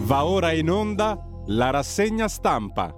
Va ora in onda la rassegna stampa.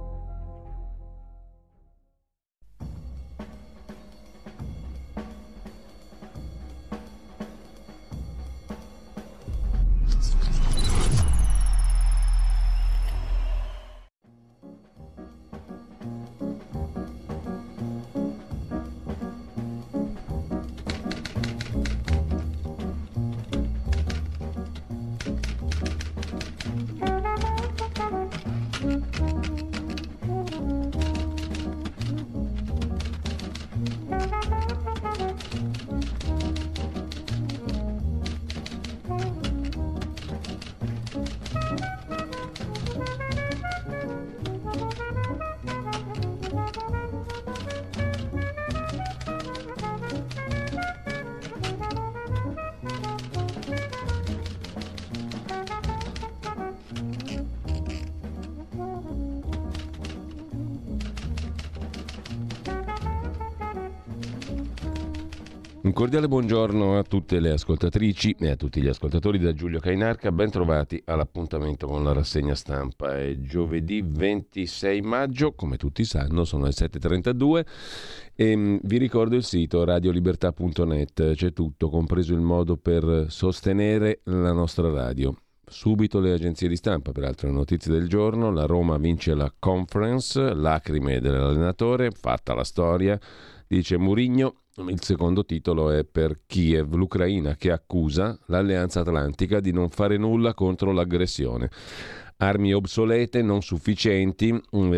Un cordiale buongiorno a tutte le ascoltatrici e a tutti gli ascoltatori da Giulio Cainarca, ben trovati all'appuntamento con la rassegna stampa. È giovedì 26 maggio, come tutti sanno, sono le 7.32 e vi ricordo il sito radiolibertà.net, c'è tutto, compreso il modo per sostenere la nostra radio. Subito le agenzie di stampa per altre notizie del giorno. La Roma vince la Conference, lacrime dell'allenatore, fatta la storia, dice Mourinho. Il secondo titolo è per Kiev, l'Ucraina che accusa l'Alleanza Atlantica di non fare nulla contro l'aggressione. Armi obsolete, non sufficienti,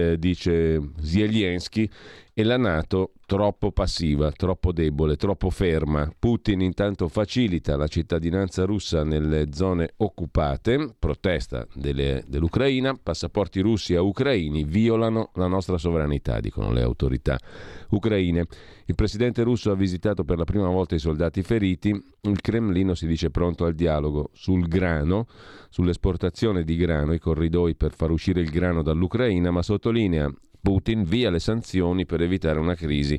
dice Zelensky, e la NATO troppo passiva, troppo debole, troppo ferma. Putin intanto facilita la cittadinanza russa nelle zone occupate, protesta dell'Ucraina, passaporti russi a ucraini violano la nostra sovranità, dicono le autorità ucraine. Il presidente russo ha visitato per la prima volta i soldati feriti. Il Cremlino si dice pronto al dialogo sul grano, sull'esportazione di grano, i corridoi per far uscire il grano dall'Ucraina, ma sottolinea Putin via le sanzioni per evitare una crisi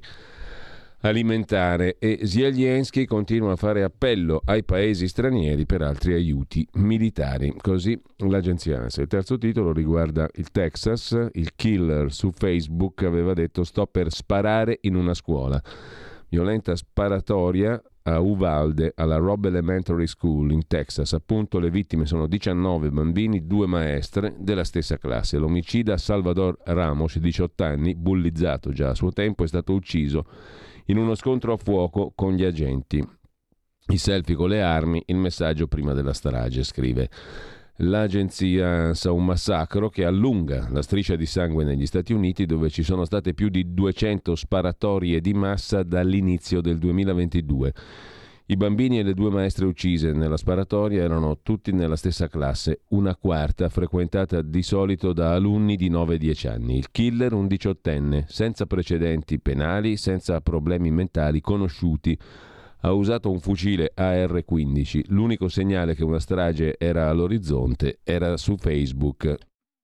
alimentare e Zelensky continua a fare appello ai paesi stranieri per altri aiuti militari. Così l'agenzia ANSA. Il terzo titolo riguarda il Texas. Il killer su Facebook aveva detto sto per sparare in una scuola. Violenta sparatoria a Uvalde, alla Robb Elementary School in Texas. Appunto, le vittime sono 19 bambini, 2 maestre della stessa classe. L'omicida Salvador Ramos, 18 anni, bullizzato già a suo tempo, è stato ucciso in uno scontro a fuoco con gli agenti. I selfie con le armi, il messaggio prima della strage, scrive l'agenzia ANSA. Un massacro che allunga la striscia di sangue negli Stati Uniti, dove ci sono state più di 200 sparatorie di massa dall'inizio del 2022. I bambini e le 2 maestre uccise nella sparatoria erano tutti nella stessa classe, una quarta frequentata di solito da alunni di 9-10 anni. Il killer, un 18enne, senza precedenti penali, senza problemi mentali conosciuti. Ha usato un fucile AR-15. L'unico segnale che una strage era all'orizzonte era su Facebook,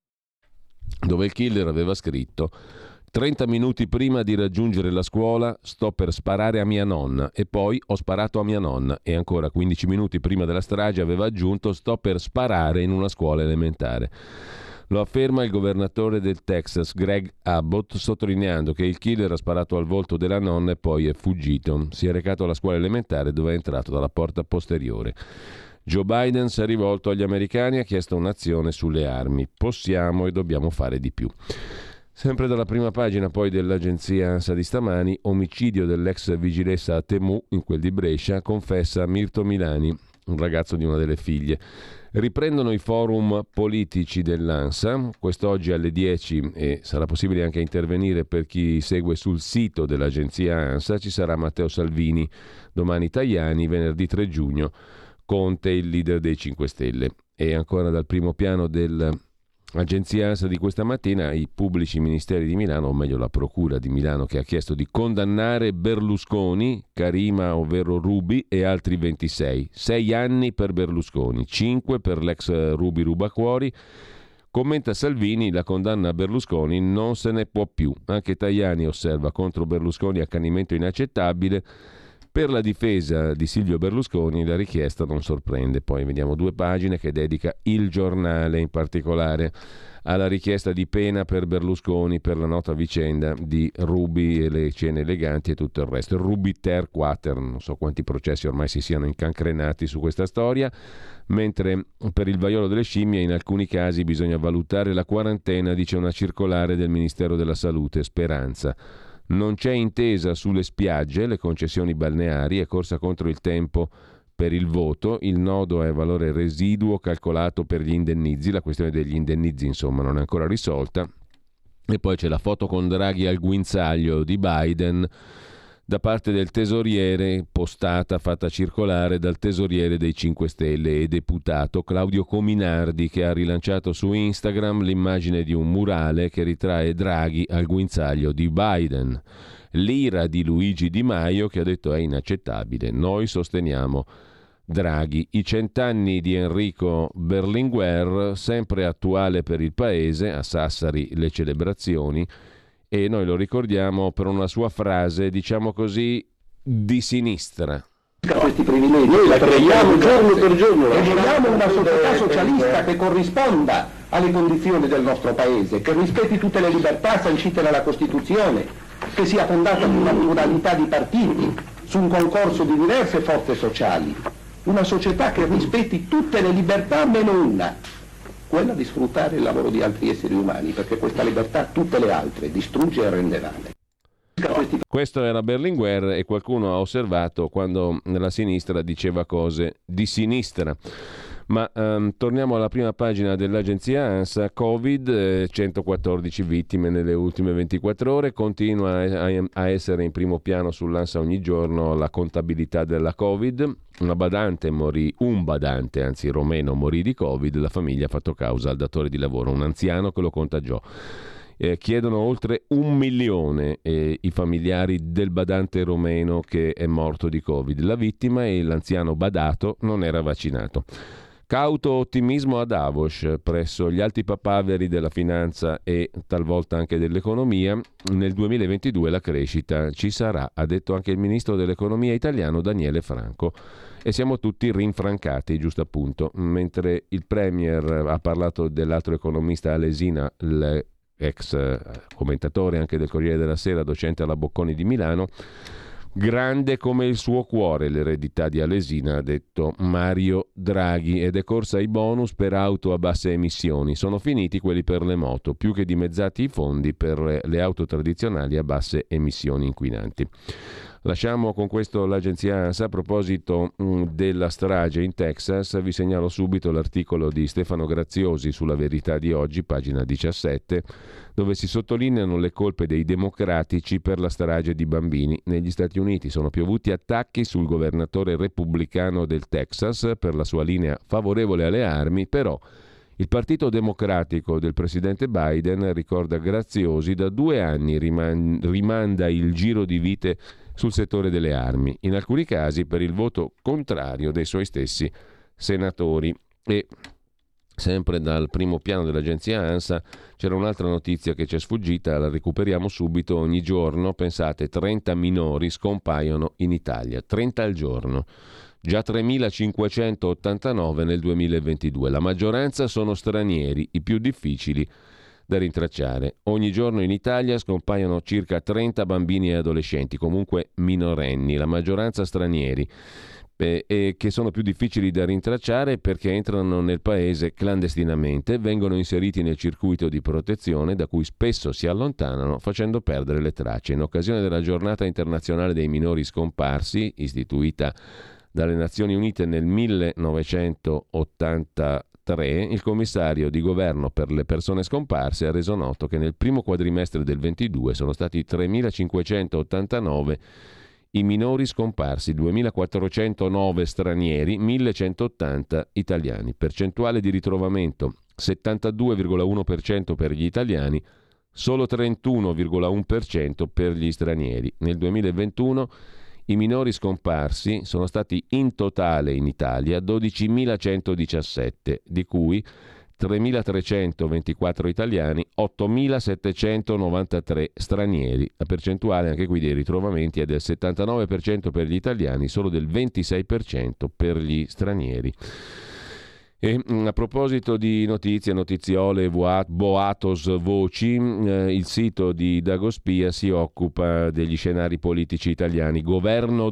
dove il killer aveva scritto: 30 minuti prima di raggiungere la scuola sto per sparare a mia nonna e poi ho sparato a mia nonna, e ancora 15 minuti prima della strage aveva aggiunto sto per sparare in una scuola elementare. Lo afferma il governatore del Texas, Greg Abbott, sottolineando che il killer ha sparato al volto della nonna e poi è fuggito. Si è recato alla scuola elementare dove è entrato dalla porta posteriore. Joe Biden si è rivolto agli americani e ha chiesto un'azione sulle armi. Possiamo e dobbiamo fare di più. Sempre dalla prima pagina poi dell'agenzia ANSA di stamani, omicidio dell'ex vigilessa a Temu, in quel di Brescia, confessa Mirto Milani, un ragazzo di una delle figlie. Riprendono i forum politici dell'ANSA, quest'oggi alle 10, e sarà possibile anche intervenire per chi segue sul sito dell'agenzia ANSA. Ci sarà Matteo Salvini, domani Tajani, venerdì 3 giugno Conte, il leader dei 5 Stelle. E ancora dal primo piano dell'agenzia ANSA di questa mattina, i pubblici ministeri di Milano, o meglio la procura di Milano, che ha chiesto di condannare Berlusconi, Karima ovvero Ruby e altri 26. 6 anni per Berlusconi, 5 per l'ex Ruby Rubacuori. Commenta Salvini: la condanna a Berlusconi non se ne può più. Anche Tajani osserva: contro Berlusconi accanimento inaccettabile. Per la difesa di Silvio Berlusconi la richiesta non sorprende. Poi vediamo 2 pagine che dedica Il Giornale in particolare alla richiesta di pena per Berlusconi per la nota vicenda di Ruby e le cene eleganti e tutto il resto. Il Ruby Ter Quater, non so quanti processi ormai si siano incancrenati su questa storia, mentre per il vaiolo delle scimmie in alcuni casi bisogna valutare la quarantena, dice una circolare del Ministero della Salute. Speranza. Non c'è intesa sulle spiagge, le concessioni balneari, è corsa contro il tempo per il voto, il nodo è valore residuo calcolato per gli indennizi, la questione degli indennizi insomma non è ancora risolta. E poi c'è la foto con Draghi al guinzaglio di Biden da parte del tesoriere, postata, fatta circolare dal tesoriere dei 5 Stelle e deputato Claudio Cominardi, che ha rilanciato su Instagram l'immagine di un murale che ritrae Draghi al guinzaglio di Biden. L'ira di Luigi Di Maio, che ha detto è inaccettabile, noi sosteniamo Draghi. I 100 anni di Enrico Berlinguer, sempre attuale per il paese, a Sassari le celebrazioni, e noi lo ricordiamo per una sua frase, diciamo così, di sinistra. Questi privilegi noi la creiamo giorno per giorno e vogliamo una società socialista che corrisponda alle condizioni del nostro paese, che rispetti tutte le libertà sancite dalla Costituzione, che sia fondata su una pluralità di partiti, su un concorso di diverse forze sociali, una società che rispetti tutte le libertà meno una, quella di sfruttare il lavoro di altri esseri umani, perché questa libertà tutte le altre distrugge e rende male. Questo era Berlinguer e qualcuno ha osservato quando la sinistra diceva cose di sinistra. Ma torniamo alla prima pagina dell'agenzia ANSA. Covid, 114 vittime nelle ultime 24 ore, continua a essere in primo piano sull'ANSA ogni giorno la contabilità della Covid. Un badante romeno morì di Covid, la famiglia ha fatto causa al datore di lavoro, un anziano che lo contagiò. Chiedono oltre 1 milione i familiari del badante romeno che è morto di Covid. La vittima e l'anziano badato non era vaccinato. Cauto ottimismo a Davos presso gli alti papaveri della finanza e talvolta anche dell'economia. Nel 2022 la crescita ci sarà, ha detto anche il ministro dell'economia italiano Daniele Franco. E siamo tutti rinfrancati, giusto appunto. Mentre il premier ha parlato dell'altro economista Alesina, ex commentatore anche del Corriere della Sera, docente alla Bocconi di Milano. Grande come il suo cuore l'eredità di Alesina, ha detto Mario Draghi, ed è corsa ai bonus per auto a basse emissioni. Sono finiti quelli per le moto, più che dimezzati i fondi per le auto tradizionali a basse emissioni inquinanti. Lasciamo con questo l'agenzia ANSA. A proposito della strage in Texas, vi segnalo subito l'articolo di Stefano Graziosi sulla Verità di oggi, pagina 17, dove si sottolineano le colpe dei democratici per la strage di bambini. Negli Stati Uniti sono piovuti attacchi sul governatore repubblicano del Texas per la sua linea favorevole alle armi, però il Partito Democratico del presidente Biden, ricorda Graziosi, da 2 anni rimanda il giro di vite sul settore delle armi, in alcuni casi per il voto contrario dei suoi stessi senatori. E sempre dal primo piano dell'agenzia ANSA c'era un'altra notizia che ci è sfuggita, la recuperiamo subito. Ogni giorno, pensate, 30 minori scompaiono in Italia, 30 al giorno. Già 3.589 nel 2022. La maggioranza sono stranieri, i più difficili da rintracciare. Ogni giorno in Italia scompaiono circa 30 bambini e adolescenti, comunque minorenni, la maggioranza stranieri, e che sono più difficili da rintracciare perché entrano nel paese clandestinamente, vengono inseriti nel circuito di protezione da cui spesso si allontanano facendo perdere le tracce. In occasione della Giornata internazionale dei minori scomparsi, istituita dalle Nazioni Unite nel 1983, il commissario di governo per le persone scomparse ha reso noto che nel primo quadrimestre del 22 sono stati 3.589 i minori scomparsi, 2.409 stranieri, 1.180 italiani. Percentuale di ritrovamento 72,1% per gli italiani, solo 31,1% per gli stranieri. Nel 2021 i minori scomparsi sono stati in totale in Italia 12.117, di cui 3.324 italiani, 8.793 stranieri. La percentuale anche qui dei ritrovamenti è del 79% per gli italiani, solo del 26% per gli stranieri. E a proposito di notizie, notiziole, boatos, voci, il sito di Dagospia si occupa degli scenari politici italiani. Governo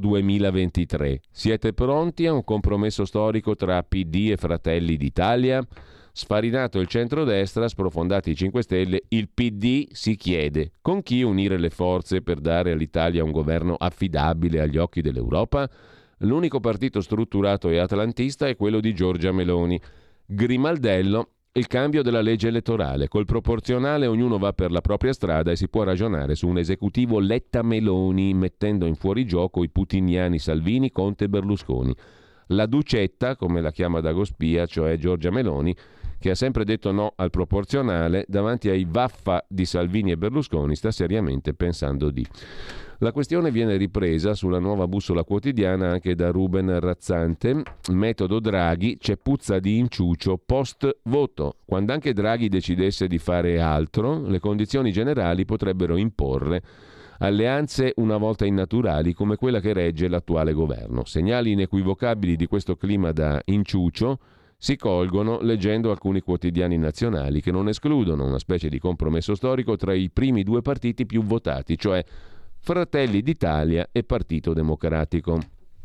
2023. Siete pronti a un compromesso storico tra PD e Fratelli d'Italia? Sfarinato il centrodestra, sprofondati i 5 Stelle, il PD si chiede: con chi unire le forze per dare all'Italia un governo affidabile agli occhi dell'Europa? L'unico partito strutturato e atlantista è quello di Giorgia Meloni. Grimaldello, il cambio della legge elettorale. Col proporzionale ognuno va per la propria strada e si può ragionare su un esecutivo Letta-Meloni, mettendo in fuorigioco i putiniani Salvini, Conte e Berlusconi. La Ducetta, come la chiama Dagospia, cioè Giorgia Meloni, che ha sempre detto no al proporzionale, davanti ai vaffa di Salvini e Berlusconi sta seriamente pensando di... La questione viene ripresa sulla Nuova Bussola Quotidiana anche da Ruben Razzante. Metodo Draghi, c'è puzza di inciucio post voto. Quando anche Draghi decidesse di fare altro, le condizioni generali potrebbero imporre alleanze una volta innaturali come quella che regge l'attuale governo. Segnali inequivocabili di questo clima da inciucio si colgono leggendo alcuni quotidiani nazionali che non escludono una specie di compromesso storico tra i primi 2 partiti più votati, cioè Fratelli d'Italia e Partito Democratico.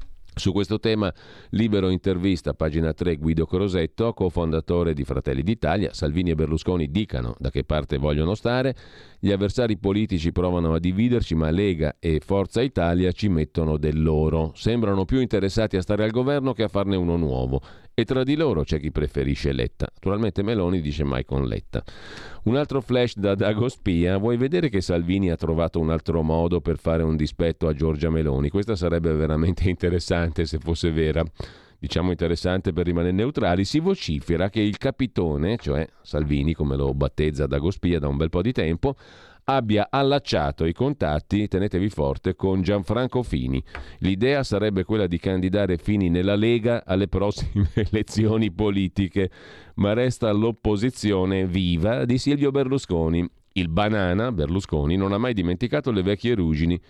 Su questo tema, Libero intervista, pagina 3, Guido Crosetto, cofondatore di Fratelli d'Italia. Salvini e Berlusconi dicano da che parte vogliono stare. Gli avversari politici provano a dividerci, ma Lega e Forza Italia ci mettono del loro. Sembrano più interessati a stare al governo che a farne uno nuovo. E tra di loro c'è chi preferisce Letta. Naturalmente Meloni dice mai con Letta. Un altro flash da Dagospia. Vuoi vedere che Salvini ha trovato un altro modo per fare un dispetto a Giorgia Meloni? Questa sarebbe veramente interessante se fosse vera. Diciamo interessante per rimanere neutrali. Si vocifera che il capitone, cioè Salvini come lo battezza Dagospia da un bel po' di tempo, abbia allacciato i contatti, tenetevi forte, con Gianfranco Fini. L'idea sarebbe quella di candidare Fini nella Lega alle prossime elezioni politiche, ma resta l'opposizione viva di Silvio Berlusconi. Il banana, Berlusconi, non ha mai dimenticato le vecchie ruggini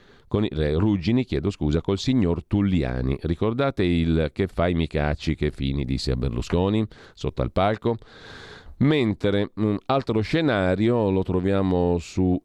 col signor Tulliani. Ricordate il "che fai mi cacci" che Fini disse a Berlusconi sotto al palco? Mentre un altro scenario lo troviamo su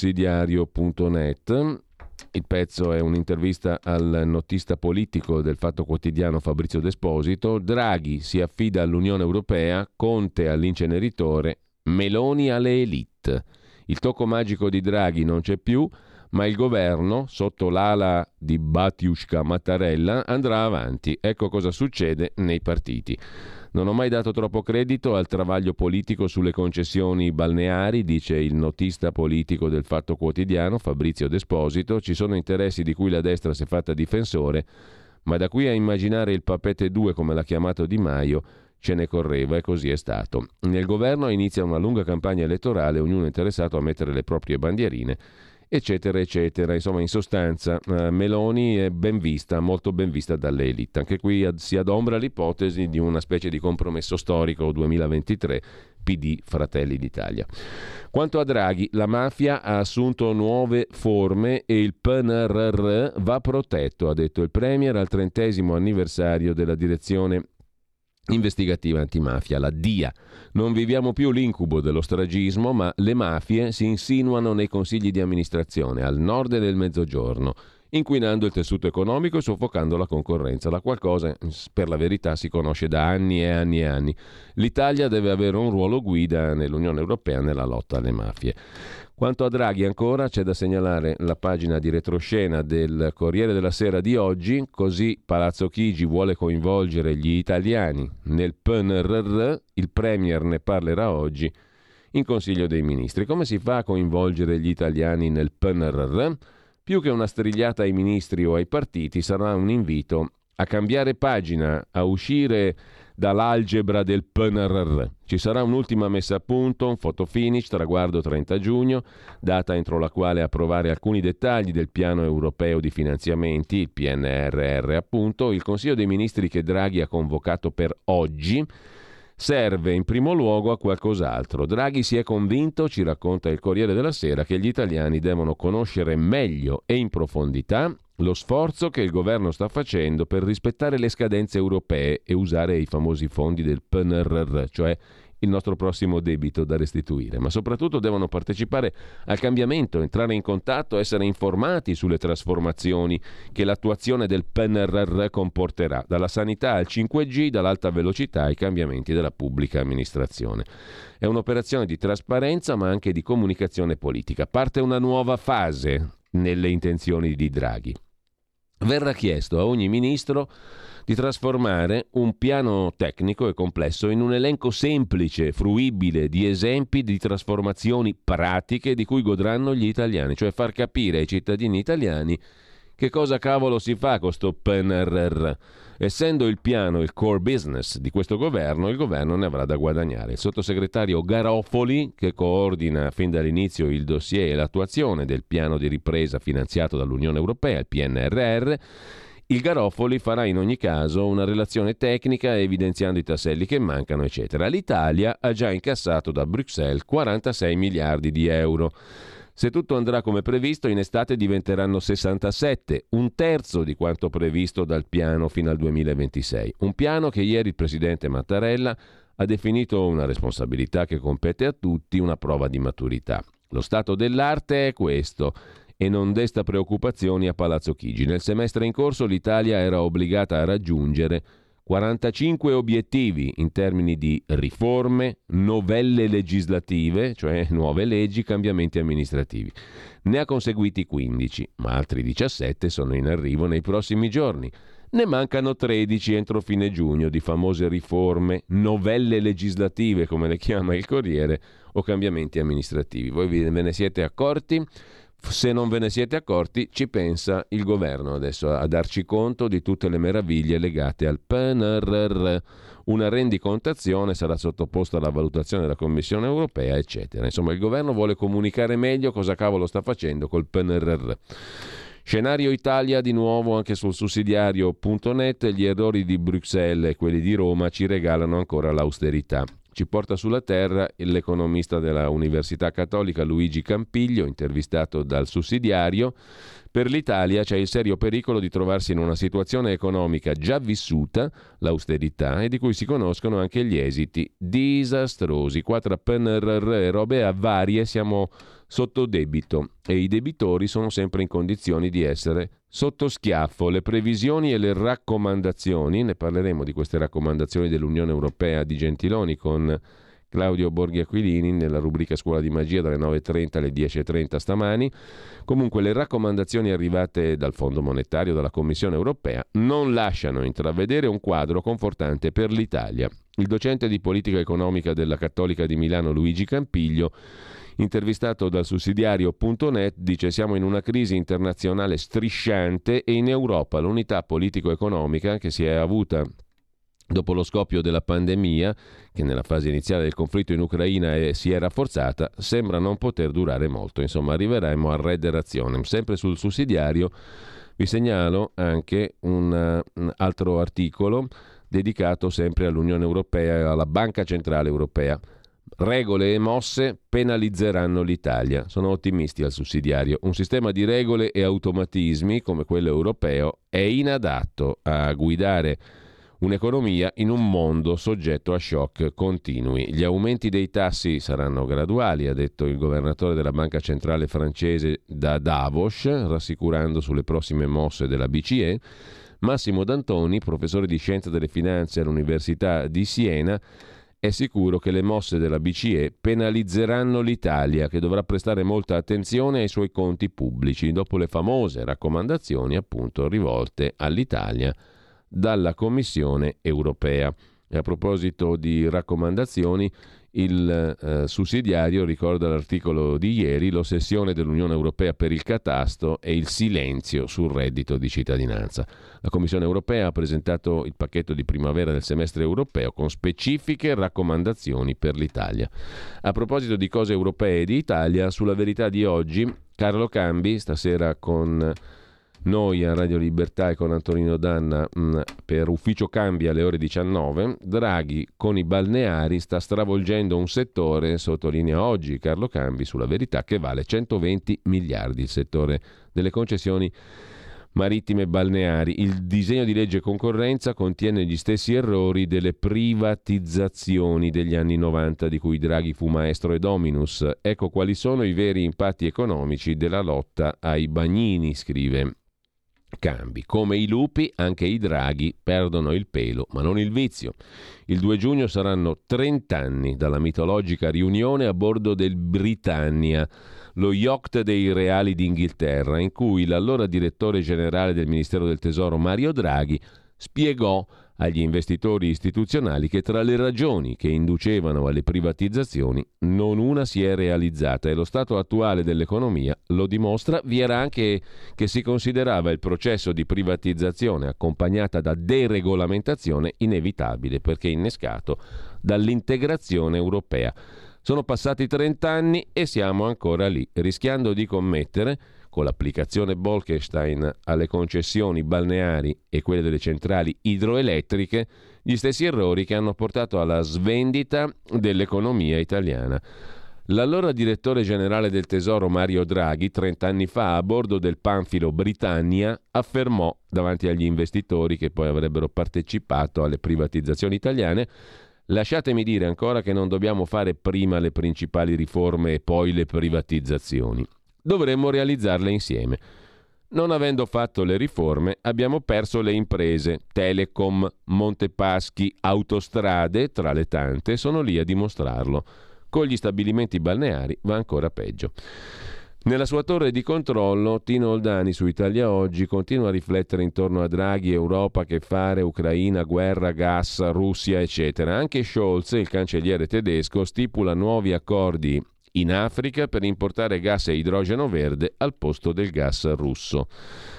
ilsussidiario.net. Il pezzo è un'intervista al notista politico del Fatto Quotidiano Fabrizio D'Esposito. Draghi si affida all'Unione Europea, Conte all'inceneritore, Meloni alle elite. Il tocco magico di Draghi non c'è più, ma il governo, sotto l'ala di Batiushka Mattarella, andrà avanti. Ecco cosa succede nei partiti. Non ho mai dato troppo credito al travaglio politico sulle concessioni balneari, dice il notista politico del Fatto Quotidiano Fabrizio D'Esposito. Ci sono interessi di cui la destra si è fatta difensore, ma da qui a immaginare il Papete 2, come l'ha chiamato Di Maio, ce ne correva, e così è stato. Nel governo inizia una lunga campagna elettorale, ognuno interessato a mettere le proprie bandierine, eccetera eccetera. Insomma, in sostanza Meloni è ben vista, molto ben vista dalle elite. Anche qui si adombra l'ipotesi di una specie di compromesso storico 2023 PD Fratelli d'Italia. Quanto a Draghi, la mafia ha assunto nuove forme e il PNRR va protetto, ha detto il Premier al 30° anniversario della direzione investigativa antimafia, la DIA. Non viviamo più l'incubo dello stragismo, ma le mafie si insinuano nei consigli di amministrazione al nord e nel mezzogiorno, inquinando il tessuto economico e soffocando la concorrenza. La qualcosa, per la verità, si conosce da anni e anni e anni. L'Italia deve avere un ruolo guida nell'Unione Europea nella lotta alle mafie. Quanto a Draghi ancora, c'è da segnalare la pagina di retroscena del Corriere della Sera di oggi. Così Palazzo Chigi vuole coinvolgere gli italiani nel PNRR, il Premier ne parlerà oggi in Consiglio dei Ministri. Come si fa a coinvolgere gli italiani nel PNRR? Più che una strigliata ai ministri o ai partiti, sarà un invito a cambiare pagina, a uscire dall'algebra del PNRR. Ci sarà un'ultima messa a punto, un photo finish, traguardo 30 giugno, data entro la quale approvare alcuni dettagli del piano europeo di finanziamenti, il PNRR appunto. Il Consiglio dei Ministri che Draghi ha convocato per oggi serve in primo luogo a qualcos'altro. Draghi si è convinto, ci racconta il Corriere della Sera, che gli italiani devono conoscere meglio e in profondità lo sforzo che il governo sta facendo per rispettare le scadenze europee e usare i famosi fondi del PNRR, cioè il nostro prossimo debito da restituire, ma soprattutto devono partecipare al cambiamento, entrare in contatto, essere informati sulle trasformazioni che l'attuazione del PNRR comporterà, dalla sanità al 5G, dall'alta velocità ai cambiamenti della pubblica amministrazione. È un'operazione di trasparenza ma anche di comunicazione politica. Parte una nuova fase nelle intenzioni di Draghi. Verrà chiesto a ogni ministro di trasformare un piano tecnico e complesso in un elenco semplice, fruibile, di esempi di trasformazioni pratiche di cui godranno gli italiani, cioè far capire ai cittadini italiani che cosa cavolo si fa con sto PNRR. Essendo il piano il core business di questo governo, il governo ne avrà da guadagnare. Il sottosegretario Garofoli, che coordina fin dall'inizio il dossier e l'attuazione del piano di ripresa finanziato dall'Unione Europea, il PNRR, il Garofoli farà in ogni caso una relazione tecnica evidenziando i tasselli che mancano, eccetera. L'Italia ha già incassato da Bruxelles 46 miliardi di euro. Se tutto andrà come previsto, in estate diventeranno 67, un terzo di quanto previsto dal piano fino al 2026. Un piano che ieri il presidente Mattarella ha definito una responsabilità che compete a tutti, una prova di maturità. Lo stato dell'arte è questo e non desta preoccupazioni a Palazzo Chigi. Nel semestre in corso l'Italia era obbligata a raggiungere 45 obiettivi in termini di riforme, novelle legislative, cioè nuove leggi, cambiamenti amministrativi. Ne ha conseguiti 15, ma altri 17 sono in arrivo nei prossimi giorni. Ne mancano 13 entro fine giugno di famose riforme, novelle legislative, come le chiama il Corriere, o cambiamenti amministrativi. Voi ve ne siete accorti? Se non ve ne siete accorti, ci pensa il governo adesso a darci conto di tutte le meraviglie legate al PNRR. Una rendicontazione sarà sottoposta alla valutazione della Commissione europea, eccetera. Insomma, il governo vuole comunicare meglio cosa cavolo sta facendo col PNRR. Scenario Italia di nuovo anche sul sussidiario.net. Gli errori di Bruxelles e quelli di Roma ci regalano ancora l'austerità. Ci porta sulla terra l'economista della Università Cattolica Luigi Campiglio, intervistato dal Sussidiario. Per l'Italia c'è il serio pericolo di trovarsi in una situazione economica già vissuta, l'austerità, e di cui si conoscono anche gli esiti disastrosi. Qua tra PNRR e robe varie siamo sotto debito e i debitori sono sempre in condizioni di essere sotto schiaffo. Le previsioni e le raccomandazioni, ne parleremo di queste raccomandazioni dell'Unione Europea di Gentiloni con Claudio Borghi Aquilini nella rubrica Scuola di Magia dalle 9.30 alle 10.30 stamani. Comunque le raccomandazioni arrivate dal Fondo Monetario, dalla Commissione Europea, non lasciano intravedere un quadro confortante per l'Italia. Il docente di politica economica della Cattolica di Milano Luigi Campiglio, intervistato dal sussidiario.net, dice: siamo in una crisi internazionale strisciante e in Europa l'unità politico-economica che si è avuta dopo lo scoppio della pandemia, che nella fase iniziale del conflitto in Ucraina si è rafforzata, sembra non poter durare molto. Insomma, arriveremo a Red Razionem. Sempre sul sussidiario vi segnalo anche un altro articolo dedicato sempre all'Unione Europea e alla Banca Centrale Europea. Regole e mosse penalizzeranno l'Italia. Sono ottimisti al sussidiario. Un sistema di regole e automatismi come quello europeo è inadatto a guidare un'economia in un mondo soggetto a shock continui. Gli aumenti dei tassi saranno graduali, ha detto il governatore della Banca Centrale francese da Davos, rassicurando sulle prossime mosse della BCE. Massimo D'Antoni, professore di Scienze delle Finanze all'Università di Siena, è sicuro che le mosse della BCE penalizzeranno l'Italia, che dovrà prestare molta attenzione ai suoi conti pubblici, dopo le famose raccomandazioni appunto rivolte all'Italia dalla Commissione Europea. E a proposito di raccomandazioni, il sussidiario ricorda l'articolo di ieri: l'ossessione dell'Unione Europea per il catasto e il silenzio sul reddito di cittadinanza. La Commissione Europea ha presentato il pacchetto di primavera del semestre europeo con specifiche raccomandazioni per l'Italia. A proposito di cose europee e di Italia, sulla Verità di oggi, Carlo Cambi, stasera con noi a Radio Libertà e con Antonino Danna per Ufficio Cambia alle ore 19. Draghi con i balneari sta stravolgendo un settore, sottolinea oggi Carlo Cambi sulla Verità, che vale 120 miliardi, il settore delle concessioni marittime e balneari. Il disegno di legge concorrenza contiene gli stessi errori delle privatizzazioni degli anni 90 di cui Draghi fu maestro e dominus. Ecco quali sono i veri impatti economici della lotta ai bagnini, scrive Cambi. Come i lupi, anche i draghi perdono il pelo, ma non il vizio. Il 2 giugno saranno 30 anni dalla mitologica riunione a bordo del Britannia, lo yacht dei reali d'Inghilterra, in cui l'allora direttore generale del Ministero del Tesoro Mario Draghi spiegò agli investitori istituzionali che tra le ragioni che inducevano alle privatizzazioni non una si è realizzata, e lo stato attuale dell'economia lo dimostra. Vi era anche che si considerava il processo di privatizzazione accompagnata da deregolamentazione inevitabile perché innescato dall'integrazione europea. Sono passati 30 anni e siamo ancora lì, rischiando di commettere, con l'applicazione Bolkestein alle concessioni balneari e quelle delle centrali idroelettriche, gli stessi errori che hanno portato alla svendita dell'economia italiana. L'allora direttore generale del Tesoro Mario Draghi, 30 anni fa, a bordo del panfilo Britannia, affermò davanti agli investitori che poi avrebbero partecipato alle privatizzazioni italiane: lasciatemi dire ancora che non dobbiamo fare prima le principali riforme e poi le privatizzazioni. Dovremmo realizzarle insieme. Non avendo fatto le riforme, abbiamo perso le imprese. Telecom, Montepaschi, Autostrade, tra le tante, sono lì a dimostrarlo. Con gli stabilimenti balneari va ancora peggio. Nella sua torre di controllo, Tino Oldani su Italia Oggi continua a riflettere intorno a Draghi, Europa, che fare, Ucraina, guerra, gas, Russia, eccetera. Anche Scholz, il cancelliere tedesco, stipula nuovi accordi in Africa per importare gas e idrogeno verde al posto del gas russo.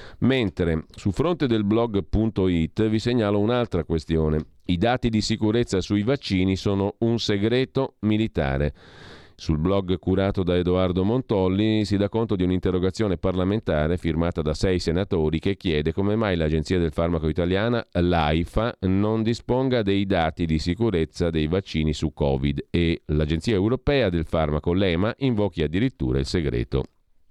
Mentre su fronte del blog.it vi segnalo un'altra questione. I dati di sicurezza sui vaccini sono un segreto militare. Sul blog curato da Edoardo Montolli si dà conto di un'interrogazione parlamentare firmata da 6 senatori che chiede come mai l'Agenzia del Farmaco Italiana, l'AIFA, non disponga dei dati di sicurezza dei vaccini su Covid e l'Agenzia Europea del Farmaco, l'EMA, invochi addirittura il segreto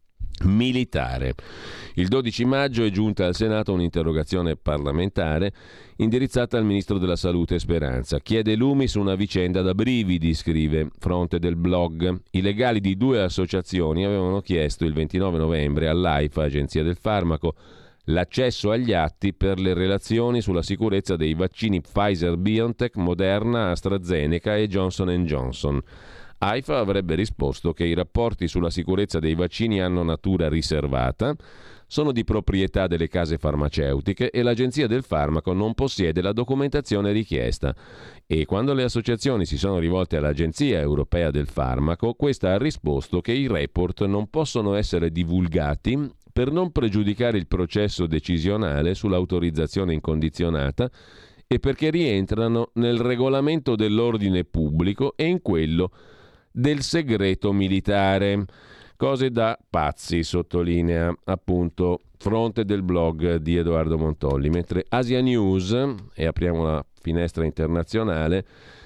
militare. Il 12 maggio è giunta al Senato un'interrogazione parlamentare indirizzata al Ministro della Salute Speranza. Chiede lumi su una vicenda da brividi, scrive Fronte del Blog. I legali di 2 associazioni avevano chiesto il 29 novembre all'AIFA, Agenzia del Farmaco, l'accesso agli atti per le relazioni sulla sicurezza dei vaccini Pfizer-BioNTech, Moderna, AstraZeneca e Johnson & Johnson. AIFA avrebbe risposto che i rapporti sulla sicurezza dei vaccini hanno natura riservata, sono di proprietà delle case farmaceutiche e l'Agenzia del Farmaco non possiede la documentazione richiesta. E quando le associazioni si sono rivolte all'Agenzia Europea del Farmaco, questa ha risposto che i report non possono essere divulgati per non pregiudicare il processo decisionale sull'autorizzazione incondizionata e perché rientrano nel regolamento dell'ordine pubblico e in quello del segreto militare. Cose da pazzi, sottolinea appunto Fronte del Blog di Edoardo Montolli. Mentre Asia News, e apriamo la finestra internazionale,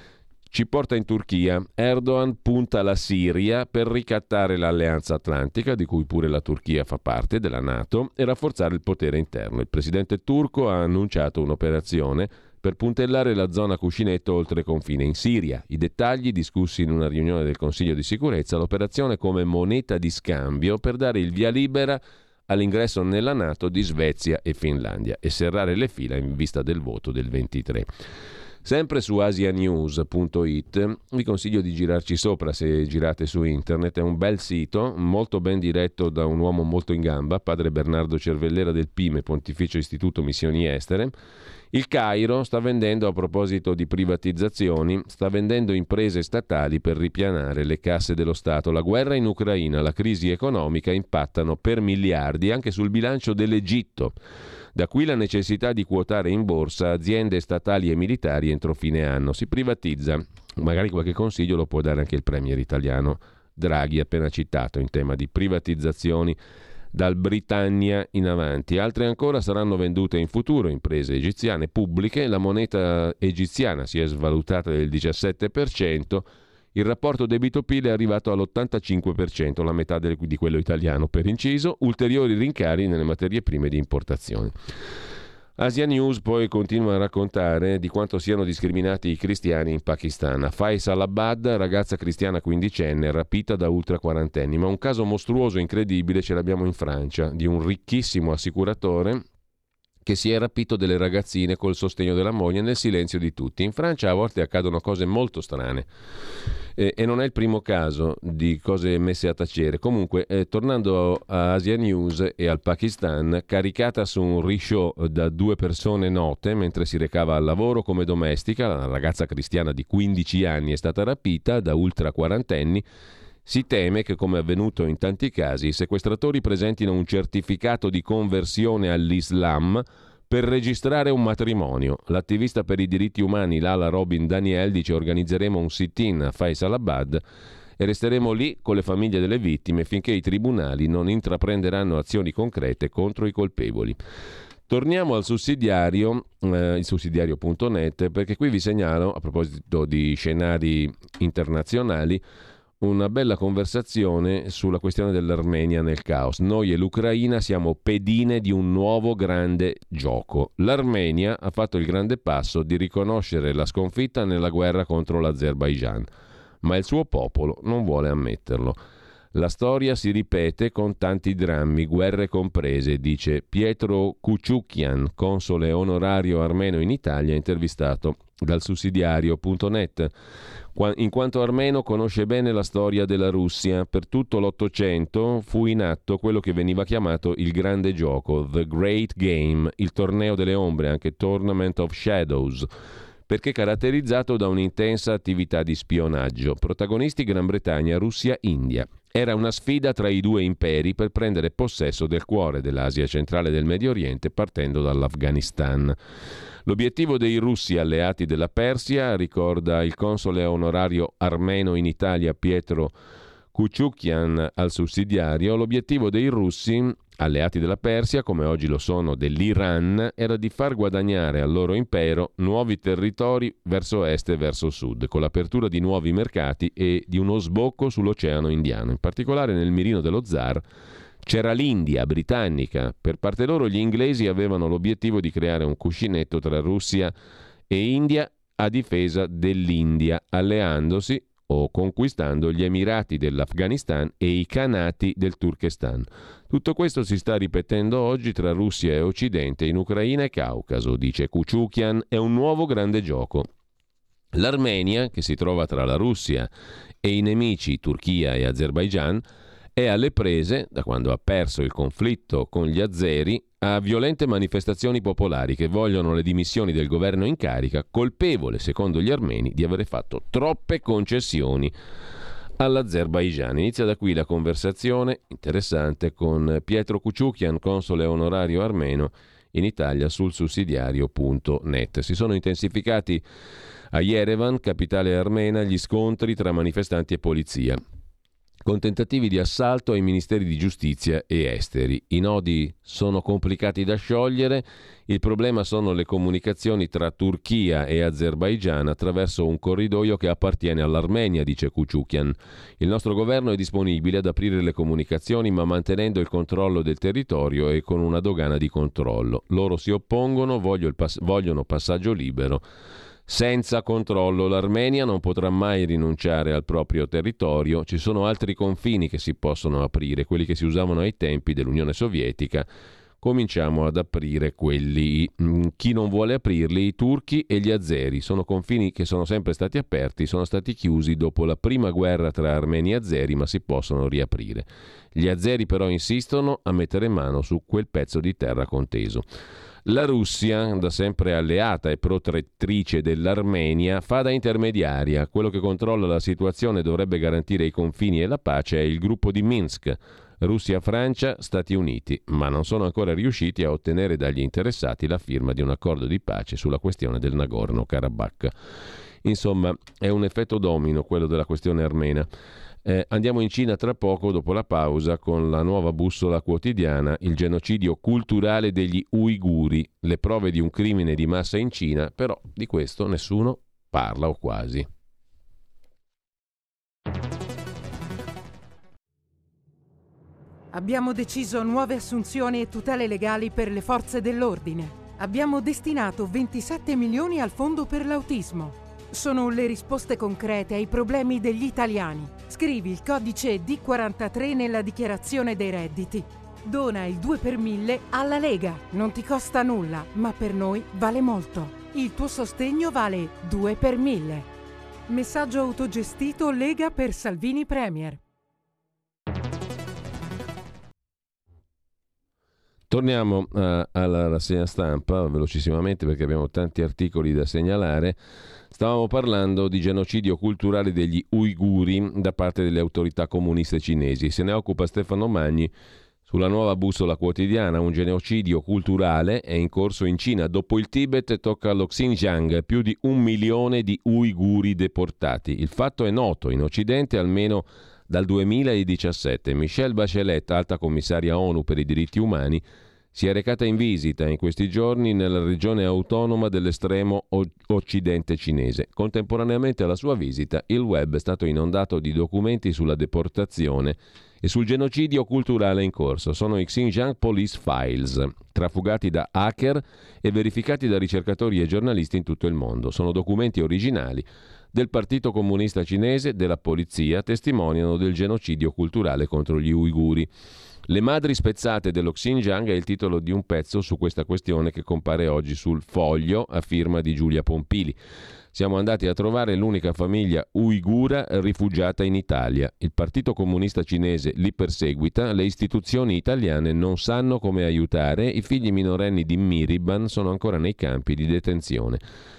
ci porta in Turchia. Erdogan punta la Siria per ricattare l'alleanza atlantica, di cui pure la Turchia fa parte, della NATO, e rafforzare il potere interno. Il presidente turco ha annunciato un'operazione per puntellare la zona cuscinetto oltre confine in Siria. I dettagli discussi in una riunione del Consiglio di sicurezza, l'operazione come moneta di scambio per dare il via libera all'ingresso nella NATO di Svezia e Finlandia e serrare le fila in vista del voto del 23. Sempre su asianews.it vi consiglio di girarci sopra se girate su internet, è un bel sito molto ben diretto da un uomo molto in gamba, padre Bernardo Cervellera del PIME, Pontificio Istituto Missioni Estere. Il Cairo sta vendendo, a proposito di privatizzazioni, sta vendendo imprese statali per ripianare le casse dello Stato. La guerra in Ucraina, la crisi economica impattano per miliardi anche sul bilancio dell'Egitto. Da qui la necessità di quotare in borsa aziende statali e militari entro fine anno. Si privatizza. Magari qualche consiglio lo può dare anche il premier italiano Draghi, appena citato, in tema di privatizzazioni dal Britannia in avanti. Altre ancora saranno vendute in futuro, imprese egiziane pubbliche. La moneta egiziana si è svalutata del 17%, il rapporto debito-PIL è arrivato all'85%, la metà di quello italiano per inciso, ulteriori rincari nelle materie prime di importazione. Asia News poi continua a raccontare di quanto siano discriminati i cristiani in Pakistan. A Faisalabad, ragazza cristiana quindicenne rapita da ultraquarantenni, ma un caso mostruoso e incredibile ce l'abbiamo in Francia, di un ricchissimo assicuratore che si è rapito delle ragazzine col sostegno della moglie nel silenzio di tutti. In Francia a volte accadono cose molto strane e non è il primo caso di cose messe a tacere. Comunque, tornando a Asia News e al Pakistan, caricata su un rickshaw da 2 persone note mentre si recava al lavoro come domestica, la ragazza cristiana di 15 anni è stata rapita da ultraquarantenni. Si teme che, come è avvenuto in tanti casi, i sequestratori presentino un certificato di conversione all'Islam per registrare un matrimonio. L'attivista per i diritti umani Lala Robin Daniel dice: organizzeremo un sit-in a Faisalabad e resteremo lì con le famiglie delle vittime finché i tribunali non intraprenderanno azioni concrete contro i colpevoli. Torniamo al sussidiario, il sussidiario.net, perché qui vi segnalo, a proposito di scenari internazionali, una bella conversazione sulla questione dell'Armenia nel caos. Noi e l'Ucraina siamo pedine di un nuovo grande gioco. L'Armenia ha fatto il grande passo di riconoscere la sconfitta nella guerra contro l'Azerbaigian, ma il suo popolo non vuole ammetterlo. La storia si ripete con tanti drammi, guerre comprese, dice Pietro Kuchukian, console onorario armeno in Italia, intervistato dal sussidiario.net. In quanto armeno conosce bene la storia della Russia. Per tutto l'Ottocento fu in atto quello che veniva chiamato il grande gioco, The Great Game, il torneo delle ombre, anche Tournament of Shadows, perché caratterizzato da un'intensa attività di spionaggio. Protagonisti Gran Bretagna, Russia, India. Era una sfida tra i due imperi per prendere possesso del cuore dell'Asia centrale e del Medio Oriente, partendo dall'Afghanistan. L'obiettivo dei russi alleati della Persia, ricorda il console onorario armeno in Italia Pietro Kuchukian al sussidiario, l'obiettivo dei russi alleati della Persia, come oggi lo sono dell'Iran, era di far guadagnare al loro impero nuovi territori verso est e verso sud, con l'apertura di nuovi mercati e di uno sbocco sull'Oceano Indiano. In particolare nel mirino dello zar c'era l'India britannica. Per parte loro gli inglesi avevano l'obiettivo di creare un cuscinetto tra Russia e India a difesa dell'India, alleandosi o conquistando gli Emirati dell'Afghanistan e i Khanati del Turkestan. Tutto questo si sta ripetendo oggi tra Russia e Occidente, in Ucraina e Caucaso, dice Kuchukian, è un nuovo grande gioco. L'Armenia, che si trova tra la Russia e i nemici Turchia e Azerbaigian, è alle prese, da quando ha perso il conflitto con gli azeri, a violente manifestazioni popolari che vogliono le dimissioni del governo in carica, colpevole, secondo gli armeni, di avere fatto troppe concessioni all'Azerbaigian. Inizia da qui la conversazione interessante con Pietro Kuchukian, console onorario armeno in Italia, sul sussidiario.net. Si sono intensificati a Yerevan, capitale armena, gli scontri tra manifestanti e polizia, con tentativi di assalto ai ministeri di giustizia e esteri. I nodi sono complicati da sciogliere, il problema sono le comunicazioni tra Turchia e Azerbaigian attraverso un corridoio che appartiene all'Armenia, dice Kuchukian. Il nostro governo è disponibile ad aprire le comunicazioni, ma mantenendo il controllo del territorio e con una dogana di controllo. Loro si oppongono, vogliono passaggio libero. Senza controllo l'Armenia non potrà mai rinunciare al proprio territorio. Ci sono altri confini che si possono aprire, quelli che si usavano ai tempi dell'Unione Sovietica. Cominciamo ad aprire quelli. Chi non vuole aprirli? I turchi e gli azeri. Sono confini che sono sempre stati aperti, sono stati chiusi dopo la prima guerra tra armeni e azeri, ma si possono riaprire. Gli azeri però insistono a mettere mano su quel pezzo di terra conteso. La Russia, da sempre alleata e protettrice dell'Armenia, fa da intermediaria. Quello che controlla la situazione e dovrebbe garantire i confini e la pace è il gruppo di Minsk, Russia, Francia, Stati Uniti, ma non sono ancora riusciti a ottenere dagli interessati la firma di un accordo di pace sulla questione del Nagorno-Karabakh. Insomma, è un effetto domino quello della questione armena. Andiamo in Cina tra poco, dopo la pausa, con la nuova bussola quotidiana, il genocidio culturale degli uiguri, le prove di un crimine di massa in Cina, però di questo nessuno parla o quasi. Abbiamo deciso nuove assunzioni e tutele legali per le forze dell'ordine. Abbiamo destinato 27 milioni al fondo per l'autismo. Sono le risposte concrete ai problemi degli italiani. Scrivi il codice D43 nella dichiarazione dei redditi. Dona il 2 per 1000 alla Lega. Non ti costa nulla, ma per noi vale molto. Il tuo sostegno vale 2 per 1000. Messaggio autogestito Lega per Salvini Premier. Torniamo alla rassegna stampa velocissimamente perché abbiamo tanti articoli da segnalare. Stavamo parlando di genocidio culturale degli uiguri da parte delle autorità comuniste cinesi. Se ne occupa Stefano Magni sulla nuova bussola quotidiana. Un genocidio culturale è in corso in Cina. Dopo il Tibet tocca lo Xinjiang, più di 1 milione di uiguri deportati. Il fatto è noto in Occidente almeno dal 2017. Michelle Bachelet, alta commissaria ONU per i diritti umani, si è recata in visita in questi giorni nella regione autonoma dell'estremo occidente cinese. Contemporaneamente alla sua visita, il web è stato inondato di documenti sulla deportazione e sul genocidio culturale in corso. Sono i Xinjiang Police Files, trafugati da hacker e verificati da ricercatori e giornalisti in tutto il mondo. Sono documenti originali del Partito Comunista Cinese, della polizia, testimoniano del genocidio culturale contro gli uiguri. Le madri spezzate dello Xinjiang è il titolo di un pezzo su questa questione che compare oggi sul Foglio a firma di Giulia Pompili. Siamo andati a trovare l'unica famiglia uigura rifugiata in Italia. Il Partito Comunista Cinese li perseguita, le istituzioni italiane non sanno come aiutare, i figli minorenni di Miriban sono ancora nei campi di detenzione.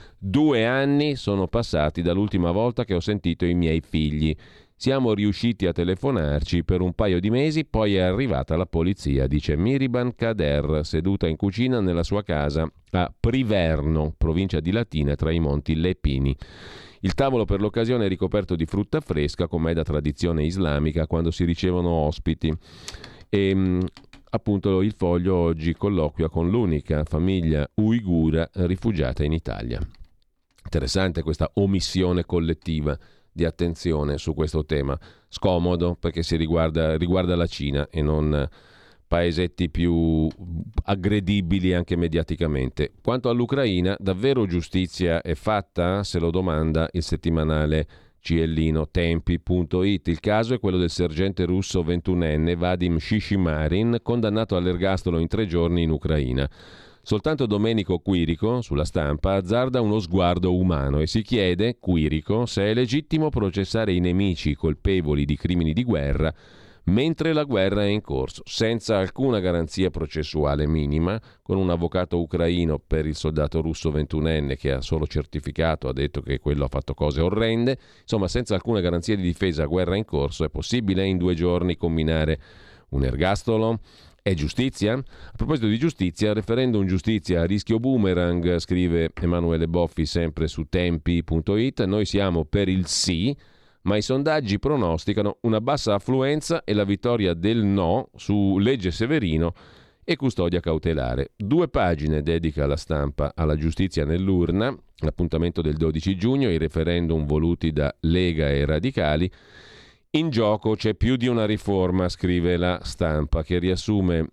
2 anni sono passati dall'ultima volta che ho sentito i miei figli. Siamo riusciti a telefonarci per un paio di mesi, poi è arrivata la polizia, dice Miriban Kader, seduta in cucina nella sua casa a Priverno, provincia di Latina, tra i monti Lepini. Il tavolo per l'occasione è ricoperto di frutta fresca, come è da tradizione islamica quando si ricevono ospiti. E appunto il Foglio oggi colloquia con l'unica famiglia uigura rifugiata in Italia. Interessante questa omissione collettiva di attenzione su questo tema. Scomodo perché si riguarda la Cina e non paesetti più aggredibili anche mediaticamente. Quanto all'Ucraina, davvero giustizia è fatta? Se lo domanda il settimanale ciellino tempi.it. Il caso è quello del sergente russo 21enne Vadim Shishimarin, condannato all'ergastolo in 3 giorni in Ucraina. Soltanto Domenico Quirico, sulla Stampa, azzarda uno sguardo umano e si chiede, Quirico, se è legittimo processare i nemici colpevoli di crimini di guerra mentre la guerra è in corso, senza alcuna garanzia processuale minima, con un avvocato ucraino per il soldato russo 21enne che ha solo certificato, ha detto che quello ha fatto cose orrende, insomma senza alcuna garanzia di difesa a guerra in corso. È possibile in 2 giorni combinare un ergastolo? È giustizia? A proposito di giustizia, referendum giustizia a rischio boomerang, scrive Emanuele Boffi sempre su tempi.it. Noi siamo per il sì, ma i sondaggi pronosticano una bassa affluenza e la vittoria del no su legge Severino e custodia cautelare. 2 pagine dedica la Stampa alla giustizia nell'urna, l'appuntamento del 12 giugno, i referendum voluti da Lega e Radicali. In gioco c'è più di una riforma, scrive la Stampa, che riassume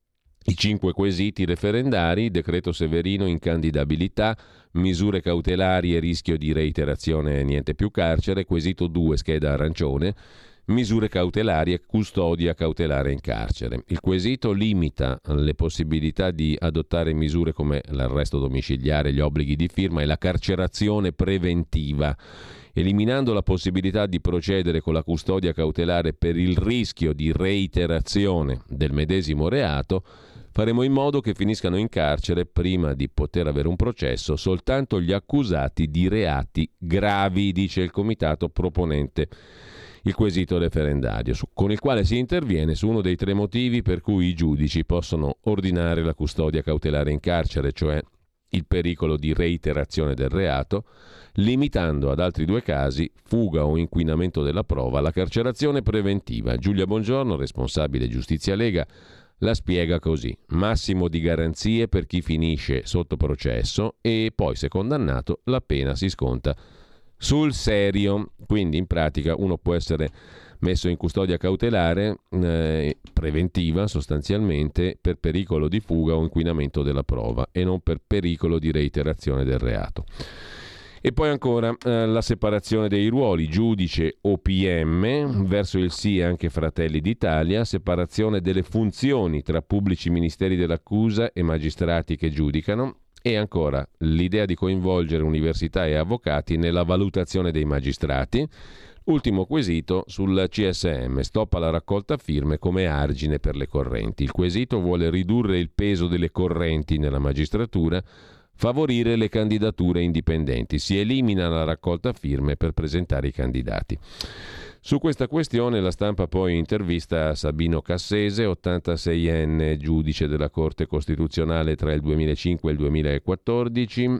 i 5 quesiti referendari: decreto Severino, incandidabilità, misure cautelari e rischio di reiterazione, niente più carcere; quesito 2, scheda arancione, misure cautelari e custodia cautelare in carcere. Il quesito limita le possibilità di adottare misure come l'arresto domiciliare, gli obblighi di firma e la carcerazione preventiva, eliminando la possibilità di procedere con la custodia cautelare per il rischio di reiterazione del medesimo reato. Faremo in modo che finiscano in carcere, prima di poter avere un processo, soltanto gli accusati di reati gravi, dice il comitato proponente il quesito referendario, con il quale si interviene su uno dei 3 motivi per cui i giudici possono ordinare la custodia cautelare in carcere, cioè il pericolo di reiterazione del reato, limitando ad altri 2 casi, fuga o inquinamento della prova, la carcerazione preventiva. Giulia Bongiorno, responsabile Giustizia Lega, la spiega così: massimo di garanzie per chi finisce sotto processo e poi, se condannato, la pena si sconta sul serio. Quindi in pratica uno può essere messo in custodia cautelare preventiva sostanzialmente per pericolo di fuga o inquinamento della prova e non per pericolo di reiterazione del reato. E poi ancora la separazione dei ruoli, giudice o PM, verso il sì anche Fratelli d'Italia, separazione delle funzioni tra pubblici ministeri dell'accusa e magistrati che giudicano, e ancora l'idea di coinvolgere università e avvocati nella valutazione dei magistrati. Ultimo quesito sul CSM, stop alla raccolta firme come argine per le correnti. Il quesito vuole ridurre il peso delle correnti nella magistratura, favorire le candidature indipendenti. Si elimina la raccolta firme per presentare i candidati. Su questa questione la Stampa poi intervista Sabino Cassese, 86enne, giudice della Corte Costituzionale tra il 2005 e il 2014,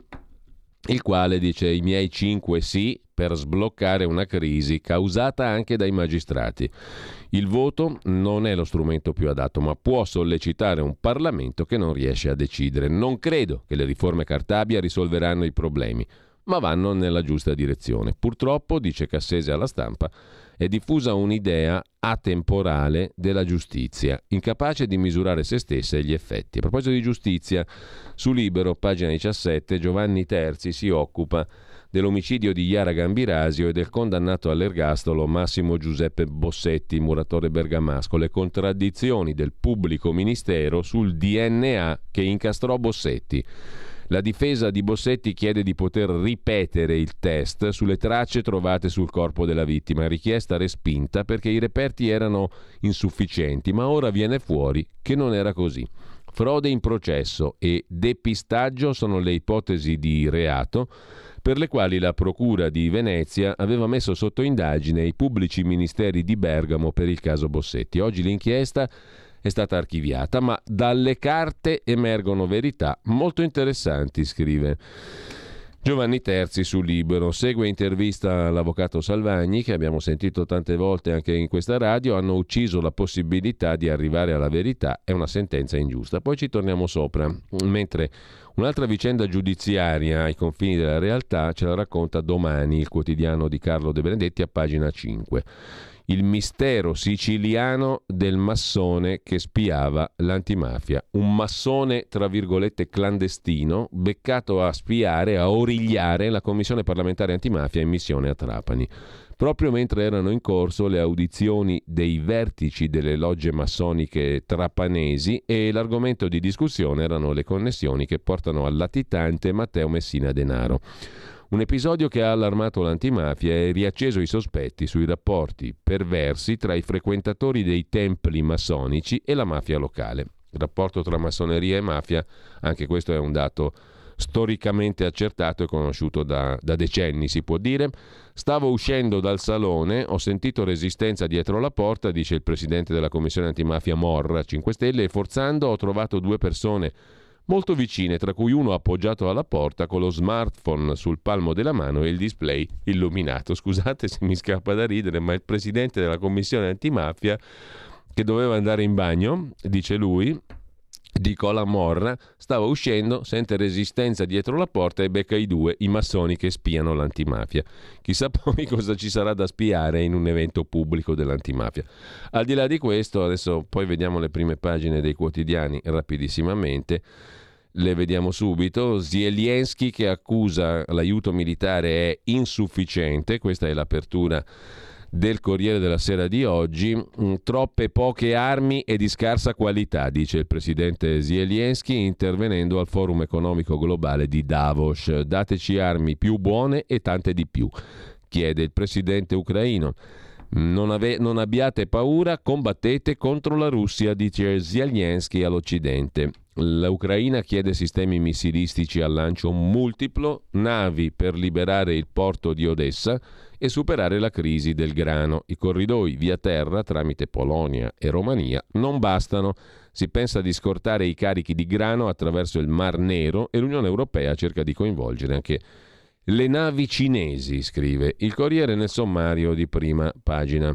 il quale dice: i miei 5 sì per sbloccare una crisi causata anche dai magistrati. Il voto non è lo strumento più adatto, ma può sollecitare un Parlamento che non riesce a decidere. Non credo che le riforme Cartabia risolveranno i problemi, ma vanno nella giusta direzione. Purtroppo, dice Cassese alla Stampa, è diffusa un'idea atemporale della giustizia, incapace di misurare se stessa e gli effetti. A proposito di giustizia, su Libero, pagina 17, Giovanni Terzi si occupa dell'omicidio di Iara Gambirasio e del condannato all'ergastolo Massimo Giuseppe Bossetti, muratore bergamasco, le contraddizioni del pubblico ministero sul DNA che incastrò Bossetti. La difesa di Bossetti chiede di poter ripetere il test sulle tracce trovate sul corpo della vittima, richiesta respinta perché i reperti erano insufficienti, ma ora viene fuori che non era così. Frode in processo e depistaggio sono le ipotesi di reato per le quali la Procura di Venezia aveva messo sotto indagine i pubblici ministeri di Bergamo per il caso Bossetti. Oggi l'inchiesta è stata archiviata, ma dalle carte emergono verità molto interessanti, scrive Giovanni Terzi su Libero. Segue intervista all'avvocato Salvagni, che abbiamo sentito tante volte anche in questa radio. Hanno ucciso la possibilità di arrivare alla verità, è una sentenza ingiusta. Poi ci torniamo sopra, mentre un'altra vicenda giudiziaria ai confini della realtà ce la racconta Domani, il quotidiano di Carlo De Benedetti, a pagina 5. Il mistero siciliano del massone che spiava l'antimafia. Un massone, tra virgolette, clandestino, beccato a spiare, a origliare la Commissione parlamentare antimafia in missione a Trapani. Proprio mentre erano in corso le audizioni dei vertici delle logge massoniche trapanesi, e l'argomento di discussione erano le connessioni che portano al latitante Matteo Messina Denaro. Un episodio che ha allarmato l'antimafia e riacceso i sospetti sui rapporti perversi tra i frequentatori dei templi massonici e la mafia locale. Il rapporto tra massoneria e mafia, anche questo è un dato storicamente accertato e conosciuto da decenni, si può dire. Stavo uscendo dal salone, ho sentito resistenza dietro la porta, dice il presidente della commissione antimafia Morra 5 Stelle, e forzando ho trovato 2 persone molto vicine, tra cui uno appoggiato alla porta con lo smartphone sul palmo della mano e il display illuminato. Scusate se mi scappa da ridere, ma il presidente della commissione antimafia, che doveva andare in bagno, dice lui, dico alla Morra, stava uscendo, sente resistenza dietro la porta e becca i 2, i massoni che spiano l'antimafia. Chissà poi cosa ci sarà da spiare in un evento pubblico dell'antimafia. Al di là di questo, adesso poi vediamo le prime pagine dei quotidiani rapidissimamente. Le vediamo subito. Zelensky che accusa l'aiuto militare è insufficiente, questa è l'apertura del Corriere della Sera di oggi. Troppe poche armi e di scarsa qualità, dice il presidente Zelensky intervenendo al Forum economico globale di Davos. Dateci armi più buone e tante di più, chiede il presidente ucraino. Non abbiate paura, combattete contro la Russia, dice Zelensky all'Occidente. L'Ucraina chiede sistemi missilistici al lancio multiplo, navi per liberare il porto di Odessa e superare la crisi del grano. I corridoi via terra tramite Polonia e Romania non bastano. Si pensa di scortare i carichi di grano attraverso il Mar Nero e l'Unione Europea cerca di coinvolgere anche le navi cinesi, scrive il Corriere nel sommario di prima pagina.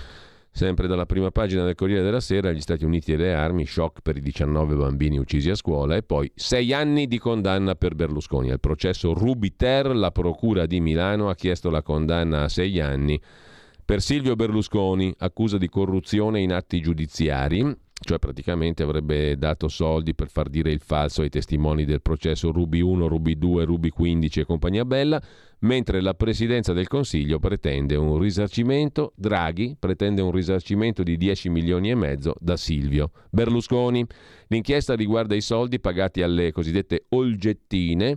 Sempre dalla prima pagina del Corriere della Sera, gli Stati Uniti e le armi, shock per i 19 bambini uccisi a scuola e poi 6 anni di condanna per Berlusconi. Al processo Ruby-Ter la Procura di Milano ha chiesto la condanna a 6 anni per Silvio Berlusconi, accusa di corruzione in atti giudiziari, cioè praticamente avrebbe dato soldi per far dire il falso ai testimoni del processo Ruby 1, Ruby 2, Ruby 15 e compagnia bella, mentre la Presidenza del Consiglio pretende un risarcimento, Draghi pretende un risarcimento di 10 milioni e mezzo da Silvio Berlusconi. L'inchiesta riguarda i soldi pagati alle cosiddette olgettine,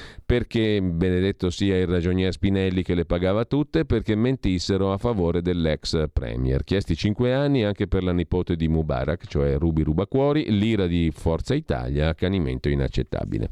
perché benedetto sia il ragionier Spinelli che le pagava tutte, perché mentissero a favore dell'ex premier. Chiesti 5 anni anche per la nipote di Mubarak, cioè Ruby Rubacuori, l'ira di Forza Italia, accanimento inaccettabile.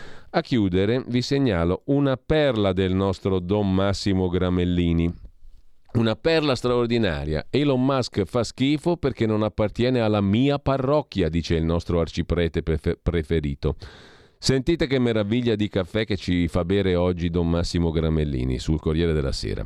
A chiudere vi segnalo una perla del nostro Don Massimo Gramellini. Una perla straordinaria. Elon Musk fa schifo perché non appartiene alla mia parrocchia, dice il nostro arciprete preferito. Sentite che meraviglia di caffè che ci fa bere oggi Don Massimo Gramellini sul Corriere della Sera.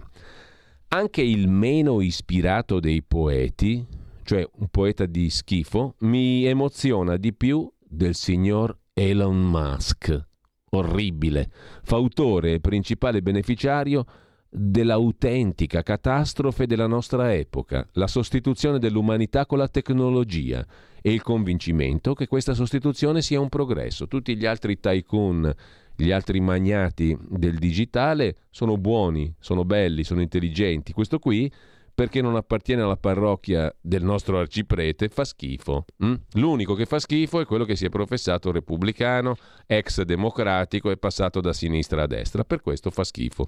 Anche il meno ispirato dei poeti, cioè un poeta di schifo, mi emoziona di più del signor Elon Musk. Orribile. Fautore e principale beneficiario dell'autentica catastrofe della nostra epoca, la sostituzione dell'umanità con la tecnologia e il convincimento che questa sostituzione sia un progresso. Tutti gli altri tycoon, gli altri magnati del digitale sono buoni, sono belli, sono intelligenti. Questo qui, perché non appartiene alla parrocchia del nostro arciprete, fa schifo. L'unico che fa schifo è quello che si è professato repubblicano, ex democratico e passato da sinistra a destra. Per questo fa schifo.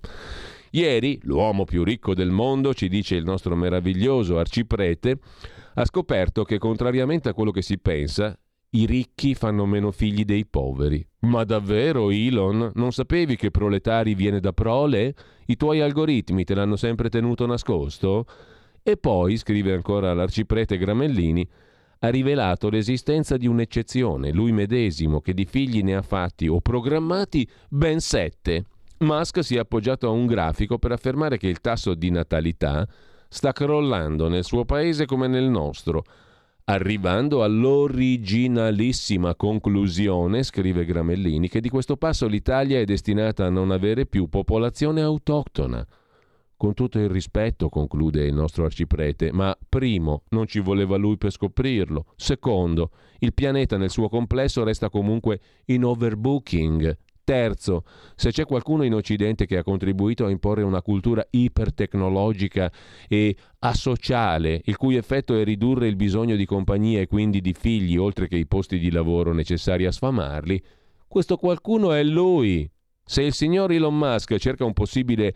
Ieri, l'uomo più ricco del mondo, ci dice il nostro meraviglioso arciprete, ha scoperto che, contrariamente a quello che si pensa, i ricchi fanno meno figli dei poveri. Ma davvero, Elon? Non sapevi che proletari viene da prole? I tuoi algoritmi te l'hanno sempre tenuto nascosto? E poi, scrive ancora l'arciprete Gramellini, ha rivelato l'esistenza di un'eccezione, lui medesimo, che di figli ne ha fatti o programmati ben 7. Musk si è appoggiato a un grafico per affermare che il tasso di natalità sta crollando nel suo paese come nel nostro, arrivando all'originalissima conclusione, scrive Gramellini, che di questo passo l'Italia è destinata a non avere più popolazione autoctona. Con tutto il rispetto, conclude il nostro arciprete, ma primo, non ci voleva lui per scoprirlo. Secondo, il pianeta nel suo complesso resta comunque in overbooking. Terzo, se c'è qualcuno in Occidente che ha contribuito a imporre una cultura ipertecnologica e asociale, il cui effetto è ridurre il bisogno di compagnia e quindi di figli, oltre che i posti di lavoro necessari a sfamarli, questo qualcuno è lui. Se il signor Elon Musk cerca un possibile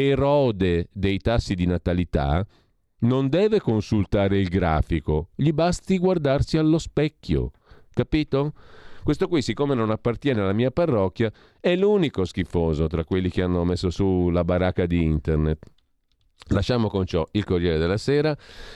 erode dei tassi di natalità, non deve consultare il grafico, gli basti guardarsi allo specchio. Capito? Questo qui, siccome non appartiene alla mia parrocchia, è l'unico schifoso tra quelli che hanno messo su la baracca di internet. Lasciamo con ciò il Corriere della Sera,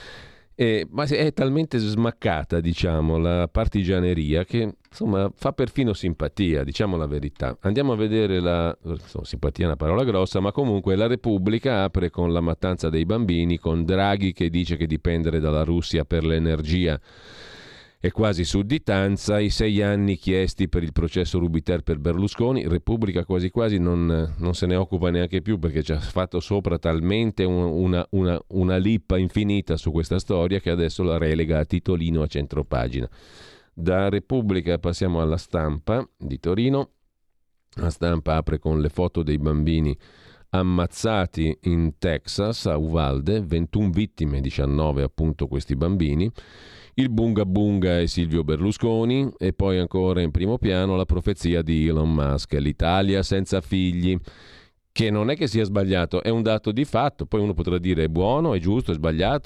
ma è talmente smaccata, diciamo, la partigianeria che insomma fa perfino simpatia, diciamo la verità. Andiamo a vedere simpatia è una parola grossa, ma comunque la Repubblica apre con la mattanza dei bambini, con Draghi che dice che dipendere dalla Russia per l'energia è quasi sudditanza, i 6 anni chiesti per il processo Ruby-Ter per Berlusconi. Repubblica quasi quasi non se ne occupa neanche più, perché ci ha fatto sopra talmente una lippa infinita su questa storia che adesso la relega a titolino a centropagina. Da Repubblica passiamo alla Stampa di Torino. La Stampa apre con le foto dei bambini ammazzati in Texas, a Uvalde, 21 vittime, 19 appunto questi bambini. Il bunga bunga è Silvio Berlusconi e poi ancora in primo piano la profezia di Elon Musk, l'Italia senza figli. che non è che sia sbagliato, è un dato di fatto. Poi uno potrà dire è buono, è giusto, è sbagliato,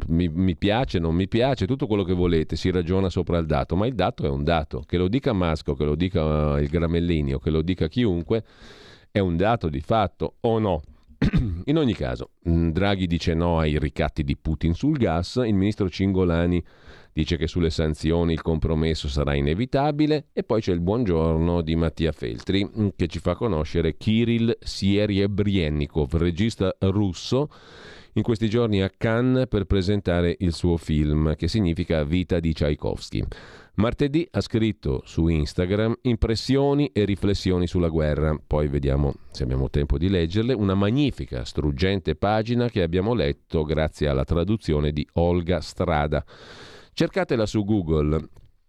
mi piace, non mi piace, tutto quello che volete, si ragiona sopra il dato, ma il dato è un dato. Che lo dica Musk, che lo dica il Gramellini o che lo dica chiunque, è un dato di fatto o no? In ogni caso, Draghi dice no ai ricatti di Putin sul gas, il ministro Cingolani dice che sulle sanzioni il compromesso sarà inevitabile, e poi c'è il buongiorno di Mattia Feltri che ci fa conoscere Kirill Serebrennikov, regista russo, in questi giorni a Cannes per presentare il suo film, che significa Vita di Tchaikovsky. Martedì ha scritto su Instagram impressioni e riflessioni sulla guerra, poi vediamo se abbiamo tempo di leggerle, una magnifica, struggente pagina che abbiamo letto grazie alla traduzione di Olga Strada. Cercatela su Google,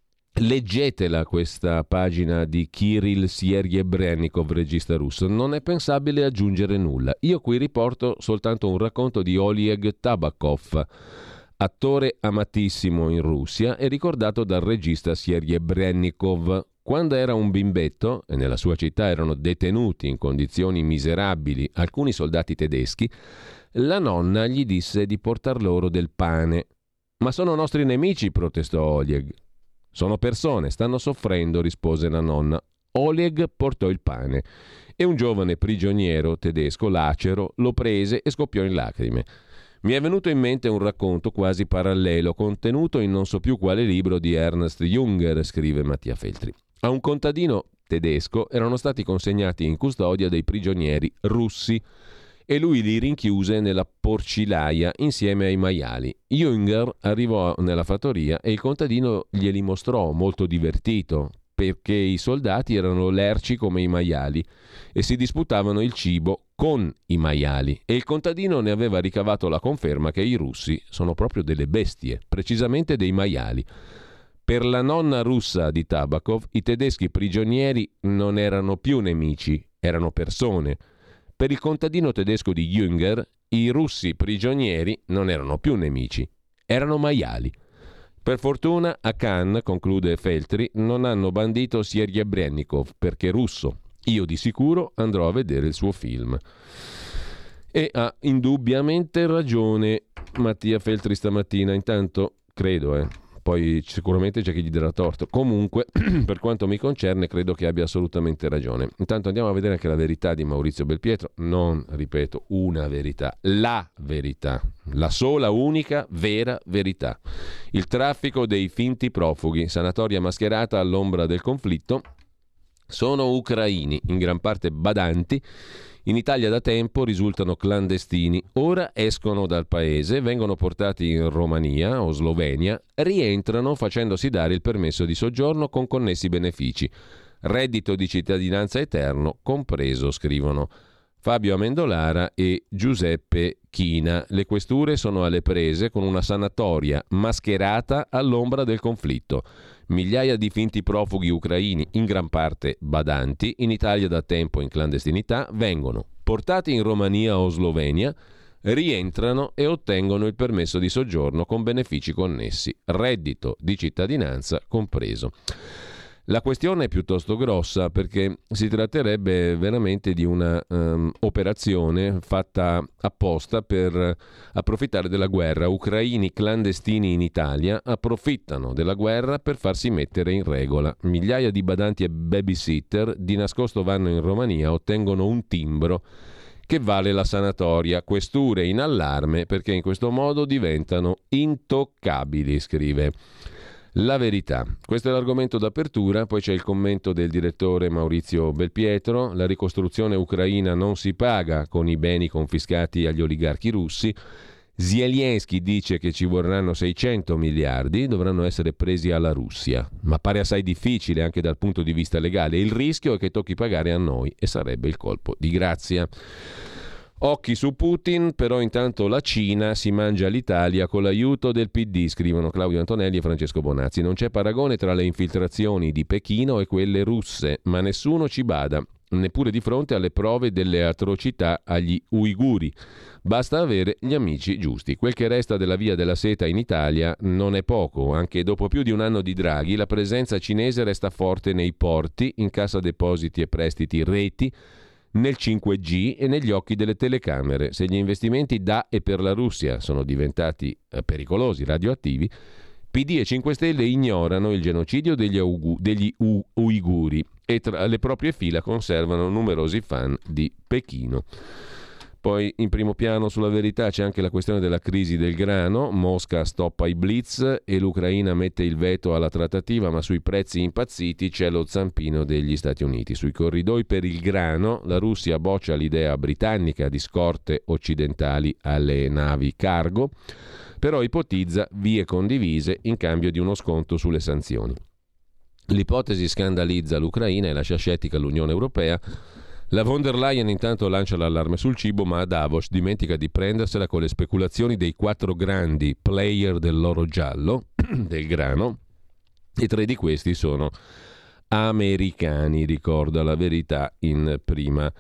leggetela questa pagina di Kirill Serebrennikov, regista russo. Non è pensabile aggiungere nulla. Io qui riporto soltanto un racconto di Oleg Tabakov, attore amatissimo in Russia e ricordato dal regista Serebrennikov. Quando era un bimbetto e nella sua città erano detenuti in condizioni miserabili alcuni soldati tedeschi, la nonna gli disse di portar loro del pane. «Ma sono nostri nemici», protestò Oleg. «Sono persone, stanno soffrendo», rispose la nonna. Oleg portò il pane e un giovane prigioniero tedesco, lacero, lo prese e scoppiò in lacrime. Mi è venuto in mente un racconto quasi parallelo, contenuto in non so più quale libro di Ernst Junger, scrive Mattia Feltri. A un contadino tedesco erano stati consegnati in custodia dei prigionieri russi e lui li rinchiuse nella porcilaia insieme ai maiali. Junger arrivò nella fattoria e il contadino glieli mostrò, molto divertito, perché i soldati erano lerci come i maiali e si disputavano il cibo con i maiali, e il contadino ne aveva ricavato la conferma che i russi sono proprio delle bestie, precisamente dei maiali. Per la nonna russa di Tabakov i tedeschi prigionieri non erano più nemici, erano persone. Per il contadino tedesco di Junger i russi prigionieri non erano più nemici, erano maiali. Per fortuna a Cannes, conclude Feltri, non hanno bandito Serebrennikov perché russo. Io di sicuro andrò a vedere il suo film. E ha indubbiamente ragione Mattia Feltri stamattina, intanto credo, poi sicuramente c'è chi gli darà torto. Comunque, per quanto mi concerne, credo che abbia assolutamente ragione. Intanto andiamo a vedere anche la verità di Maurizio Belpietro. Non, ripeto, una verità, la verità. La sola, unica, vera verità. Il traffico dei finti profughi, sanatoria mascherata all'ombra del conflitto, sono ucraini, in gran parte badanti. In Italia da tempo risultano clandestini, ora escono dal paese, vengono portati in Romania o Slovenia, rientrano facendosi dare il permesso di soggiorno con connessi benefici. Reddito di cittadinanza eterno compreso, scrivono Fabio Amendolara e Giuseppe China. Le questure sono alle prese con una sanatoria mascherata all'ombra del conflitto. Migliaia di finti profughi ucraini, in gran parte badanti, in Italia da tempo in clandestinità, vengono portati in Romania o Slovenia, rientrano e ottengono il permesso di soggiorno con benefici connessi, reddito di cittadinanza compreso. La questione è piuttosto grossa perché si tratterebbe veramente di una operazione fatta apposta per approfittare della guerra. Ucraini clandestini in Italia approfittano della guerra per farsi mettere in regola. Migliaia di badanti e babysitter di nascosto vanno in Romania, ottengono un timbro che vale la sanatoria. Questure in allarme perché in questo modo diventano intoccabili, scrive La Verità. Questo è l'argomento d'apertura, poi c'è il commento del direttore Maurizio Belpietro. La ricostruzione ucraina non si paga con i beni confiscati agli oligarchi russi. Zelensky dice che ci vorranno 600 miliardi, dovranno essere presi alla Russia, ma pare assai difficile anche dal punto di vista legale. Il rischio è che tocchi pagare a noi e sarebbe il colpo di grazia. Occhi su Putin, però intanto la Cina si mangia l'Italia con l'aiuto del PD, scrivono Claudio Antonelli e Francesco Bonazzi. Non c'è paragone tra le infiltrazioni di Pechino e quelle russe, ma nessuno ci bada, neppure di fronte alle prove delle atrocità agli uiguri. Basta avere gli amici giusti. Quel che resta della via della seta in Italia non è poco. Anche dopo più di un anno di Draghi, la presenza cinese resta forte nei porti, in Cassa Depositi e Prestiti Reti, nel 5G e negli occhi delle telecamere. Se gli investimenti da e per la Russia sono diventati pericolosi, radioattivi, PD e 5 Stelle ignorano il genocidio degli uiguri e tra le proprie fila conservano numerosi fan di Pechino. Poi in primo piano sulla Verità c'è anche la questione della crisi del grano. Mosca stoppa i blitz e l'Ucraina mette il veto alla trattativa, ma sui prezzi impazziti c'è lo zampino degli Stati Uniti. Sui corridoi per il grano la Russia boccia l'idea britannica di scorte occidentali alle navi cargo, però ipotizza vie condivise in cambio di uno sconto sulle sanzioni. L'ipotesi scandalizza l'Ucraina e lascia scettica l'Unione Europea. La von der Leyen intanto lancia l'allarme sul cibo, ma a Davos dimentica di prendersela con le speculazioni dei 4 grandi player dell'oro giallo, del grano, e 3 di questi sono americani, ricorda la Verità in prima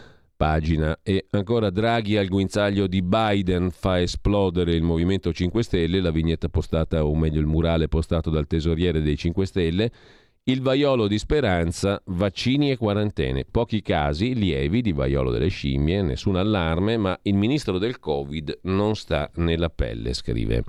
pagina. E ancora Draghi al guinzaglio di Biden fa esplodere il Movimento 5 Stelle, la vignetta postata, o meglio il murale postato dal tesoriere dei 5 Stelle, il vaiolo di Speranza, vaccini e quarantene, pochi casi lievi di vaiolo delle scimmie, nessun allarme, ma il ministro del Covid non sta nella pelle, scrive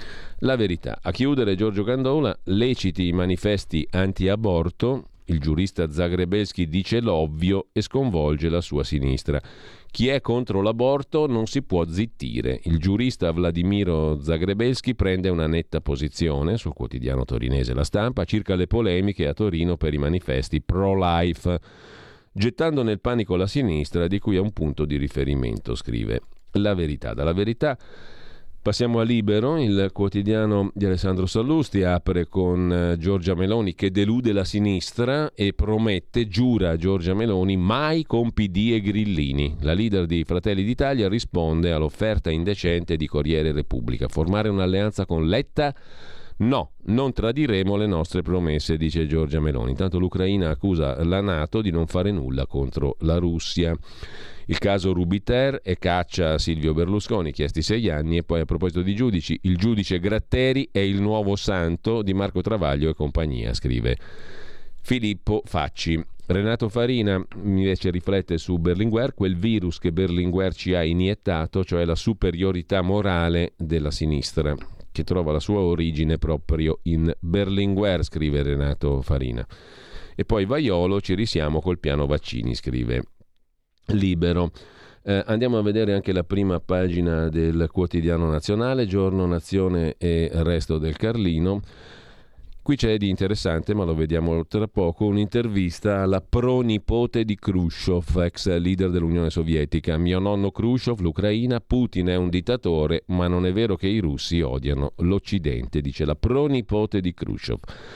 la Verità. A chiudere Giorgio Gandola, leciti i manifesti anti-aborto, il giurista Zagrebelsky dice l'ovvio e sconvolge la sua sinistra. Chi è contro l'aborto non si può zittire. Il giurista Vladimiro Zagrebelsky prende una netta posizione sul quotidiano torinese La Stampa circa le polemiche a Torino per i manifesti pro-life, gettando nel panico la sinistra di cui è un punto di riferimento, scrive la Verità. Dalla Verità passiamo a Libero, il quotidiano di Alessandro Sallusti apre con Giorgia Meloni che delude la sinistra e promette, giura Giorgia Meloni, mai con PD e Grillini. La leader di Fratelli d'Italia risponde all'offerta indecente di Corriere Repubblica. Formare un'alleanza con Letta? No, non tradiremo le nostre promesse, dice Giorgia Meloni. Intanto l'Ucraina accusa la NATO di non fare nulla contro la Russia. Il caso Rubiter e caccia Silvio Berlusconi, chiesti 6 anni. E poi a proposito di giudici, il giudice Gratteri è il nuovo santo di Marco Travaglio e compagnia, scrive Filippo Facci. Renato Farina invece riflette su Berlinguer, quel virus che Berlinguer ci ha iniettato, cioè la superiorità morale della sinistra, che trova la sua origine proprio in Berlinguer, scrive Renato Farina. E poi Vaiolo, ci risiamo col piano vaccini, scrive Libero. Andiamo a vedere anche la prima pagina del quotidiano nazionale, Giorno, Nazione e Resto del Carlino. Qui c'è di interessante, ma lo vediamo tra poco, un'intervista alla pronipote di Khrushchev, ex leader dell'Unione Sovietica. Mio nonno Khrushchev, l'Ucraina, Putin è un dittatore, ma non è vero che i russi odiano l'Occidente, dice la pronipote di Khrushchev.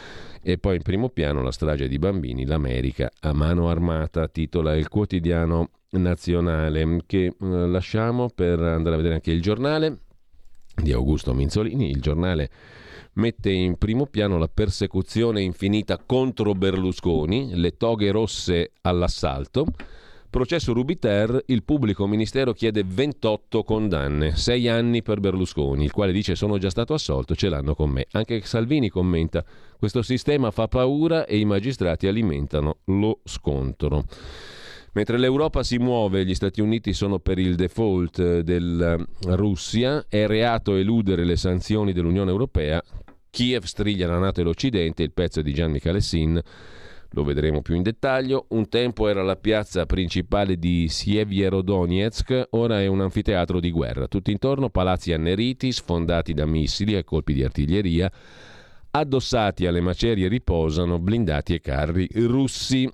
E poi in primo piano la strage di bambini, l'America a mano armata, titola il quotidiano nazionale, che lasciamo per andare a vedere anche il Giornale di Augusto Minzolini. Il Giornale mette in primo piano la persecuzione infinita contro Berlusconi, le toghe rosse all'assalto. Processo Rubiter, il pubblico ministero chiede 28 condanne, 6 anni per Berlusconi, il quale dice sono già stato assolto, ce l'hanno con me. Anche Salvini commenta, questo sistema fa paura e i magistrati alimentano lo scontro. Mentre l'Europa si muove, gli Stati Uniti sono per il default della Russia, è reato eludere le sanzioni dell'Unione Europea, Kiev striglia la NATO e l'Occidente, il pezzo di Gian Michalessin, lo vedremo più in dettaglio. Un tempo era la piazza principale di Sievierodonetsk, ora è un anfiteatro di guerra. Tutto intorno palazzi anneriti, sfondati da missili e colpi di artiglieria, addossati alle macerie riposano blindati e carri russi.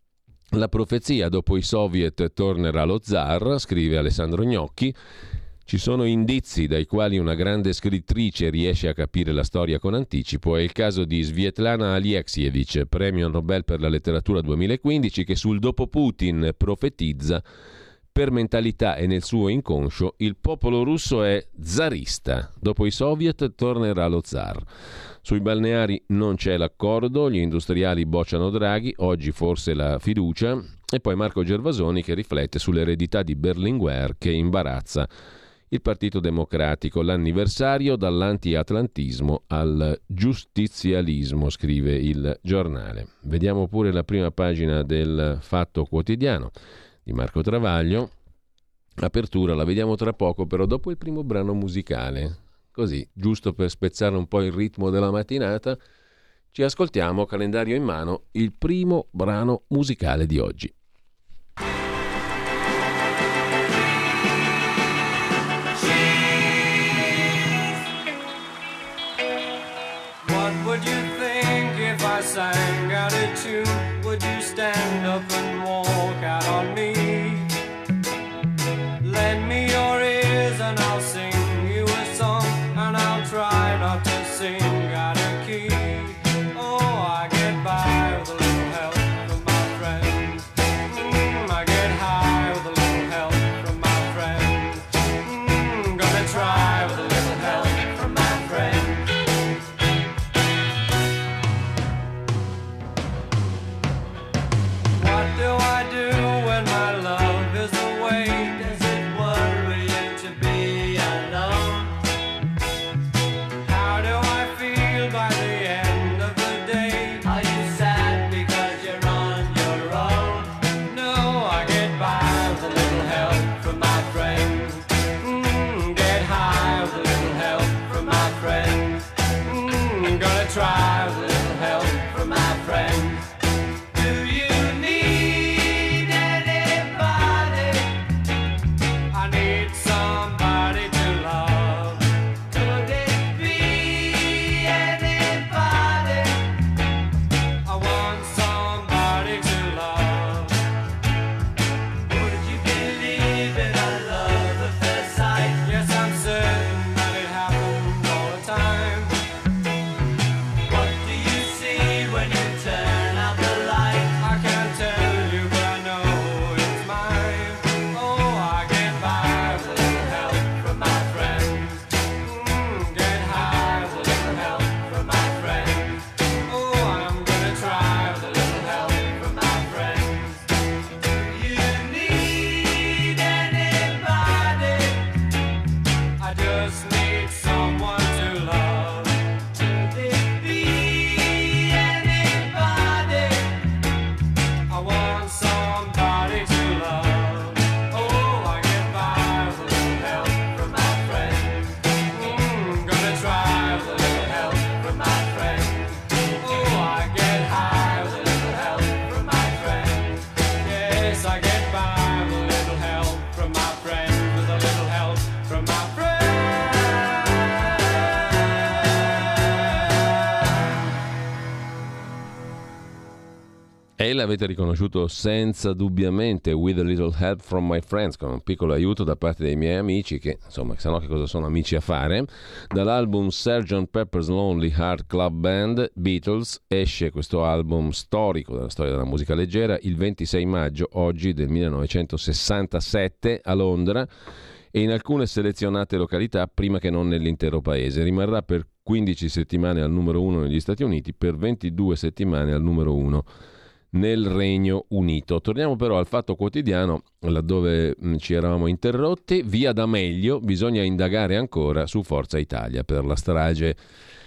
La profezia dopo i soviet tornerà lo zar, scrive Alessandro Gnocchi. Ci sono indizi dai quali una grande scrittrice riesce a capire la storia con anticipo. È il caso di Svetlana Alexievich, premio Nobel per la letteratura 2015, che sul dopo Putin profetizza per mentalità e nel suo inconscio il popolo russo è zarista. Dopo i soviet tornerà lo zar. Sui balneari non c'è l'accordo, gli industriali bocciano Draghi, oggi forse la fiducia. E poi Marco Gervasoni che riflette sull'eredità di Berlinguer che imbarazza il Partito Democratico, l'anniversario dall'anti-atlantismo al giustizialismo, scrive il Giornale. Vediamo pure la prima pagina del Fatto Quotidiano. di Marco Travaglio. Apertura la vediamo tra poco, però dopo il primo brano musicale. Così, giusto per spezzare un po' il ritmo della mattinata, ci ascoltiamo, calendario in mano, il primo brano musicale di oggi. What would you think if I sang out a tune? Would you stand up and walk out on me? Lend me your ears and I'll sing you a song, and I'll try not to sing out of key. Oh, I get by with a little help from my friends. I get high with a little help from my friends. Gonna try with a little help from my friends. What do I do when my love is away? Does it worry you to be alone? How do I feel by the end of the day? Are you sad because you're on your own? No, I get by with a little help from my friends. Get high with a little help from my friends. Gonna try with a little help from my friends. Do you need anybody? I need somebody to love. Could it be anybody? I want somebody to love. Would you believe in a love at first sight? Yes, I'm certain that it happens all the time. What do you see when you turn out the light? I can't tell you, but I know it's mine. Oh, I get by with a little help from my friends. Get high with a little help from my friends. Oh, I'm gonna try with a little help from my friends. Do you need anybody? I just need someone to love. Could it be anybody? I want somebody to love. Oh, I get by with a little help from my friends. Gonna try with a little help from my friends. Oh, I get high with a little help from my friends. Yes, I get by with a little help from my friends. With a little help from my friends. E l'avete riconosciuto senza dubbiamente, With a Little Help from My Friends, con un piccolo aiuto da parte dei miei amici che, insomma, se no che cosa sono amici a fare. Dall'album Sgt. Pepper's Lonely Heart Club Band, Beatles, esce questo album storico della storia della musica leggera il 26 maggio, oggi, del 1967 a Londra, e in alcune selezionate località prima che non nell'intero paese. Rimarrà per 15 settimane al numero 1 negli Stati Uniti, per 22 settimane al numero 1 nel Regno Unito. Torniamo però al Fatto Quotidiano, laddove ci eravamo interrotti. Via D'Amelio, bisogna indagare ancora su Forza Italia per la strage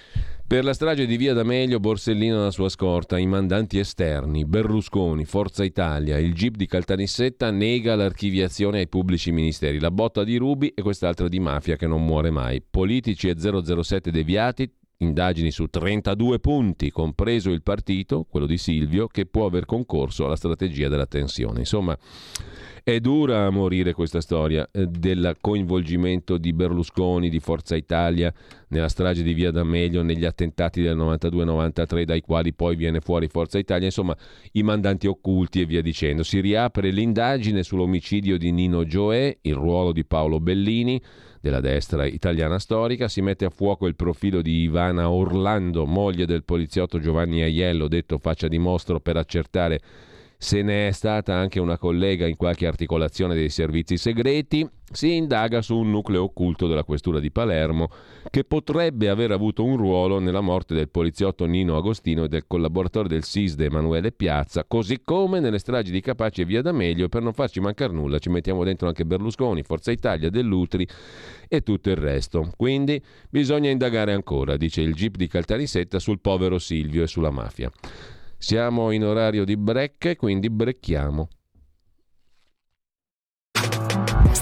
di Via D'Amelio. Borsellino e la sua scorta, i mandanti esterni, Berlusconi, Forza Italia, il GIP di Caltanissetta nega l'archiviazione ai pubblici ministeri, la botta di Ruby e quest'altra di mafia che non muore mai, politici e 007 deviati, indagini su 32 punti, compreso il partito, quello di Silvio, che può aver concorso alla strategia della tensione. Insomma, è dura a morire questa storia del coinvolgimento di Berlusconi, di Forza Italia nella strage di Via D'Amelio, negli attentati del 92-93, dai quali poi viene fuori Forza Italia, insomma i mandanti occulti e via dicendo. Si riapre l'indagine sull'omicidio di Nino Gioè, il ruolo di Paolo Bellini, della destra italiana storica. Si mette a fuoco il profilo di Ivana Orlando, moglie del poliziotto Giovanni Aiello, detto Faccia di Mostro, per accertare se ne è stata anche una collega in qualche articolazione dei servizi segreti. Si indaga su un nucleo occulto della questura di Palermo che potrebbe aver avuto un ruolo nella morte del poliziotto Nino Agostino e del collaboratore del SISDE Emanuele Piazza, così come nelle stragi di Capaci e Via D'Amelio. Per non farci mancare nulla ci mettiamo dentro anche Berlusconi, Forza Italia, Dell'Utri e tutto il resto. Quindi bisogna indagare ancora, dice il GIP di Caltanissetta, sul povero Silvio e sulla mafia. Siamo in orario di break, quindi brecchiamo.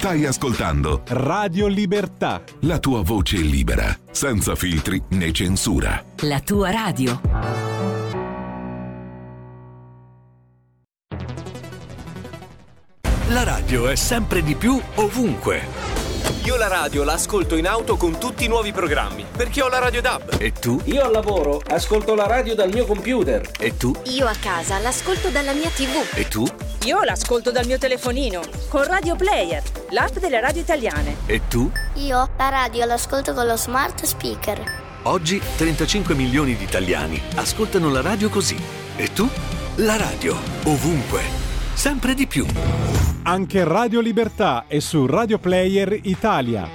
Stai ascoltando Radio Libertà. la tua voce libera, senza filtri né censura. La tua radio. La radio è sempre di più ovunque. Io la radio la ascolto in auto con tutti i nuovi programmi, perché ho la radio DAB. E tu? Io al lavoro ascolto la radio dal mio computer. E tu? Io a casa l'ascolto dalla mia TV. E tu? Io l'ascolto dal mio telefonino, con Radio Player, l'app delle radio italiane. E tu? Io la radio l'ascolto con lo smart speaker. Oggi 35 milioni di italiani ascoltano la radio così. E tu? La radio, ovunque, sempre di più. Anche Radio Libertà è su Radio Player Italia.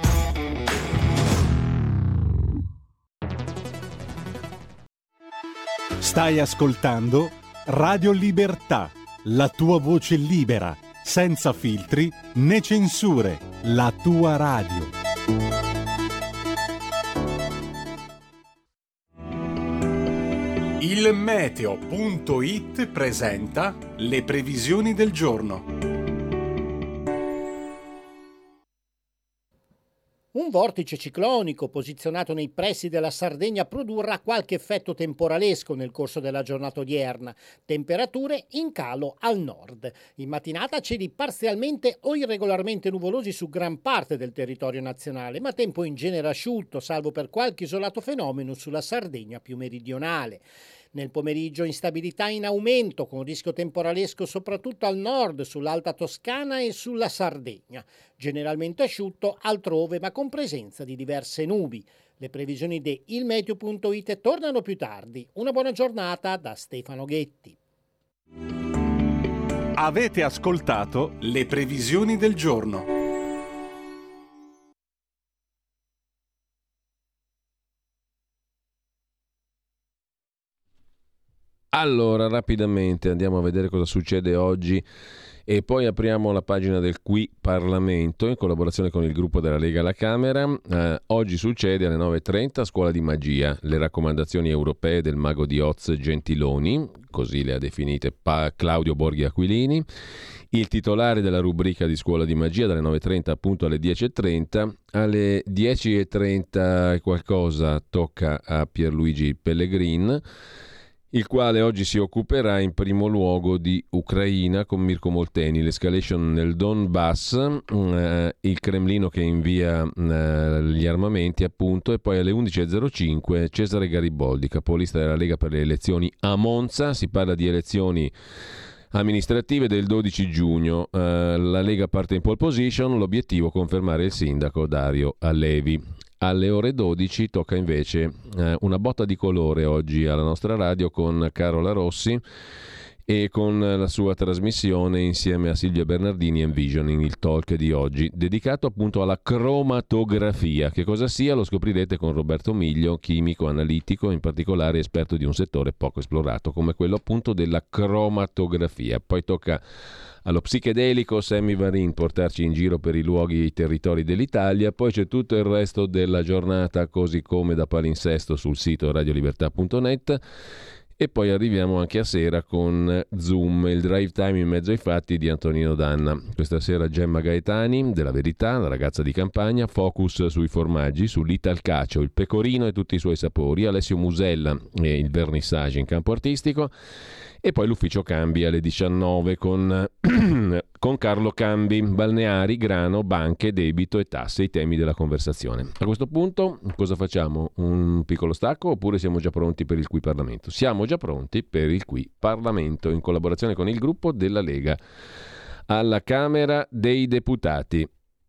Stai ascoltando Radio Libertà, la tua voce libera, senza filtri né censure, la tua radio. Il meteo.it presenta le previsioni del giorno. Un vortice ciclonico posizionato nei pressi della Sardegna produrrà qualche effetto temporalesco nel corso della giornata odierna. Temperature in calo al nord. In mattinata cieli parzialmente o irregolarmente nuvolosi su gran parte del territorio nazionale, ma tempo in genere asciutto, salvo per qualche isolato fenomeno sulla Sardegna più meridionale. Nel pomeriggio instabilità in aumento, con rischio temporalesco soprattutto al nord, sull'Alta Toscana e sulla Sardegna. Generalmente asciutto altrove, ma con presenza di diverse nubi. Le previsioni di ilmeteo.it tornano più tardi. Una buona giornata da Stefano Ghetti. Avete ascoltato le previsioni del giorno. Allora, rapidamente andiamo a vedere cosa succede oggi e poi apriamo la pagina del Qui Parlamento in collaborazione con il gruppo della Lega alla Camera. Oggi succede alle 9.30 Scuola di Magia, le raccomandazioni europee del mago di Oz Gentiloni, così le ha definite Claudio Borghi Aquilini. Il titolare della rubrica di Scuola di Magia dalle 9.30 appunto alle 10.30. Alle 10.30 e qualcosa tocca a Pierluigi Pellegrin, il quale oggi si occuperà in primo luogo di Ucraina con Mirko Molteni, l'escalation nel Donbass, il Cremlino che invia gli armamenti appunto, e poi alle 11.05 Cesare Gariboldi, capolista della Lega per le elezioni a Monza. Si parla di elezioni amministrative del 12 giugno. La Lega parte in pole position, l'obiettivo confermare il sindaco Dario Allevi. Alle ore 12 tocca invece una botta di colore oggi alla nostra radio con Carola Rossi e con la sua trasmissione insieme a Silvia Bernardini Envisioning, il talk di oggi, dedicato appunto alla cromatografia. Che cosa sia lo scoprirete con Roberto Miglio, chimico, analitico, in particolare esperto di un settore poco esplorato come quello appunto della cromatografia. Poi tocca allo psichedelico Sammy Varin portarci in giro per i luoghi e i territori dell'Italia. Poi c'è tutto il resto della giornata così come da palinsesto sul sito radiolibertà.net. E poi arriviamo anche a sera con Zoom, il drive time in mezzo ai fatti di Antonino Danna. Questa sera Gemma Gaetani, della Verità, la ragazza di campagna, focus sui formaggi, sull'Italcacio, il pecorino e tutti i suoi sapori, Alessio Musella e il vernissage in campo artistico. E poi l'ufficio Cambi alle 19 con Carlo Cambi, balneari, grano, banche, debito e tasse, i temi della conversazione. A questo punto cosa facciamo? Un piccolo stacco oppure siamo già pronti per il Qui Parlamento? Siamo già pronti per il Qui Parlamento in collaborazione con il gruppo della Lega alla Camera dei Deputati.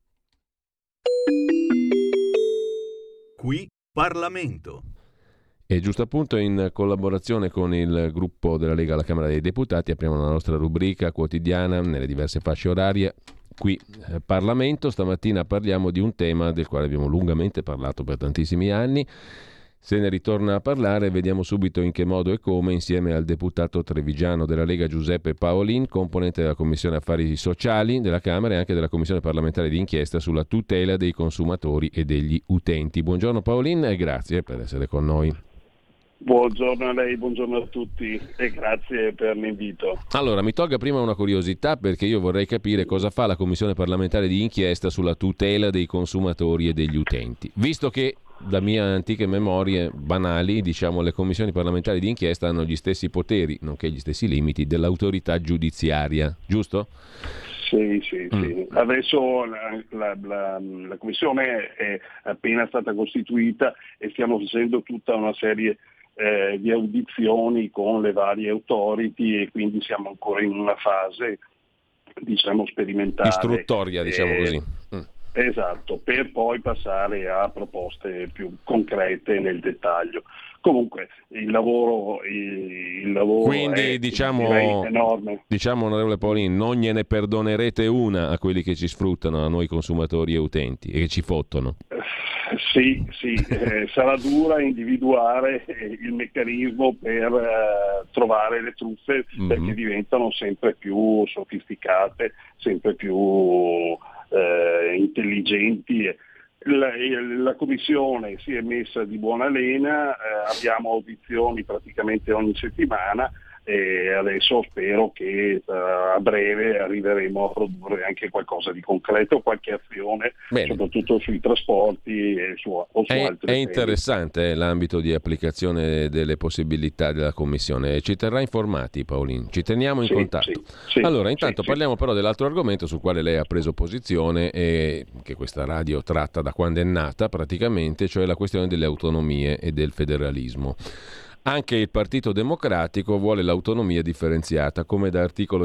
Qui Parlamento. E giusto appunto in collaborazione con il gruppo della Lega alla Camera dei Deputati apriamo la nostra rubrica quotidiana nelle diverse fasce orarie. Qui Parlamento, stamattina parliamo di un tema del quale abbiamo lungamente parlato per tantissimi anni. Se ne ritorna a parlare, vediamo subito in che modo e come, insieme al deputato trevigiano della Lega Giuseppe Paolin, componente della Commissione Affari Sociali della Camera e anche della Commissione parlamentare di inchiesta sulla tutela dei consumatori e degli utenti. Buongiorno Paolin e grazie per essere con noi. Buongiorno a lei, buongiorno a tutti e grazie per l'invito. Allora, mi tolga prima una curiosità, perché io vorrei capire cosa fa la Commissione parlamentare di inchiesta sulla tutela dei consumatori e degli utenti. Visto che, da mie antiche memorie banali, diciamo, le commissioni parlamentari di inchiesta hanno gli stessi poteri, nonché gli stessi limiti, dell'autorità giudiziaria, giusto? Sì. Adesso la commissione è appena stata costituita e stiamo facendo tutta una serie di audizioni con le varie authority e quindi siamo ancora in una fase, diciamo, sperimentale. Istruttoria, diciamo così. Esatto, per poi passare a proposte più concrete nel dettaglio. Comunque il lavoro quindi è, diciamo, enorme. Diciamo, onorevole Paolin, non gliene perdonerete una a quelli che ci sfruttano, a noi consumatori e utenti, e che ci fottono. Sì, sarà dura individuare il meccanismo per trovare le truffe, perché diventano sempre più sofisticate, sempre più intelligenti. La commissione si è messa di buona lena, abbiamo audizioni praticamente ogni settimana e adesso spero che a breve arriveremo a produrre anche qualcosa di concreto, qualche azione. Bene. Soprattutto sui trasporti e su altri temi. È interessante l'ambito di applicazione delle possibilità della Commissione. Ci terrà informati, Paolin, ci teniamo in contatto. Allora, intanto parliamo però dell'altro argomento sul quale lei ha preso posizione e che questa radio tratta da quando è nata praticamente, cioè la questione delle autonomie e del federalismo. Anche il Partito Democratico vuole l'autonomia differenziata, come da articolo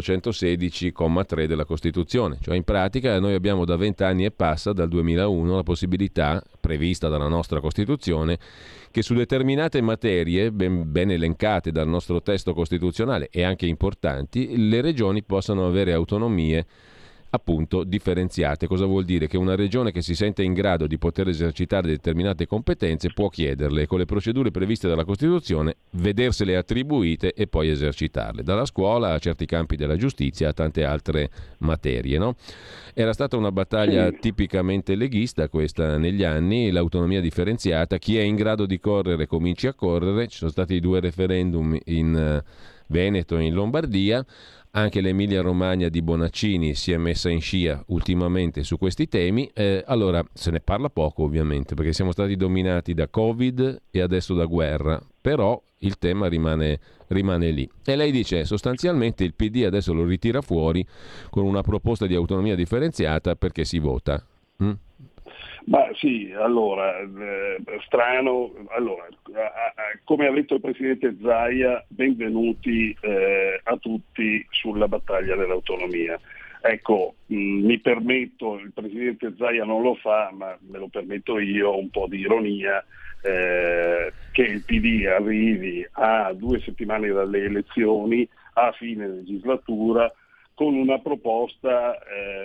116,3 della Costituzione. Cioè, in pratica, noi abbiamo da 20 anni e passa, dal 2001, la possibilità, prevista dalla nostra Costituzione, che su determinate materie, ben elencate dal nostro testo costituzionale e anche importanti, le regioni possano avere autonomie appunto differenziate. Cosa vuol dire? Che una regione che si sente in grado di poter esercitare determinate competenze può chiederle, con le procedure previste dalla Costituzione, vedersele attribuite e poi esercitarle, dalla scuola a certi campi della giustizia a tante altre materie, no? Era stata una battaglia tipicamente leghista questa negli anni, l'autonomia differenziata. Chi è in grado di correre cominci a correre. Ci sono stati 2 referendum in Veneto e in Lombardia. Anche l'Emilia Romagna di Bonaccini si è messa in scia ultimamente su questi temi. Allora, se ne parla poco ovviamente, perché siamo stati dominati da Covid e adesso da guerra, però il tema rimane lì. E lei dice, sostanzialmente il PD adesso lo ritira fuori con una proposta di autonomia differenziata perché si vota. Ma sì, allora, strano, allora, come ha detto il Presidente Zaia, benvenuti a tutti sulla battaglia dell'autonomia. Ecco, mi permetto, il Presidente Zaia non lo fa, ma me lo permetto io, un po' di ironia, che il PD arrivi a 2 settimane dalle elezioni, a fine legislatura, con una proposta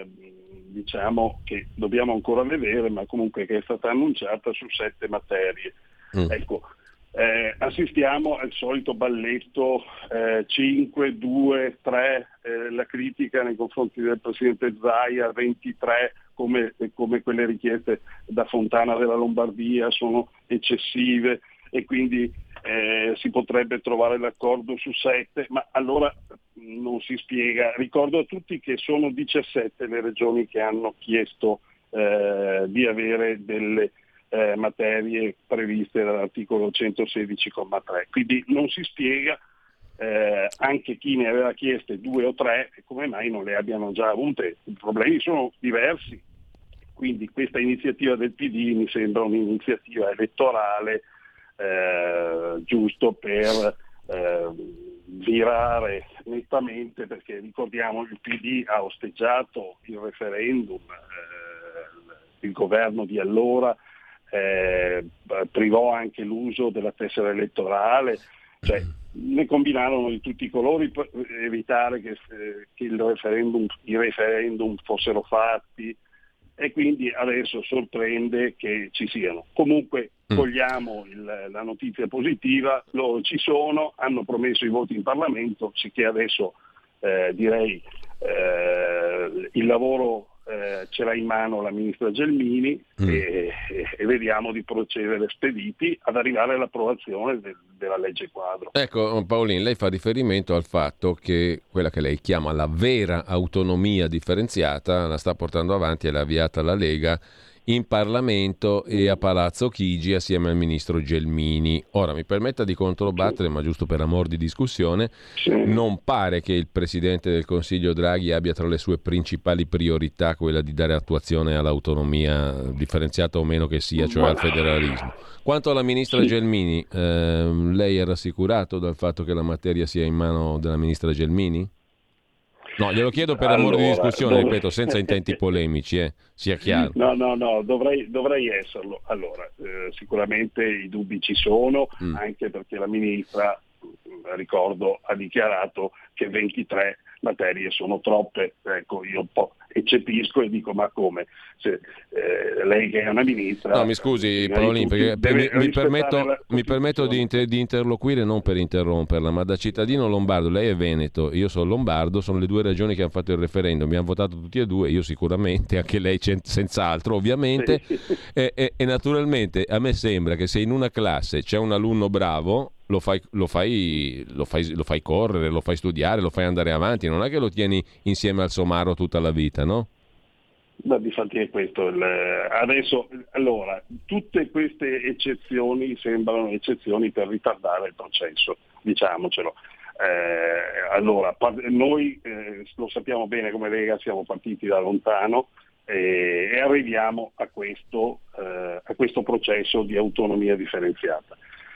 diciamo che dobbiamo ancora vedere, ma comunque che è stata annunciata su 7 materie. Ecco, assistiamo al solito balletto 5, 2, 3, la critica nei confronti del Presidente Zaia, 23, come quelle richieste da Fontana della Lombardia sono eccessive e quindi si potrebbe trovare l'accordo su 7, ma allora non si spiega. Ricordo a tutti che sono 17 le regioni che hanno chiesto di avere delle materie previste dall'articolo 116,3, quindi non si spiega anche chi ne aveva chieste 2 o 3 come mai non le abbiano già avute. I problemi sono diversi, quindi questa iniziativa del PD mi sembra un'iniziativa elettorale giusto per virare nettamente, perché ricordiamo il PD ha osteggiato il referendum, il governo di allora privò anche l'uso della tessera elettorale, cioè ne combinarono di tutti i colori per evitare che i referendum fossero fatti, e quindi adesso sorprende che ci siano. Comunque cogliamo la notizia positiva, loro ci sono, hanno promesso i voti in Parlamento, sicché adesso direi il lavoro ce l'ha in mano la ministra Gelmini e vediamo di procedere spediti ad arrivare all'approvazione della legge quadro. Ecco, Paolin, lei fa riferimento al fatto che quella che lei chiama la vera autonomia differenziata la sta portando avanti e l'ha avviata la Lega in Parlamento e a Palazzo Chigi assieme al ministro Gelmini. Ora mi permetta di controbattere, ma giusto per amor di discussione, non pare che il Presidente del Consiglio Draghi abbia tra le sue principali priorità quella di dare attuazione all'autonomia differenziata o meno che sia, cioè al federalismo. Quanto alla ministra Gelmini, lei è rassicurato dal fatto che la materia sia in mano della ministra Gelmini? No, glielo chiedo per amor di discussione, ripeto, senza intenti polemici, sia chiaro. No, dovrei esserlo. Allora, sicuramente i dubbi ci sono, anche perché la ministra, ricordo, ha dichiarato che 23 materie sono troppe. Ecco, io un po' eccepisco e dico, ma come? Se, lei che è una ministra... No, mi scusi Paolin, perché mi permetto di interloquire non per interromperla, ma da cittadino lombardo. Lei è veneto, io sono lombardo, sono le due regioni che hanno fatto il referendum, mi hanno votato tutti e due, io sicuramente, anche lei senz'altro ovviamente, e naturalmente a me sembra che se in una classe c'è un alunno bravo, lo fai correre, lo fai studiare, lo fai andare avanti, non è che lo tieni insieme al somaro tutta la vita, no? Beh, difatti è questo. Adesso, allora, tutte queste eccezioni sembrano eccezioni per ritardare il processo, diciamocelo. Allora, noi lo sappiamo bene come Lega, siamo partiti da lontano e arriviamo a questo processo di autonomia differenziata.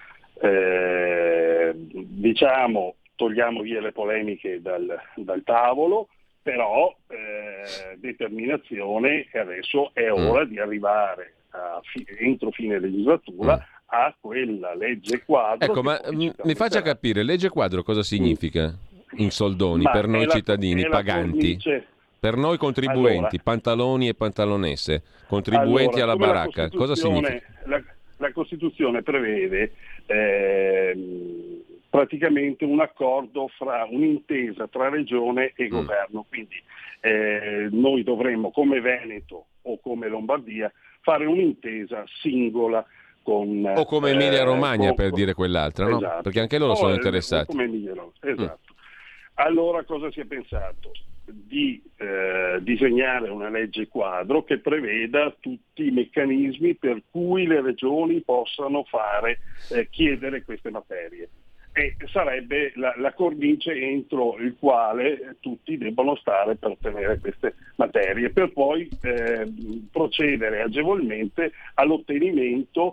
Diciamo, togliamo via le polemiche dal tavolo, però determinazione, e adesso è ora di arrivare entro fine legislatura a quella legge quadro. Ecco, ma mi faccia capire, legge quadro cosa significa in soldoni per noi cittadini paganti? Per noi contribuenti, pantaloni e pantalonesse, contribuenti alla baracca, cosa significa? La Costituzione prevede praticamente un accordo un'intesa tra regione e governo, quindi noi dovremmo come Veneto o come Lombardia fare un'intesa singola con... O come Emilia Romagna per dire quell'altra, esatto. No? Perché anche loro sono interessati. Come Emilia Romagna, esatto. Allora cosa si è pensato? Di disegnare una legge quadro che preveda tutti i meccanismi per cui le regioni possano chiedere queste materie, e sarebbe la cornice entro il quale tutti debbono stare per ottenere queste materie, per poi procedere agevolmente all'ottenimento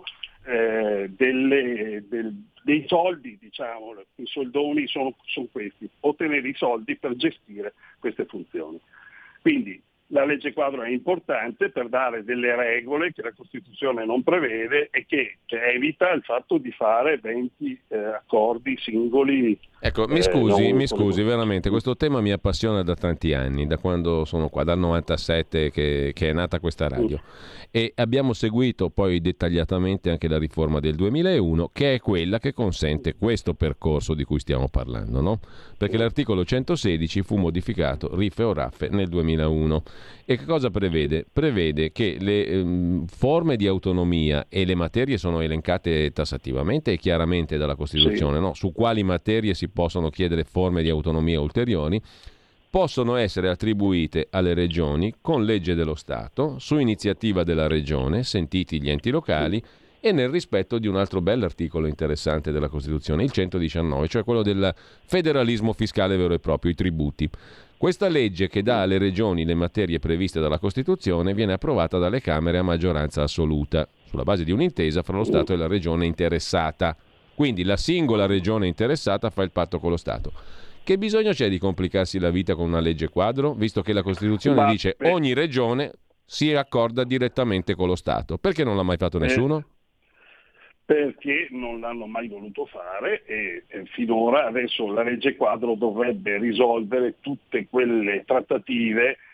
dei soldi, diciamo, i soldoni sono questi, ottenere i soldi per gestire queste funzioni. Quindi la legge quadro è importante per dare delle regole che la Costituzione non prevede e che evita il fatto di fare 20 accordi singoli. Ecco, mi scusi, veramente, questo tema mi appassiona da tanti anni, da quando sono qua, dal 97 che è nata questa radio. E abbiamo seguito poi dettagliatamente anche la riforma del 2001, che è quella che consente questo percorso di cui stiamo parlando, no? Perché l'articolo 116 fu modificato riffe o raffe nel 2001. E che cosa prevede? Prevede che le forme di autonomia e le materie sono elencate tassativamente e chiaramente dalla Costituzione, no? Su quali materie si possono chiedere forme di autonomia ulteriori, possono essere attribuite alle regioni con legge dello Stato, su iniziativa della regione, sentiti gli enti locali, e nel rispetto di un altro bell'articolo interessante della Costituzione, il 119, cioè quello del federalismo fiscale vero e proprio, i tributi. Questa legge che dà alle regioni le materie previste dalla Costituzione viene approvata dalle Camere a maggioranza assoluta, sulla base di un'intesa fra lo Stato e la regione interessata. Quindi la singola regione interessata fa il patto con lo Stato. Che bisogno c'è di complicarsi la vita con una legge quadro, visto che la Costituzione dice ogni regione si accorda direttamente con lo Stato? Perché non l'ha mai fatto nessuno? Perché non l'hanno mai voluto fare e finora adesso la legge quadro dovrebbe risolvere tutte quelle trattative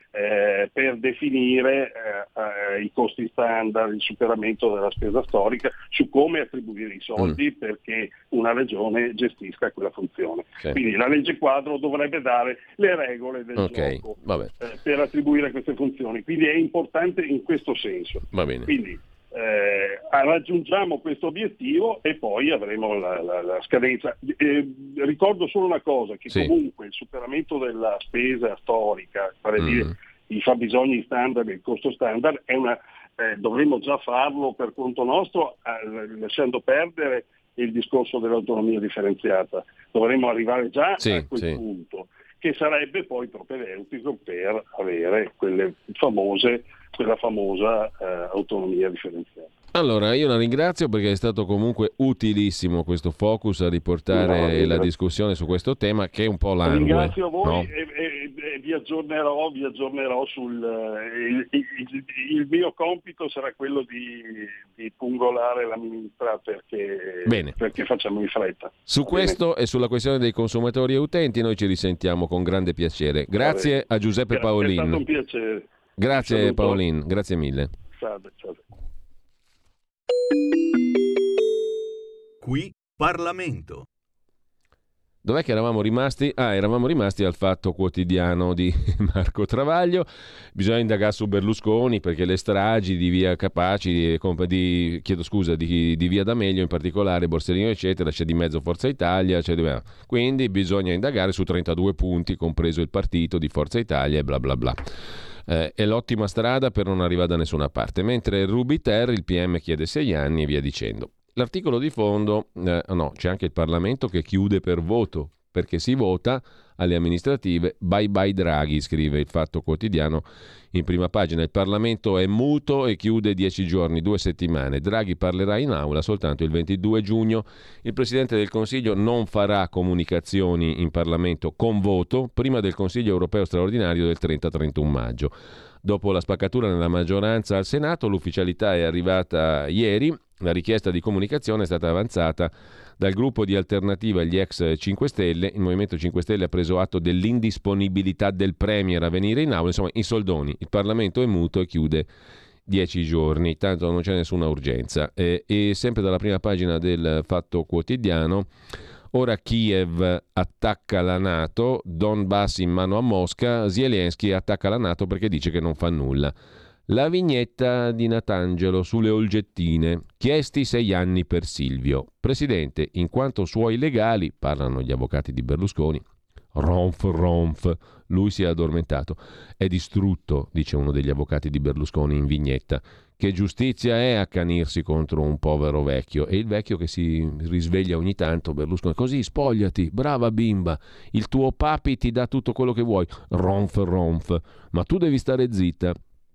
per definire i costi standard, il superamento della spesa storica, su come attribuire i soldi perché una regione gestisca quella funzione. Sì. Quindi la legge quadro dovrebbe dare le regole del gioco per attribuire queste funzioni, quindi è importante in questo senso. Va bene. Quindi raggiungiamo questo obiettivo e poi avremo la scadenza. Ricordo solo una cosa, che comunque il superamento della spesa storica, vale a dire i fabbisogni standard e il costo standard, dovremmo già farlo per conto nostro, lasciando perdere il discorso dell'autonomia differenziata. Dovremmo arrivare già a quel punto, che sarebbe poi propedeutico per avere quella famosa autonomia differenziata. Allora, io la ringrazio perché è stato comunque utilissimo questo focus a riportare la discussione su questo tema che è un po' langue. Ringrazio voi, no? e vi aggiornerò il mio compito sarà quello di pungolare la ministra perché facciamo in fretta. Su questo e sulla questione dei consumatori e utenti noi ci risentiamo con grande piacere. Grazie a Giuseppe Paolin. È stato un piacere. Grazie Paolin, grazie mille. Salve. Qui Parlamento. Dov'è che eravamo rimasti? Eravamo rimasti al Fatto Quotidiano di Marco Travaglio. Bisogna indagare su Berlusconi perché le stragi di via Capaci, di via D'Amelio in particolare, Borsellino eccetera, c'è di mezzo Forza Italia, quindi bisogna indagare su 32 punti, compreso il partito di Forza Italia e bla bla bla. È l'ottima strada per non arrivare da nessuna parte, mentre Rubiter, il PM chiede 6 anni e via dicendo. L'articolo di fondo, c'è anche il Parlamento che chiude per voto, perché si vota alle amministrative. Bye bye Draghi, scrive il Fatto Quotidiano in prima pagina. Il Parlamento è muto e chiude 10 giorni, 2 settimane. Draghi parlerà in aula soltanto il 22 giugno. Il Presidente del Consiglio non farà comunicazioni in Parlamento con voto prima del Consiglio europeo straordinario del 30-31 maggio. Dopo la spaccatura nella maggioranza al Senato, l'ufficialità è arrivata ieri. La richiesta di comunicazione è stata avanzata dal gruppo di Alternativa agli ex 5 Stelle. Il Movimento 5 Stelle ha preso atto dell'indisponibilità del Premier a venire in aula. Insomma, in soldoni. Il Parlamento è muto e chiude 10 giorni. Tanto non c'è nessuna urgenza. E sempre dalla prima pagina del Fatto Quotidiano. Ora Kiev attacca la NATO, Donbass in mano a Mosca, Zelensky attacca la NATO perché dice che non fa nulla. La vignetta di Natangelo sulle Olgettine, chiesti 6 anni per Silvio. Presidente, in quanto suoi legali, parlano gli avvocati di Berlusconi, ronf, lui si è addormentato, è distrutto, dice uno degli avvocati di Berlusconi in vignetta. Che giustizia è accanirsi contro un povero vecchio? E il vecchio che si risveglia ogni tanto, Berlusconi, così spogliati, brava bimba, il tuo papi ti dà tutto quello che vuoi, ronf, ma tu devi stare zitta.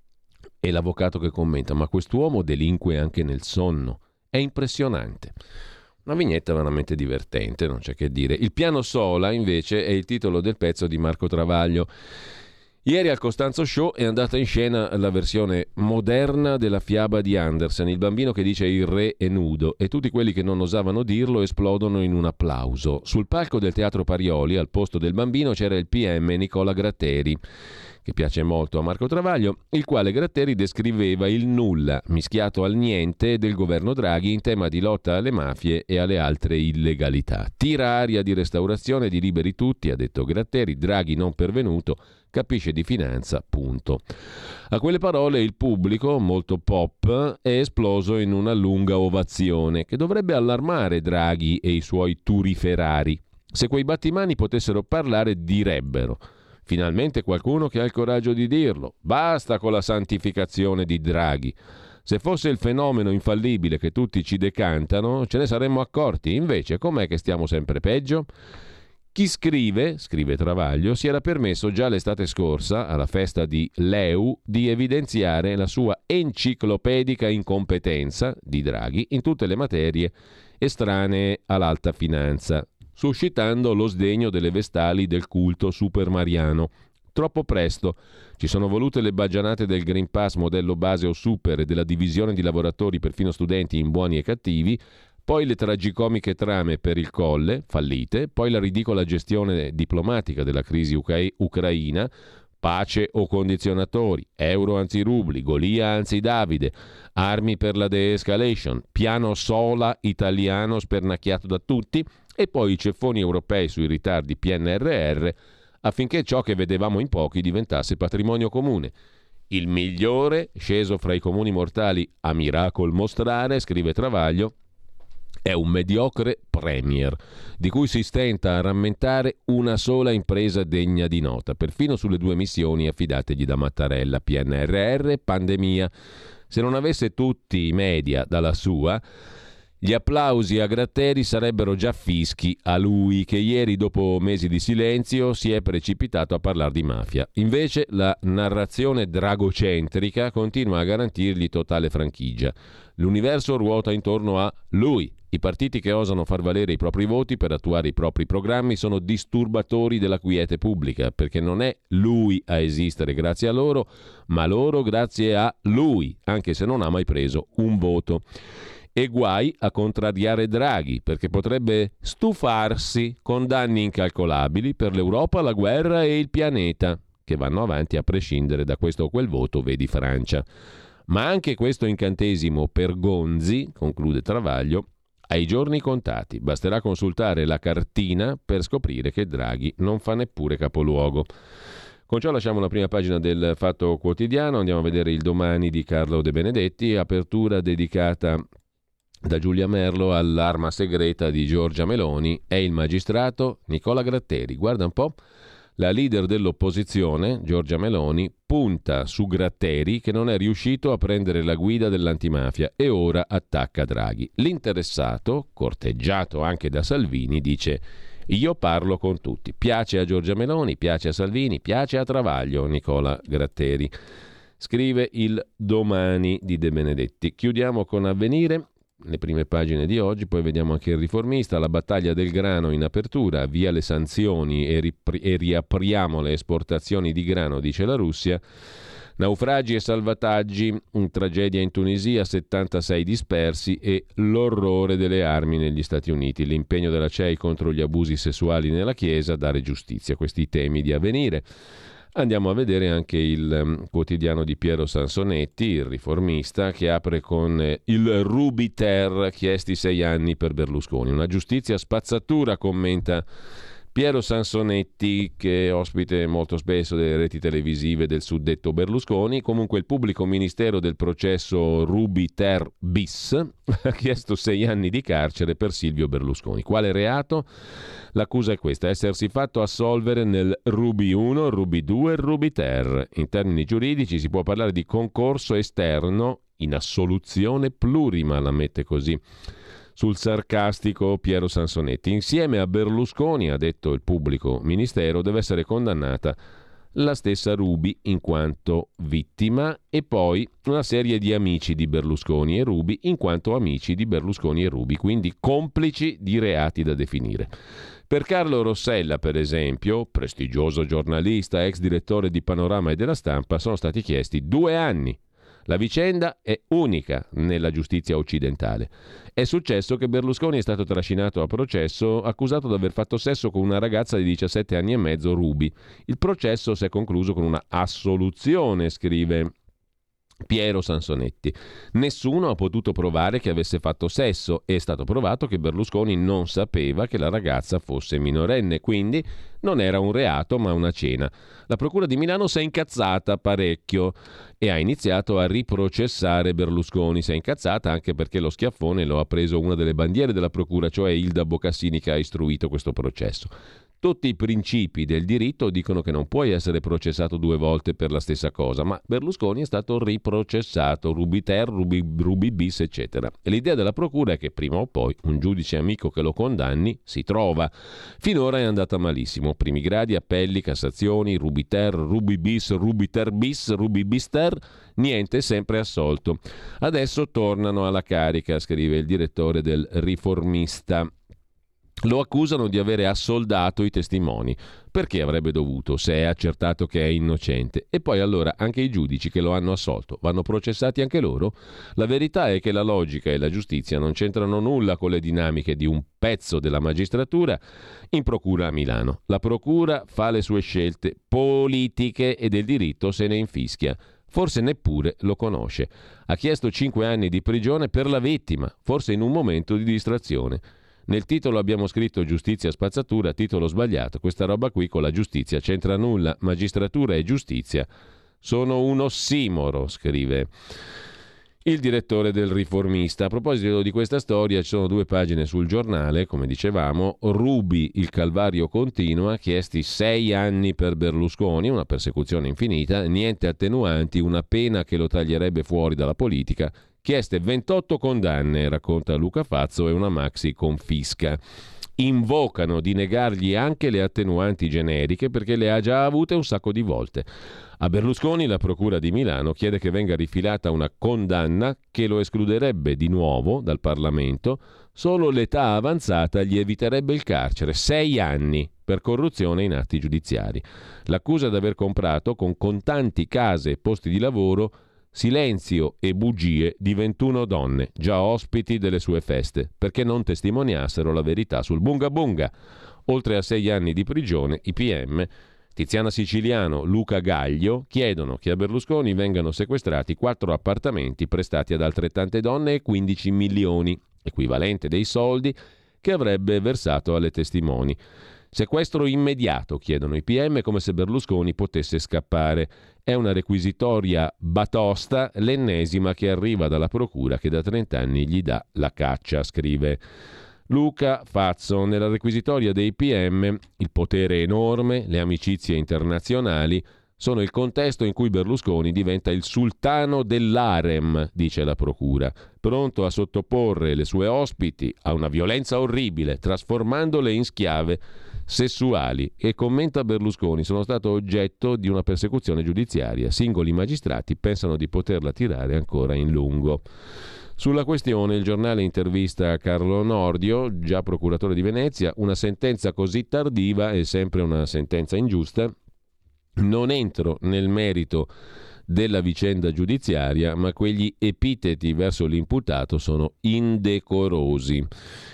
E l'avvocato che commenta, ma quest'uomo delinque anche nel sonno, è impressionante. Una vignetta veramente divertente, non c'è che dire. Il piano Sola, invece, è il titolo del pezzo di Marco Travaglio. Ieri al Costanzo Show è andata in scena la versione moderna della fiaba di Andersen, il bambino che dice il re è nudo, e tutti quelli che non osavano dirlo esplodono in un applauso. Sul palco del Teatro Parioli, al posto del bambino, c'era il PM Nicola Gratteri, che piace molto a Marco Travaglio, il quale Gratteri descriveva il nulla, mischiato al niente, del governo Draghi in tema di lotta alle mafie e alle altre illegalità. Tira aria di restaurazione di liberi tutti, ha detto Gratteri, Draghi non pervenuto, capisce di finanza, punto. A quelle parole il pubblico, molto pop, è esploso in una lunga ovazione che dovrebbe allarmare Draghi e i suoi turiferari. Se quei battimani potessero parlare, direbbero: finalmente qualcuno che ha il coraggio di dirlo. Basta con la santificazione di Draghi. Se fosse il fenomeno infallibile che tutti ci decantano, ce ne saremmo accorti. Invece, com'è che stiamo sempre peggio? Chi scrive Travaglio, si era permesso già l'estate scorsa, alla festa di Leu, di evidenziare la sua enciclopedica incompetenza di Draghi in tutte le materie estranee all'alta finanza, suscitando lo sdegno delle vestali del culto supermariano. Troppo presto. Ci sono volute le baggianate del Green Pass modello base o super e della divisione di lavoratori perfino studenti in buoni e cattivi, poi le tragicomiche trame per il Colle, fallite, poi la ridicola gestione diplomatica della crisi ucraina, pace o condizionatori, euro anzi rubli, Golia anzi Davide, armi per la de-escalation, piano sola italiano spernacchiato da tutti e poi i ceffoni europei sui ritardi PNRR affinché ciò che vedevamo in pochi diventasse patrimonio comune. Il migliore, sceso fra i comuni mortali a miracol mostrare, scrive Travaglio, è un mediocre premier, di cui si stenta a rammentare una sola impresa degna di nota, perfino sulle 2 missioni affidategli da Mattarella, PNRR e pandemia. Se non avesse tutti i media dalla sua, gli applausi a Gratteri sarebbero già fischi a lui, che ieri, dopo mesi di silenzio, si è precipitato a parlare di mafia. Invece la narrazione dragocentrica continua a garantirgli totale franchigia. L'universo ruota intorno a lui. I partiti che osano far valere i propri voti per attuare i propri programmi sono disturbatori della quiete pubblica, perché non è lui a esistere grazie a loro, ma loro grazie a lui, anche se non ha mai preso un voto. E guai a contrariare Draghi, perché potrebbe stufarsi con danni incalcolabili per l'Europa, la guerra e il pianeta, che vanno avanti a prescindere da questo o quel voto, vedi Francia. Ma anche questo incantesimo per Gonzi, conclude Travaglio, ha i giorni contati. Basterà consultare la cartina per scoprire che Draghi non fa neppure capoluogo. Con ciò lasciamo la prima pagina del Fatto Quotidiano, andiamo a vedere il Domani di Carlo De Benedetti, apertura dedicata da Giulia Merlo all'arma segreta di Giorgia Meloni. È il magistrato Nicola Gratteri. Guarda un po', la leader dell'opposizione, Giorgia Meloni, punta su Gratteri che non è riuscito a prendere la guida dell'antimafia e ora attacca Draghi. L'interessato, corteggiato anche da Salvini, dice: io parlo con tutti. Piace a Giorgia Meloni, piace a Salvini, piace a Travaglio, Nicola Gratteri. Scrive il Domani di De Benedetti. Chiudiamo con Avvenire, le prime pagine di oggi, poi vediamo anche il Riformista, la battaglia del grano in apertura, via le sanzioni e riapriamo le esportazioni di grano, dice la Russia. Naufragi e salvataggi, tragedia in Tunisia, 76 dispersi e l'orrore delle armi negli Stati Uniti, l'impegno della CEI contro gli abusi sessuali nella Chiesa, dare giustizia, questi temi di Avvenire. Andiamo a vedere anche il quotidiano di Piero Sansonetti, il Riformista, che apre con il Ruby-ter, chiesti 6 anni per Berlusconi. Una giustizia spazzatura, commenta Piero Sansonetti, che è ospite molto spesso delle reti televisive del suddetto Berlusconi. Comunque il pubblico ministero del processo Ruby-ter bis ha chiesto 6 anni di carcere per Silvio Berlusconi. Quale reato? L'accusa è questa: essersi fatto assolvere nel Ruby 1, Ruby 2 e Ruby-ter. In termini giuridici si può parlare di concorso esterno in assoluzione plurima, la mette così sul sarcastico Piero Sansonetti. Insieme a Berlusconi, ha detto il pubblico ministero, deve essere condannata la stessa Ruby in quanto vittima e poi una serie di amici di Berlusconi e Ruby in quanto amici di Berlusconi e Ruby, quindi complici di reati da definire. Per Carlo Rossella, per esempio, prestigioso giornalista, ex direttore di Panorama e della Stampa, sono stati chiesti 2 anni. La vicenda è unica nella giustizia occidentale. È successo che Berlusconi è stato trascinato a processo accusato di aver fatto sesso con una ragazza di 17 anni e mezzo, Ruby. Il processo si è concluso con una assoluzione, scrive Piero Sansonetti. Nessuno ha potuto provare che avesse fatto sesso e è stato provato che Berlusconi non sapeva che la ragazza fosse minorenne, quindi non era un reato ma una cena. La procura di Milano si è incazzata parecchio e ha iniziato a riprocessare Berlusconi. Si è incazzata anche perché lo schiaffone lo ha preso una delle bandiere della procura, cioè Ilda Boccassini, che ha istruito questo processo. Tutti i principi del diritto dicono che non puoi essere processato 2 volte per la stessa cosa, ma Berlusconi è stato riprocessato, Ruby-ter, Ruby bis, eccetera. E l'idea della procura è che prima o poi un giudice amico che lo condanni si trova. Finora è andata malissimo. Primi gradi, appelli, cassazioni, Ruby-ter, Ruby bis, Ruby-ter bis, Ruby bis-ter, niente, sempre assolto. Adesso tornano alla carica, scrive il direttore del Riformista. Lo accusano di avere assoldato i testimoni. Perché avrebbe dovuto, se è accertato che è innocente? E poi allora anche i giudici che lo hanno assolto vanno processati anche loro? La verità è che la logica e la giustizia non c'entrano nulla con le dinamiche di un pezzo della magistratura in procura a Milano. La procura fa le sue scelte politiche e del diritto se ne infischia. Forse neppure lo conosce. Ha chiesto 5 anni di prigione per la vittima, forse in un momento di distrazione. Nel titolo abbiamo scritto giustizia spazzatura, titolo sbagliato. Questa roba qui con la giustizia c'entra nulla. Magistratura e giustizia sono un ossimoro, scrive il direttore del Riformista. A proposito di questa storia, ci sono 2 pagine sul Giornale, come dicevamo. Ruby, il calvario continua, chiesti 6 anni per Berlusconi, una persecuzione infinita, niente attenuanti, una pena che lo taglierebbe fuori dalla politica. Chieste 28 condanne, racconta Luca Fazzo, e una maxi confisca. Invocano di negargli anche le attenuanti generiche perché le ha già avute un sacco di volte. A Berlusconi la Procura di Milano chiede che venga rifilata una condanna che lo escluderebbe di nuovo dal Parlamento. Solo l'età avanzata gli eviterebbe il carcere, 6 anni per corruzione in atti giudiziari. L'accusa d'aver comprato con contanti case e posti di lavoro silenzio e bugie di 21 donne, già ospiti delle sue feste, perché non testimoniassero la verità sul bunga bunga. Oltre a 6 anni di prigione, i PM, Tiziana Siciliano, Luca Gaglio, chiedono che a Berlusconi vengano sequestrati 4 appartamenti prestati ad altrettante donne e 15 milioni, equivalente dei soldi che avrebbe versato alle testimoni. Sequestro immediato, chiedono i PM, come se Berlusconi potesse scappare. È una requisitoria batosta, l'ennesima che arriva dalla procura che da 30 anni gli dà la caccia, scrive Luca Fazzo. Nella requisitoria dei PM il potere enorme, le amicizie internazionali sono il contesto in cui Berlusconi diventa il sultano dell'harem, dice la procura, pronto a sottoporre le sue ospiti a una violenza orribile, trasformandole in schiave sessuali. E commenta Berlusconi: sono stato oggetto di una persecuzione giudiziaria, singoli magistrati pensano di poterla tirare ancora in lungo. Sulla questione il Giornale intervista Carlo Nordio, già procuratore di Venezia. Una sentenza così tardiva è sempre una sentenza ingiusta. Non entro nel merito della vicenda giudiziaria, ma quegli epiteti verso l'imputato sono indecorosi.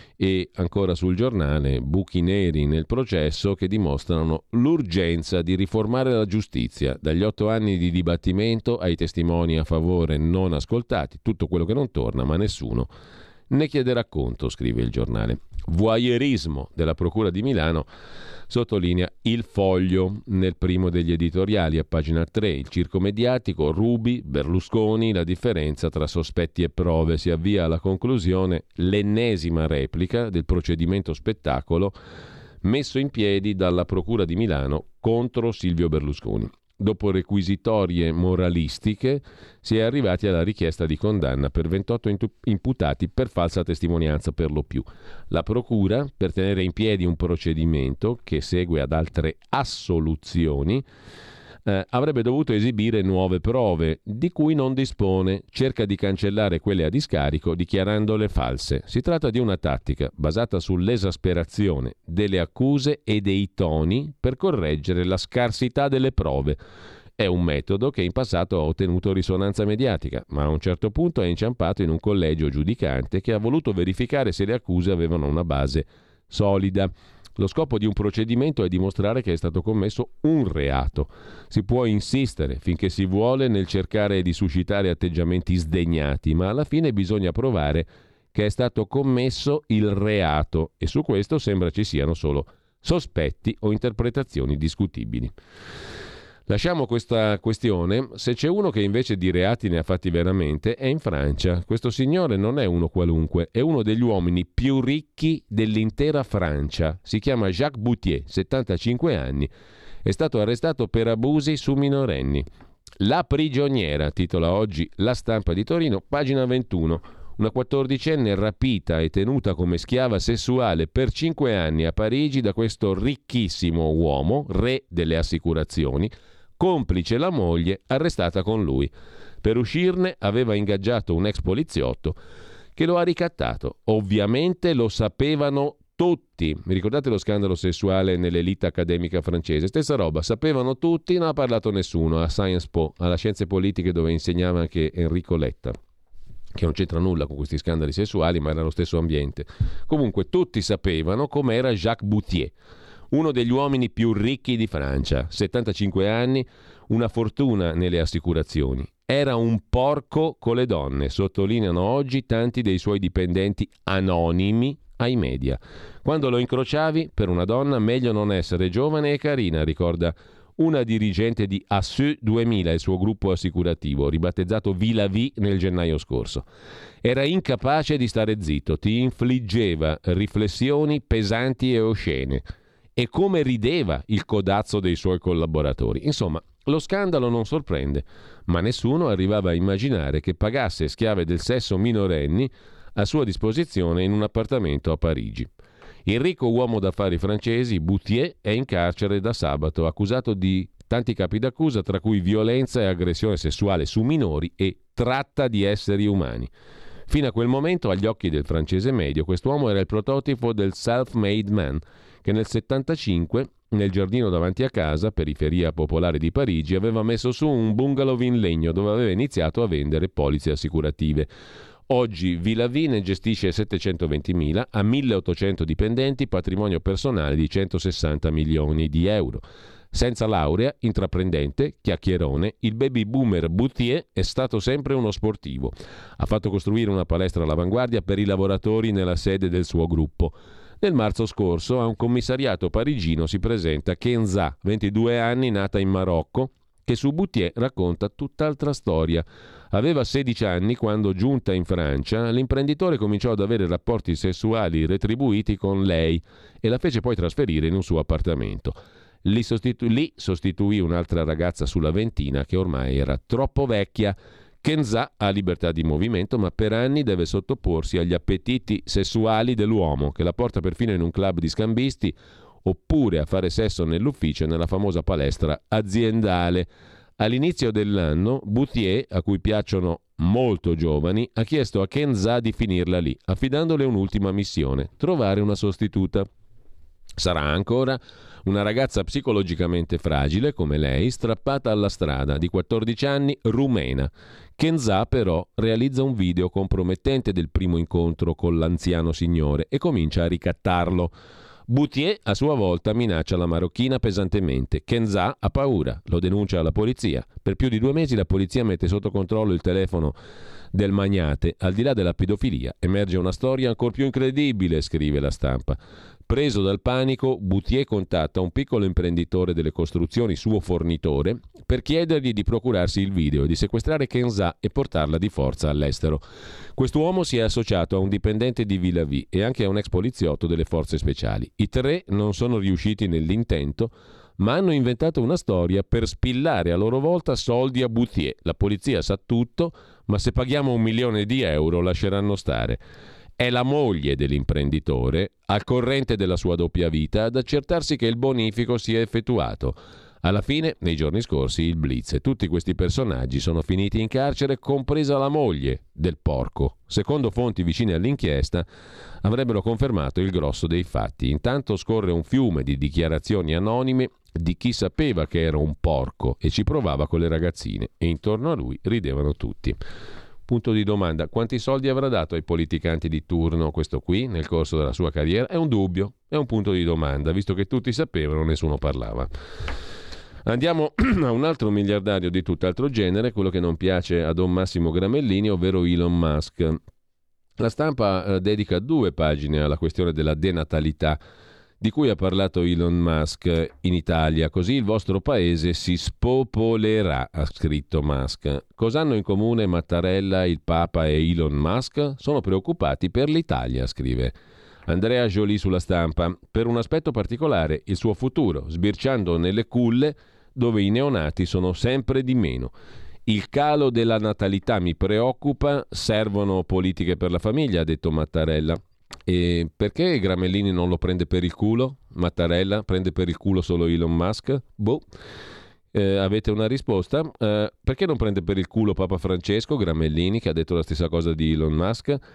E ancora sul Giornale, buchi neri nel processo che dimostrano l'urgenza di riformare la giustizia, dagli 8 anni di dibattimento ai testimoni a favore non ascoltati, tutto quello che non torna, ma nessuno ne chiederà conto, scrive il Giornale. Voyeurismo della Procura di Milano, sottolinea Il Foglio nel primo degli editoriali a pagina 3. Il circo mediatico, Ruby, Berlusconi, la differenza tra sospetti e prove. Si avvia alla conclusione l'ennesima replica del procedimento spettacolo messo in piedi dalla Procura di Milano contro Silvio Berlusconi. Dopo requisitorie moralistiche si è arrivati alla richiesta di condanna per 28 imputati per falsa testimonianza per lo più. La procura, per tenere in piedi un procedimento che segue ad altre assoluzioni, avrebbe dovuto esibire nuove prove di cui non dispone, cerca di cancellare quelle a discarico dichiarandole false. Si tratta di una tattica basata sull'esasperazione delle accuse e dei toni per correggere la scarsità delle prove. È un metodo che in passato ha ottenuto risonanza mediatica, ma a un certo punto è inciampato in un collegio giudicante che ha voluto verificare se le accuse avevano una base solida. Lo scopo di un procedimento è dimostrare che è stato commesso un reato. Si può insistere finché si vuole nel cercare di suscitare atteggiamenti sdegnati, ma alla fine bisogna provare che è stato commesso il reato e su questo sembra ci siano solo sospetti o interpretazioni discutibili. Lasciamo questa questione. Se c'è uno che invece di reati ne ha fatti veramente è in Francia. Questo signore non è uno qualunque, è uno degli uomini più ricchi dell'intera Francia. Si chiama Jacques Boutier, 75 anni. È stato arrestato per abusi su minorenni. La prigioniera, titola oggi La Stampa di Torino, pagina 21. Una 14enne rapita e tenuta come schiava sessuale per 5 anni a Parigi da questo ricchissimo uomo, re delle assicurazioni, complice la moglie, arrestata con lui. Per uscirne aveva ingaggiato un ex poliziotto che lo ha ricattato. Ovviamente lo sapevano tutti. Vi ricordate lo scandalo sessuale nell'elite accademica francese? Stessa roba, sapevano tutti, non ha parlato nessuno. A Sciences Po, alla Scienze Politiche, dove insegnava anche Enrico Letta, che non c'entra nulla con questi scandali sessuali, ma era lo stesso ambiente. Comunque tutti sapevano com'era Jacques Bouthier, uno degli uomini più ricchi di Francia, 75 anni, una fortuna nelle assicurazioni. Era un porco con le donne, sottolineano oggi tanti dei suoi dipendenti anonimi ai media. Quando lo incrociavi, per una donna, meglio non essere giovane e carina, ricorda una dirigente di Assur 2000, il suo gruppo assicurativo, ribattezzato Vilavie nel gennaio scorso. Era incapace di stare zitto, ti infliggeva riflessioni pesanti e oscene. E come rideva il codazzo dei suoi collaboratori. Insomma, lo scandalo non sorprende, ma nessuno arrivava a immaginare che pagasse schiave del sesso minorenni a sua disposizione in un appartamento a Parigi. Il ricco uomo d'affari francese, Bouthier, è in carcere da sabato, accusato di tanti capi d'accusa, tra cui violenza e aggressione sessuale su minori e tratta di esseri umani. Fino a quel momento, agli occhi del francese medio, quest'uomo era il prototipo del self-made man, che nel 1975, nel giardino davanti a casa, periferia popolare di Parigi, aveva messo su un bungalow in legno dove aveva iniziato a vendere polizze assicurative. Oggi Vilavie ne gestisce 720.000, ha 1.800 dipendenti, patrimonio personale di 160 milioni di euro. Senza laurea, intraprendente, chiacchierone, il baby boomer Bouthier è stato sempre uno sportivo. Ha fatto costruire una palestra all'avanguardia per i lavoratori nella sede del suo gruppo. Nel marzo scorso a un commissariato parigino si presenta Kenza, 22 anni, nata in Marocco, che su Bouthier racconta tutt'altra storia. Aveva 16 anni quando, giunta in Francia, l'imprenditore cominciò ad avere rapporti sessuali retribuiti con lei e la fece poi trasferire in un suo appartamento. Lì sostituì un'altra ragazza sulla ventina che ormai era troppo vecchia. Kenza ha libertà di movimento, ma per anni deve sottoporsi agli appetiti sessuali dell'uomo, che la porta perfino in un club di scambisti oppure a fare sesso nell'ufficio nella famosa palestra aziendale. All'inizio dell'anno, Bouthier, a cui piacciono molto giovani, ha chiesto a Kenza di finirla lì, affidandole un'ultima missione: trovare una sostituta. Sarà ancora una ragazza psicologicamente fragile come lei, strappata alla strada, di 14 anni, rumena. Kenza però realizza un video compromettente del primo incontro con l'anziano signore e comincia a ricattarlo. Bouthier a sua volta minaccia la marocchina pesantemente. Kenza ha paura, lo denuncia alla polizia. Per più di 2 mesi la polizia mette sotto controllo il telefono del magnate. Al di là della pedofilia emerge una storia ancor più incredibile, scrive La Stampa. Preso dal panico, Bouthier contatta un piccolo imprenditore delle costruzioni, suo fornitore, per chiedergli di procurarsi il video e di sequestrare Kenza e portarla di forza all'estero. Quest'uomo si è associato a un dipendente di Vilavie e anche a un ex poliziotto delle forze speciali. I 3 non sono riusciti nell'intento, ma hanno inventato una storia per spillare a loro volta soldi a Bouthier. La polizia sa tutto, ma se paghiamo 1 milione di euro lasceranno stare. È la moglie dell'imprenditore, al corrente della sua doppia vita, ad accertarsi che il bonifico sia effettuato. Alla fine, nei giorni scorsi, il blitz e tutti questi personaggi sono finiti in carcere, compresa la moglie del porco. Secondo fonti vicine all'inchiesta, avrebbero confermato il grosso dei fatti. Intanto scorre un fiume di dichiarazioni anonime di chi sapeva che era un porco e ci provava con le ragazzine, e intorno a lui ridevano tutti. Punto di domanda: quanti soldi avrà dato ai politicanti di turno questo qui nel corso della sua carriera? È un dubbio, è un punto di domanda, visto che tutti sapevano, nessuno parlava. Andiamo a un altro miliardario di tutt'altro genere, quello che non piace a Don Massimo Gramellini, ovvero Elon Musk. La Stampa dedica 2 pagine alla questione della denatalità di cui ha parlato Elon Musk in Italia. Così il vostro paese si spopolerà, ha scritto Musk. Cosa hanno in comune Mattarella, il Papa e Elon Musk? Sono preoccupati per l'Italia, scrive Andrea Joly sulla Stampa, per un aspetto particolare, il suo futuro, sbirciando nelle culle dove i neonati sono sempre di meno. Il calo della natalità mi preoccupa, servono politiche per la famiglia, ha detto Mattarella. E perché Gramellini non lo prende per il culo? Mattarella prende per il culo solo Elon Musk? Boh. Avete una risposta? Perché non prende per il culo Papa Francesco, Gramellini, che ha detto la stessa cosa di Elon Musk?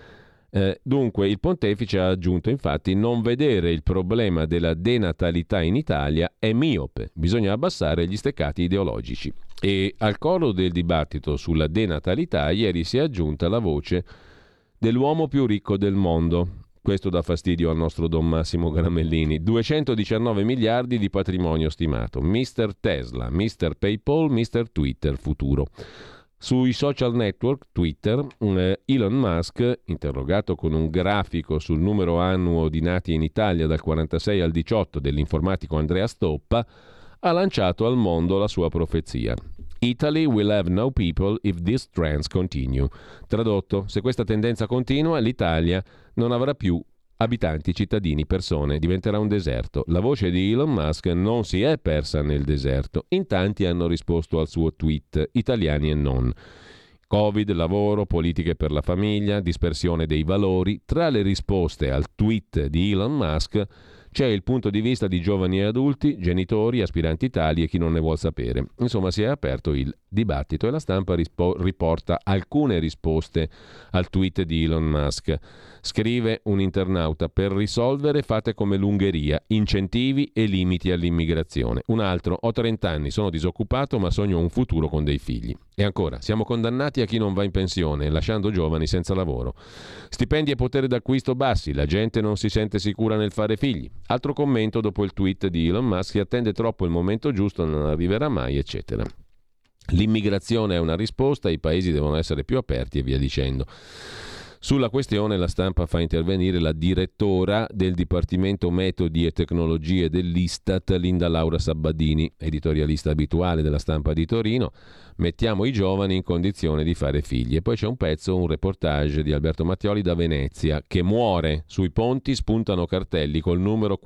Dunque il pontefice ha aggiunto infatti: non vedere il problema della denatalità in Italia è miope, bisogna abbassare gli steccati ideologici. E al coro del dibattito sulla denatalità ieri si è aggiunta la voce dell'uomo più ricco del mondo. Questo dà fastidio al nostro Don Massimo Gramellini. 219 miliardi di patrimonio stimato. Mr. Tesla, Mr. PayPal, Mr. Twitter futuro. Sui social network Twitter, Elon Musk, interrogato con un grafico sul numero annuo di nati in Italia dal 46 al 18 dell'informatico Andrea Stoppa, ha lanciato al mondo la sua profezia. Italy will have no people if these trends continue. Tradotto, se questa tendenza continua, l'Italia non avrà più abitanti, cittadini, persone, diventerà un deserto. La voce di Elon Musk non si è persa nel deserto. In tanti hanno risposto al suo tweet, italiani e non. Covid, lavoro, politiche per la famiglia, dispersione dei valori. Tra le risposte al tweet di Elon Musk c'è il punto di vista di giovani e adulti, genitori, aspiranti tali e chi non ne vuol sapere. Insomma, si è aperto il dibattito e la stampa riporta alcune risposte al tweet di Elon Musk. Scrive un internauta: per risolvere fate come l'Ungheria, incentivi e limiti all'immigrazione. Un altro: ho 30 anni, sono disoccupato ma sogno un futuro con dei figli. E ancora, siamo condannati a chi non va in pensione, lasciando giovani senza lavoro. Stipendi e potere d'acquisto bassi, la gente non si sente sicura nel fare figli. Altro commento dopo il tweet di Elon Musk: si attende troppo il momento giusto, non arriverà mai, eccetera. L'immigrazione è una risposta, i paesi devono essere più aperti e via dicendo. Sulla questione la stampa fa intervenire la direttora del Dipartimento Metodi e Tecnologie dell'Istat, Linda Laura Sabbadini, editorialista abituale della Stampa di Torino. Mettiamo i giovani in condizione di fare figli. E poi c'è un pezzo, un reportage di Alberto Mattioli da Venezia, che muore. Sui ponti spuntano cartelli col numero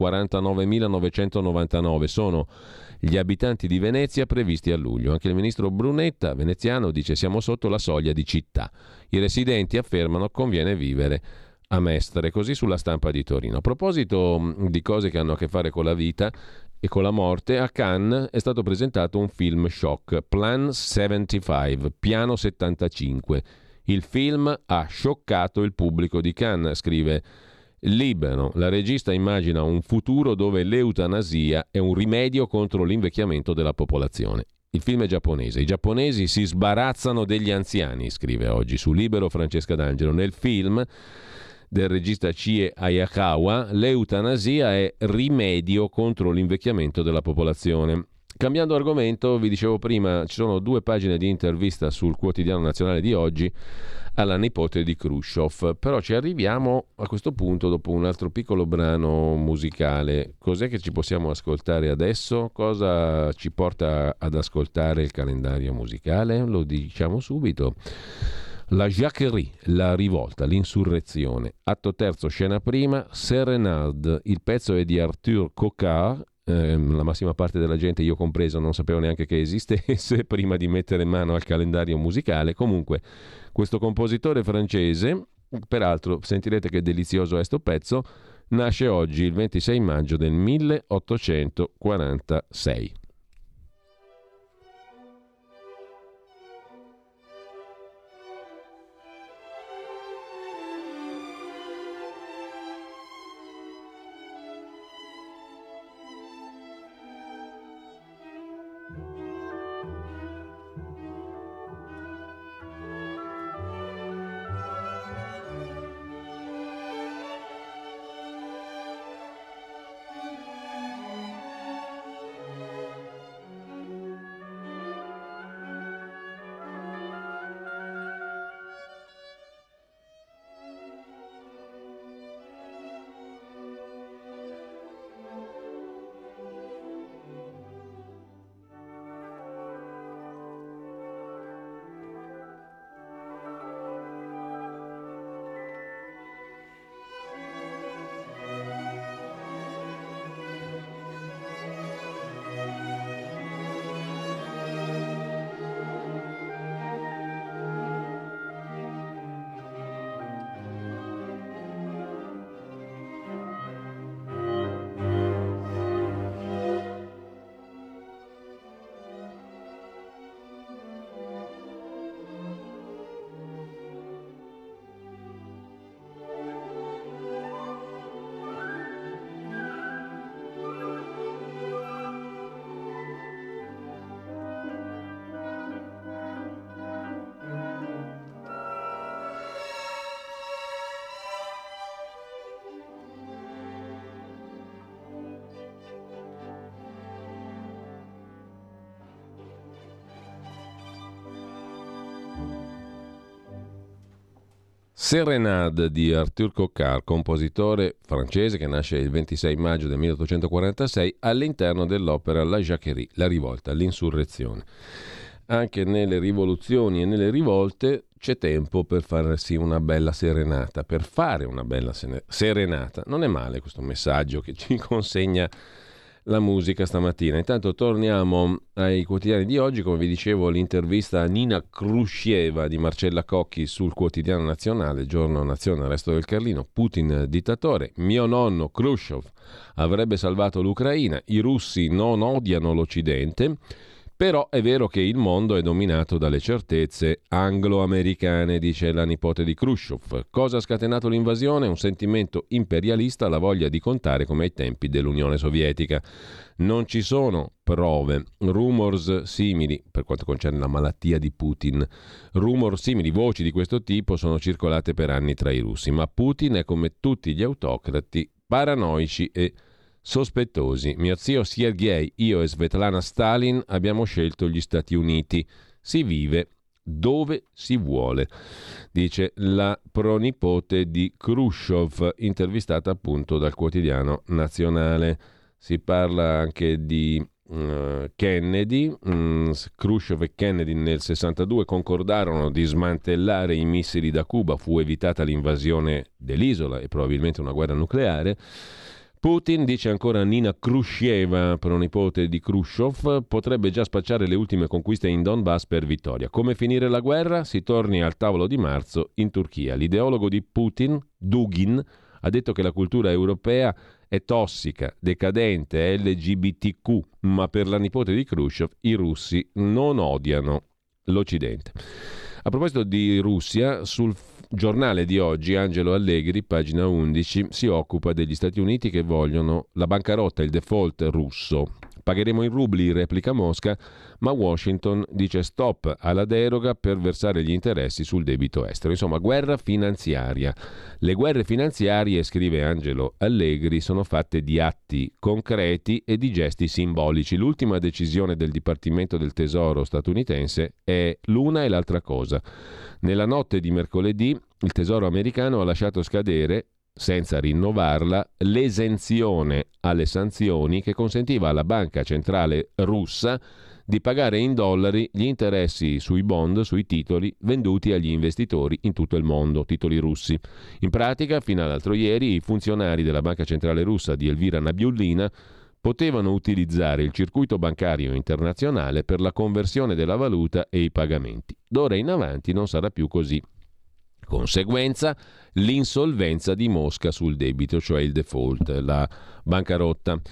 49.999. Sono gli abitanti di Venezia previsti a luglio. Anche il ministro Brunetta, veneziano, dice: siamo sotto la soglia di città. I residenti affermano conviene vivere a Mestre. Così sulla Stampa di Torino. A proposito di cose che hanno a che fare con la vita e con la morte, a Cannes è stato presentato un film shock, Plan 75, Piano 75. Il film ha scioccato il pubblico di Cannes, scrive Libero. La regista immagina un futuro dove l'eutanasia è un rimedio contro l'invecchiamento della popolazione. Il film è giapponese. I giapponesi si sbarazzano degli anziani, scrive oggi su Libero Francesca D'Angelo. Nel film del regista Chie Hayakawa, l'eutanasia è rimedio contro l'invecchiamento della popolazione. Cambiando argomento, vi dicevo prima, ci sono 2 pagine di intervista sul Quotidiano Nazionale di oggi alla nipote di Khrushchev, però ci arriviamo a questo punto dopo un altro piccolo brano musicale. Cos'è che ci possiamo ascoltare adesso? Cosa ci porta ad ascoltare il calendario musicale? Lo diciamo subito. La Jacquerie, la rivolta, l'insurrezione. Atto terzo, scena prima, Serenade. Il pezzo è di Arthur Coquard. La massima parte della gente, io compreso, non sapevo neanche che esistesse prima di mettere mano al calendario musicale. Comunque, questo compositore francese, peraltro sentirete che delizioso è sto pezzo, nasce oggi il 26 maggio del 1846. Sérénade di Arthur Coquard, compositore francese che nasce il 26 maggio del 1846 all'interno dell'opera La Jacquerie, la rivolta, l'insurrezione. Anche nelle rivoluzioni e nelle rivolte c'è tempo per farsi una bella serenata, per fare una bella serenata. Non è male questo messaggio che ci consegna la musica stamattina. Intanto torniamo ai quotidiani di oggi. Come vi dicevo, l'intervista a Nina Khrushcheva di Marcella Cocchi sul Quotidiano Nazionale, Giorno Nazione, Resto del Carlino. Putin dittatore, mio nonno Khrushchev avrebbe salvato l'Ucraina, i russi non odiano l'Occidente. Però è vero che il mondo è dominato dalle certezze anglo-americane, dice la nipote di Khrushchev. Cosa ha scatenato l'invasione? Un sentimento imperialista, la voglia di contare come ai tempi dell'Unione Sovietica. Non ci sono prove, rumors simili, per quanto concerne la malattia di Putin, rumor simili, voci di questo tipo sono circolate per anni tra i russi, ma Putin è come tutti gli autocrati, paranoici e sospettosi. Mio zio Sergei, io e Svetlana Stalin abbiamo scelto gli Stati Uniti. Si vive dove si vuole, dice la pronipote di Khrushchev, intervistata appunto dal Quotidiano Nazionale. Si parla anche di Kennedy. Khrushchev e Kennedy nel 62 concordarono di smantellare i missili da Cuba, fu evitata l'invasione dell'isola e probabilmente una guerra nucleare. Putin, dice ancora Nina Khrushcheva, pronipote di Khrushchev, potrebbe già spacciare le ultime conquiste in Donbass per vittoria. Come finire la guerra? Si torni al tavolo di marzo in Turchia. L'ideologo di Putin, Dugin, ha detto che la cultura europea è tossica, decadente, LGBTQ, ma per la nipote di Khrushchev i russi non odiano l'Occidente. A proposito di Russia, sul giornale di oggi Angelo Allegri, pagina 11, si occupa degli Stati Uniti che vogliono la bancarotta, il default russo. Pagheremo in rubli, replica Mosca, ma Washington dice stop alla deroga per versare gli interessi sul debito estero. Insomma, guerra finanziaria. Le guerre finanziarie, scrive Angelo Allegri, sono fatte di atti concreti e di gesti simbolici. L'ultima decisione del Dipartimento del Tesoro statunitense è l'una e l'altra cosa. Nella notte di mercoledì il Tesoro americano ha lasciato scadere, senza rinnovarla, l'esenzione alle sanzioni che consentiva alla banca centrale russa di pagare in dollari gli interessi sui bond, sui titoli venduti agli investitori in tutto il mondo, titoli russi. In pratica, fino all'altro ieri, i funzionari della banca centrale russa di Elvira Nabiullina potevano utilizzare il circuito bancario internazionale per la conversione della valuta e i pagamenti. D'ora in avanti non sarà più così. Conseguenza, l'insolvenza di Mosca sul debito, cioè il default, la bancarotta.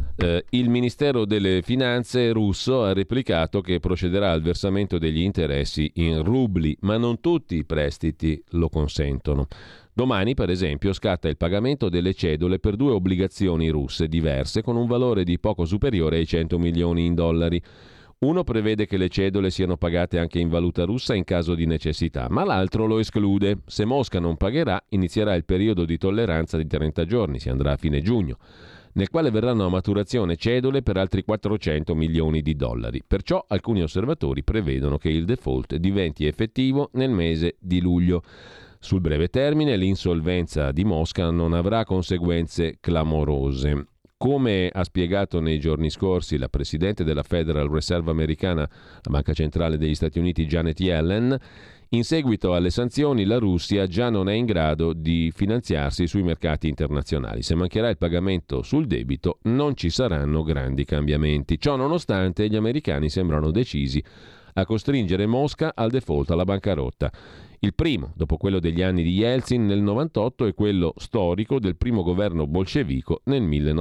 Il Ministero delle Finanze russo ha replicato che procederà al versamento degli interessi in rubli, ma non tutti i prestiti lo consentono. Domani, per esempio, scatta il pagamento delle cedole per 2 obbligazioni russe diverse con un valore di poco superiore ai 100 milioni in dollari. Uno prevede che le cedole siano pagate anche in valuta russa in caso di necessità, ma l'altro lo esclude. Se Mosca non pagherà, inizierà il periodo di tolleranza di 30 giorni, si andrà a fine giugno, nel quale verranno a maturazione cedole per altri 400 milioni di dollari. Perciò alcuni osservatori prevedono che il default diventi effettivo nel mese di luglio. Sul breve termine, l'insolvenza di Mosca non avrà conseguenze clamorose. Come ha spiegato nei giorni scorsi la presidente della Federal Reserve americana, la banca centrale degli Stati Uniti, Janet Yellen, in seguito alle sanzioni la Russia già non è in grado di finanziarsi sui mercati internazionali. Se mancherà il pagamento sul debito non ci saranno grandi cambiamenti. Ciò nonostante, gli americani sembrano decisi a costringere Mosca al default, alla bancarotta. Il primo, dopo quello degli anni di Yeltsin nel 98 e quello storico del primo governo bolscevico nel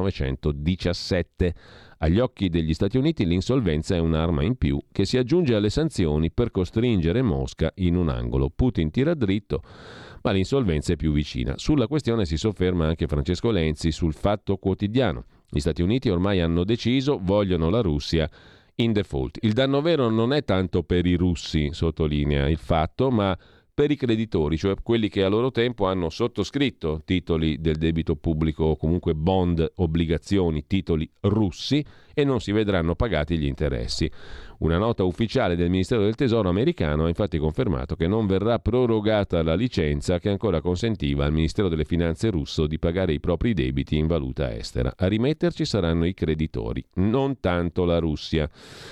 1917. Agli occhi degli Stati Uniti l'insolvenza è un'arma in più che si aggiunge alle sanzioni per costringere Mosca in un angolo. Putin tira dritto, ma l'insolvenza è più vicina. Sulla questione si sofferma anche Francesco Lenzi sul Fatto Quotidiano. Gli Stati Uniti ormai hanno deciso, vogliono la Russia in default. Il danno vero non è tanto per i russi, sottolinea il Fatto, ma per i creditori, cioè quelli che a loro tempo hanno sottoscritto titoli del debito pubblico o comunque bond, obbligazioni, titoli russi e non si vedranno pagati gli interessi. Una nota ufficiale del Ministero del Tesoro americano ha infatti confermato che non verrà prorogata la licenza che ancora consentiva al Ministero delle Finanze russo di pagare i propri debiti in valuta estera. A rimetterci saranno i creditori, non tanto la Russia.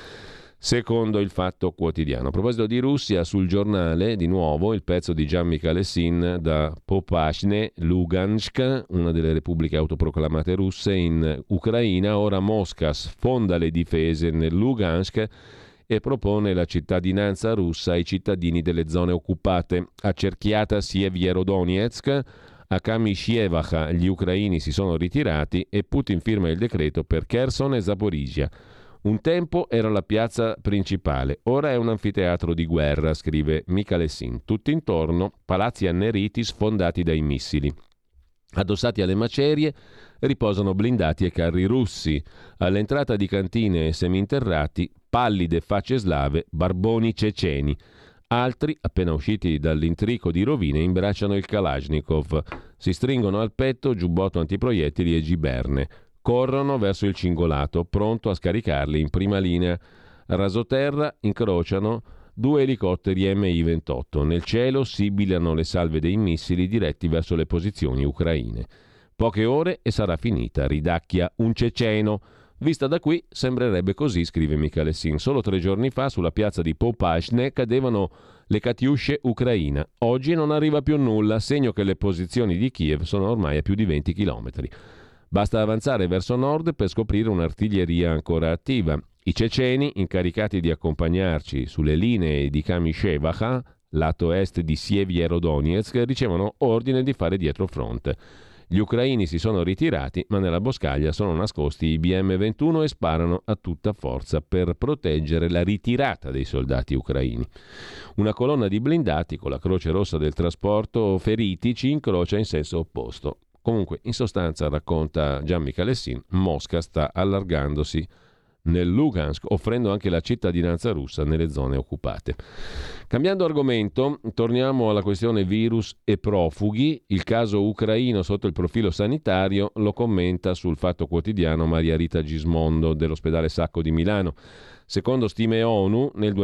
Secondo il Fatto Quotidiano. A proposito di Russia, sul Giornale, di nuovo, il pezzo di Gian Michalessin da Popasne, Lugansk, una delle repubbliche autoproclamate russe in Ucraina. Ora Mosca sfonda le difese nel Lugansk e propone la cittadinanza russa ai cittadini delle zone occupate. Accerchiata Sievierodonetsk, a Kamyshevacha gli ucraini si sono ritirati e Putin firma il decreto per Kherson e Zaporizhia. Un tempo era la piazza principale, ora è un anfiteatro di guerra, scrive Michalessin. Tutt'intorno palazzi anneriti sfondati dai missili. Addossati alle macerie riposano blindati e carri russi. All'entrata di cantine e seminterrati, pallide facce slave, barboni ceceni. Altri, appena usciti dall'intrico di rovine, imbracciano il Kalashnikov. Si stringono al petto giubbotto antiproiettili e giberne. Corrono verso il cingolato, pronto a scaricarli in prima linea. A rasoterra incrociano 2 elicotteri Mi-28. Nel cielo sibilano le salve dei missili diretti verso le posizioni ucraine. Poche ore e sarà finita, ridacchia un ceceno. Vista da qui sembrerebbe così, scrive Michalessin. Solo 3 giorni fa sulla piazza di Popasne cadevano le Katyushe ucraine. Oggi non arriva più nulla, segno che le posizioni di Kiev sono ormai a più di 20 chilometri. Basta avanzare verso nord per scoprire un'artiglieria ancora attiva. I ceceni, incaricati di accompagnarci sulle linee di Kamyshevacha, lato est di Sievierodonetsk, ricevono ordine di fare dietrofront. Gli ucraini si sono ritirati, ma nella boscaglia sono nascosti i BM-21 e sparano a tutta forza per proteggere la ritirata dei soldati ucraini. Una colonna di blindati con la Croce Rossa del trasporto feriti ci incrocia in senso opposto. Comunque, in sostanza, racconta Gian Michalessin, Mosca sta allargandosi nel Lugansk, offrendo anche la cittadinanza russa nelle zone occupate. Cambiando argomento, torniamo alla questione virus e profughi. Il caso ucraino sotto il profilo sanitario lo commenta sul Fatto Quotidiano Maria Rita Gismondo dell'ospedale Sacco di Milano. Secondo stime ONU, nel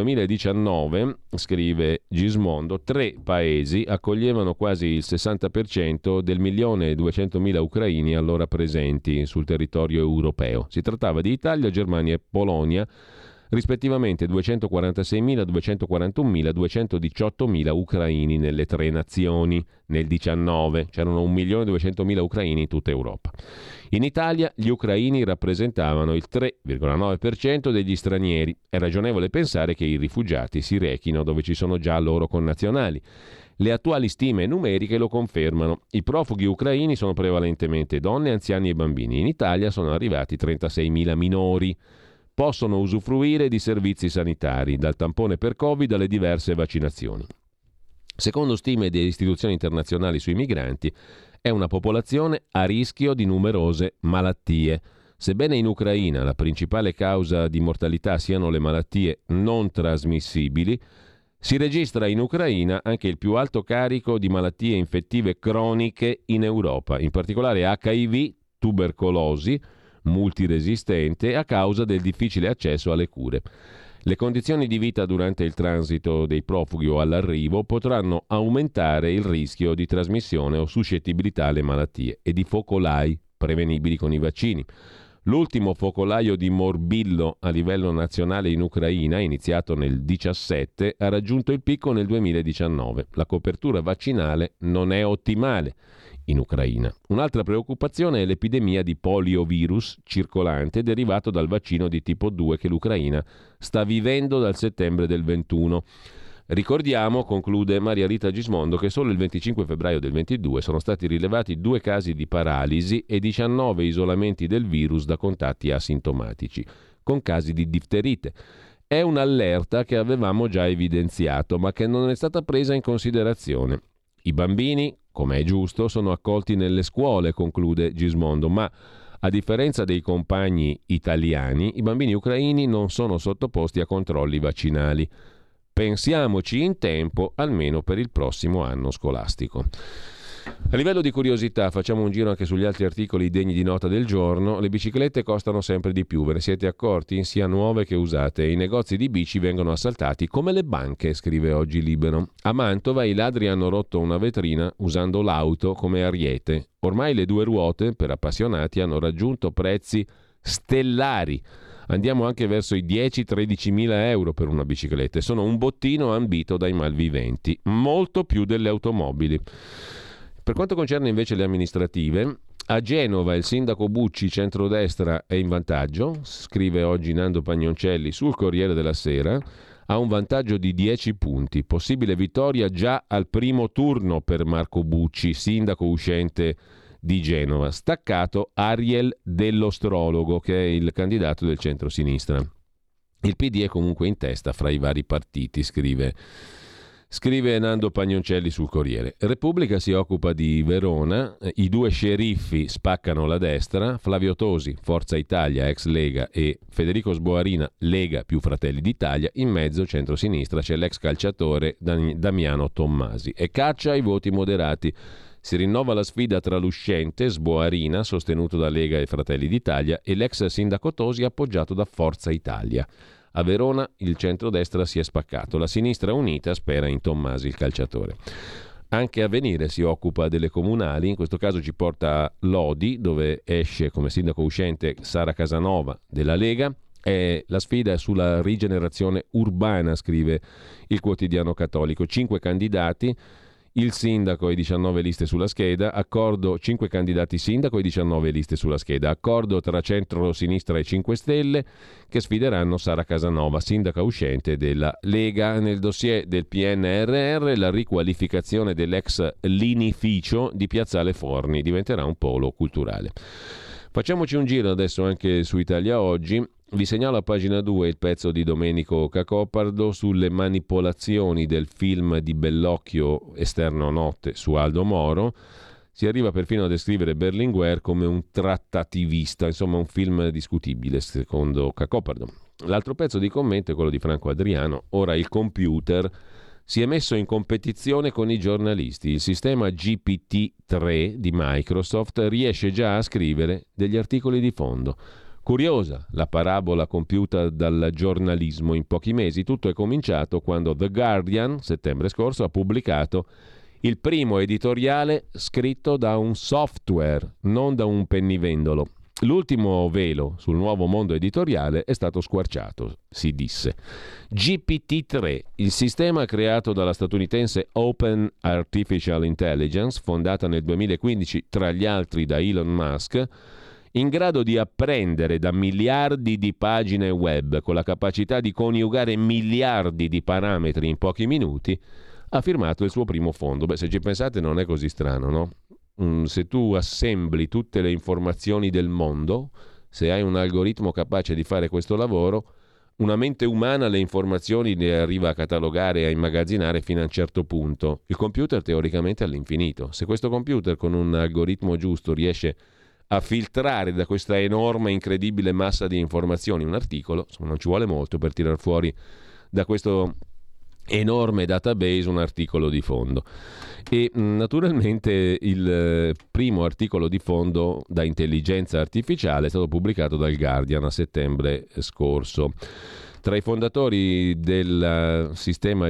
2019, scrive Gismondo, 3 paesi accoglievano quasi il 60% del 1.200.000 ucraini allora presenti sul territorio europeo. Si trattava di Italia, Germania e Polonia, rispettivamente 246.000, 241.000, 218.000 ucraini nelle 3 nazioni. Nel 19 c'erano 1.200.000 ucraini in tutta Europa. In Italia gli ucraini rappresentavano il 3,9% degli stranieri. È ragionevole pensare che i rifugiati si rechino dove ci sono già loro connazionali. Le attuali stime numeriche lo confermano. I profughi ucraini sono prevalentemente donne, anziani e bambini. In Italia sono arrivati 36.000 minori. Possono usufruire di servizi sanitari, dal tampone per Covid alle diverse vaccinazioni. Secondo stime delle istituzioni internazionali sui migranti, è una popolazione a rischio di numerose malattie. Sebbene in Ucraina la principale causa di mortalità siano le malattie non trasmissibili, si registra in Ucraina anche il più alto carico di malattie infettive croniche in Europa, in particolare HIV, tubercolosi, multiresistente a causa del difficile accesso alle cure. Le condizioni di vita durante il transito dei profughi o all'arrivo potranno aumentare il rischio di trasmissione o suscettibilità alle malattie e di focolai prevenibili con i vaccini. L'ultimo focolaio di morbillo a livello nazionale in Ucraina, iniziato nel 2017, ha raggiunto il picco nel 2019. La copertura vaccinale non è ottimale in Ucraina. Un'altra preoccupazione è l'epidemia di poliovirus circolante derivato dal vaccino di tipo 2 che l'Ucraina sta vivendo dal settembre del 21. Ricordiamo, conclude Maria Rita Gismondo, che solo il 25 febbraio del 22 sono stati rilevati 2 casi di paralisi e 19 isolamenti del virus da contatti asintomatici, con casi di difterite. È un'allerta che avevamo già evidenziato, ma che non è stata presa in considerazione. I bambini, come è giusto, sono accolti nelle scuole, conclude Gismondo, ma a differenza dei compagni italiani, i bambini ucraini non sono sottoposti a controlli vaccinali. pensiamoci in tempo almeno per il prossimo anno scolastico. A livello di curiosità, facciamo un giro anche sugli altri articoli degni di nota del giorno. Le biciclette costano sempre di più, ve ne siete accorti? Sia nuove che usate. I negozi di bici vengono assaltati come le banche, scrive oggi Libero. A Mantova i ladri hanno rotto una vetrina usando l'auto come ariete. Ormai le due ruote, per appassionati, hanno raggiunto prezzi stellari. Andiamo anche verso i 10-13 mila euro per una bicicletta e sono un bottino ambito dai malviventi, molto più delle automobili. Per quanto concerne invece le amministrative, a Genova il sindaco Bucci, centrodestra, è in vantaggio, scrive oggi Nando Pagnoncelli sul Corriere della Sera, ha un vantaggio di 10 punti, possibile vittoria già al primo turno per Marco Bucci, sindaco uscente di Genova, staccato Ariel dell'Ostrologo, che è il candidato del centro-sinistra. Il PD è comunque in testa fra i vari partiti, scrive Nando Pagnoncelli sul Corriere. Repubblica si occupa di Verona, i due sceriffi spaccano la destra, Flavio Tosi, Forza Italia, ex Lega, e Federico Sboarina, Lega più Fratelli d'Italia, in mezzo centro-sinistra c'è l'ex calciatore Damiano Tommasi e caccia i voti moderati. Si rinnova la sfida tra l'uscente Sboarina, sostenuto da Lega e Fratelli d'Italia, e l'ex sindaco Tosi appoggiato da Forza Italia. A Verona il centrodestra si è spaccato, la sinistra unita spera in Tommasi, il calciatore. Anche Avvenire si occupa delle comunali, in questo caso ci porta a Lodi, dove esce come sindaco uscente Sara Casanova della Lega. La sfida è sulla rigenerazione urbana, scrive il quotidiano cattolico. 5 candidati, il sindaco e 19 liste sulla scheda, 5 candidati sindaco e 19 liste sulla scheda, accordo tra centro-sinistra e 5 Stelle che sfideranno Sara Casanova, sindaca uscente della Lega. Nel dossier del PNRR la riqualificazione dell'ex linificio di Piazzale Forni diventerà un polo culturale. Facciamoci un giro adesso anche su Italia Oggi. Vi segnalo a pagina 2 il pezzo di Domenico Cacopardo sulle manipolazioni del film di Bellocchio Esterno Notte su Aldo Moro. Si arriva perfino a descrivere Berlinguer come un trattativista, insomma un film discutibile secondo Cacopardo. L'altro pezzo di commento è quello di Franco Adriano. Ora il computer si è messo in competizione con i giornalisti. Il sistema GPT-3 di Microsoft riesce già a scrivere degli articoli di fondo. Curiosa la parabola compiuta dal giornalismo in pochi mesi. Tutto è cominciato quando The Guardian, settembre scorso, ha pubblicato il primo editoriale scritto da un software, non da un pennivendolo. L'ultimo velo sul nuovo mondo editoriale è stato squarciato, si disse. GPT-3, il sistema creato dalla statunitense Open Artificial Intelligence, fondata nel 2015 tra gli altri da Elon Musk, in grado di apprendere da miliardi di pagine web con la capacità di coniugare miliardi di parametri in pochi minuti, ha firmato il suo primo fondo. Beh, se ci pensate non è così strano, no? Se tu assembli tutte le informazioni del mondo, se hai un algoritmo capace di fare questo lavoro, una mente umana le informazioni le arriva a catalogare e a immagazzinare fino a un certo punto. Il computer teoricamente all'infinito. Se questo computer con un algoritmo giusto riesce a filtrare da questa enorme, incredibile massa di informazioni un articolo, insomma, non ci vuole molto per tirar fuori da questo enorme database un articolo di fondo. E naturalmente il primo articolo di fondo da intelligenza artificiale è stato pubblicato dal Guardian a settembre scorso. Tra i fondatori del sistema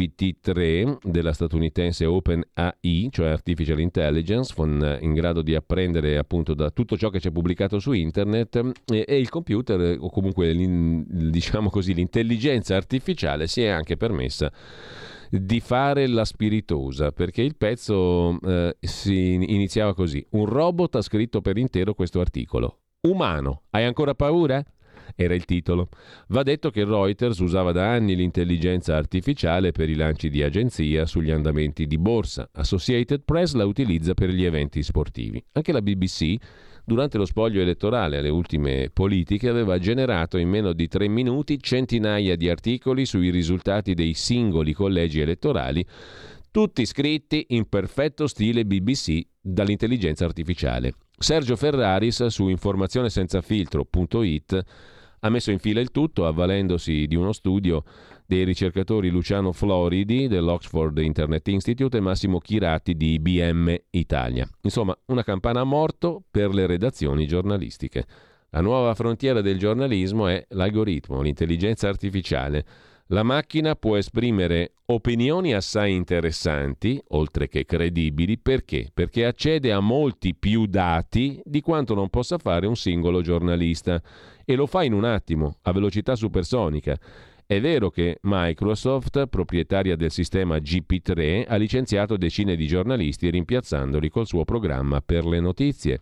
GPT-3 della statunitense OpenAI, cioè Artificial Intelligence, in grado di apprendere appunto da tutto ciò che c'è pubblicato su internet, e il computer, o comunque diciamo così l'intelligenza artificiale, si è anche permessa di fare la spiritosa, perché il pezzo si iniziava così: un robot ha scritto per intero questo articolo. Umano, hai ancora paura? Era il titolo. Va detto che Reuters usava da anni l'intelligenza artificiale per i lanci di agenzia sugli andamenti di borsa. Associated Press la utilizza per gli eventi sportivi. Anche la BBC, durante lo spoglio elettorale alle ultime politiche, aveva generato in meno di 3 minuti centinaia di articoli sui risultati dei singoli collegi elettorali, tutti scritti in perfetto stile BBC dall'intelligenza artificiale. Sergio Ferraris su informazionesenzafiltro.it Ha messo in fila il tutto avvalendosi di uno studio dei ricercatori Luciano Floridi dell'Oxford Internet Institute e Massimo Chirati di IBM Italia. Insomma, una campana a morto per le redazioni giornalistiche. La nuova frontiera del giornalismo è l'algoritmo, l'intelligenza artificiale. La macchina può esprimere opinioni assai interessanti, oltre che credibili, perché? Perché accede a molti più dati di quanto non possa fare un singolo giornalista e lo fa in un attimo, a velocità supersonica. È vero che Microsoft, proprietaria del sistema GP3, ha licenziato decine di giornalisti rimpiazzandoli col suo programma per le notizie.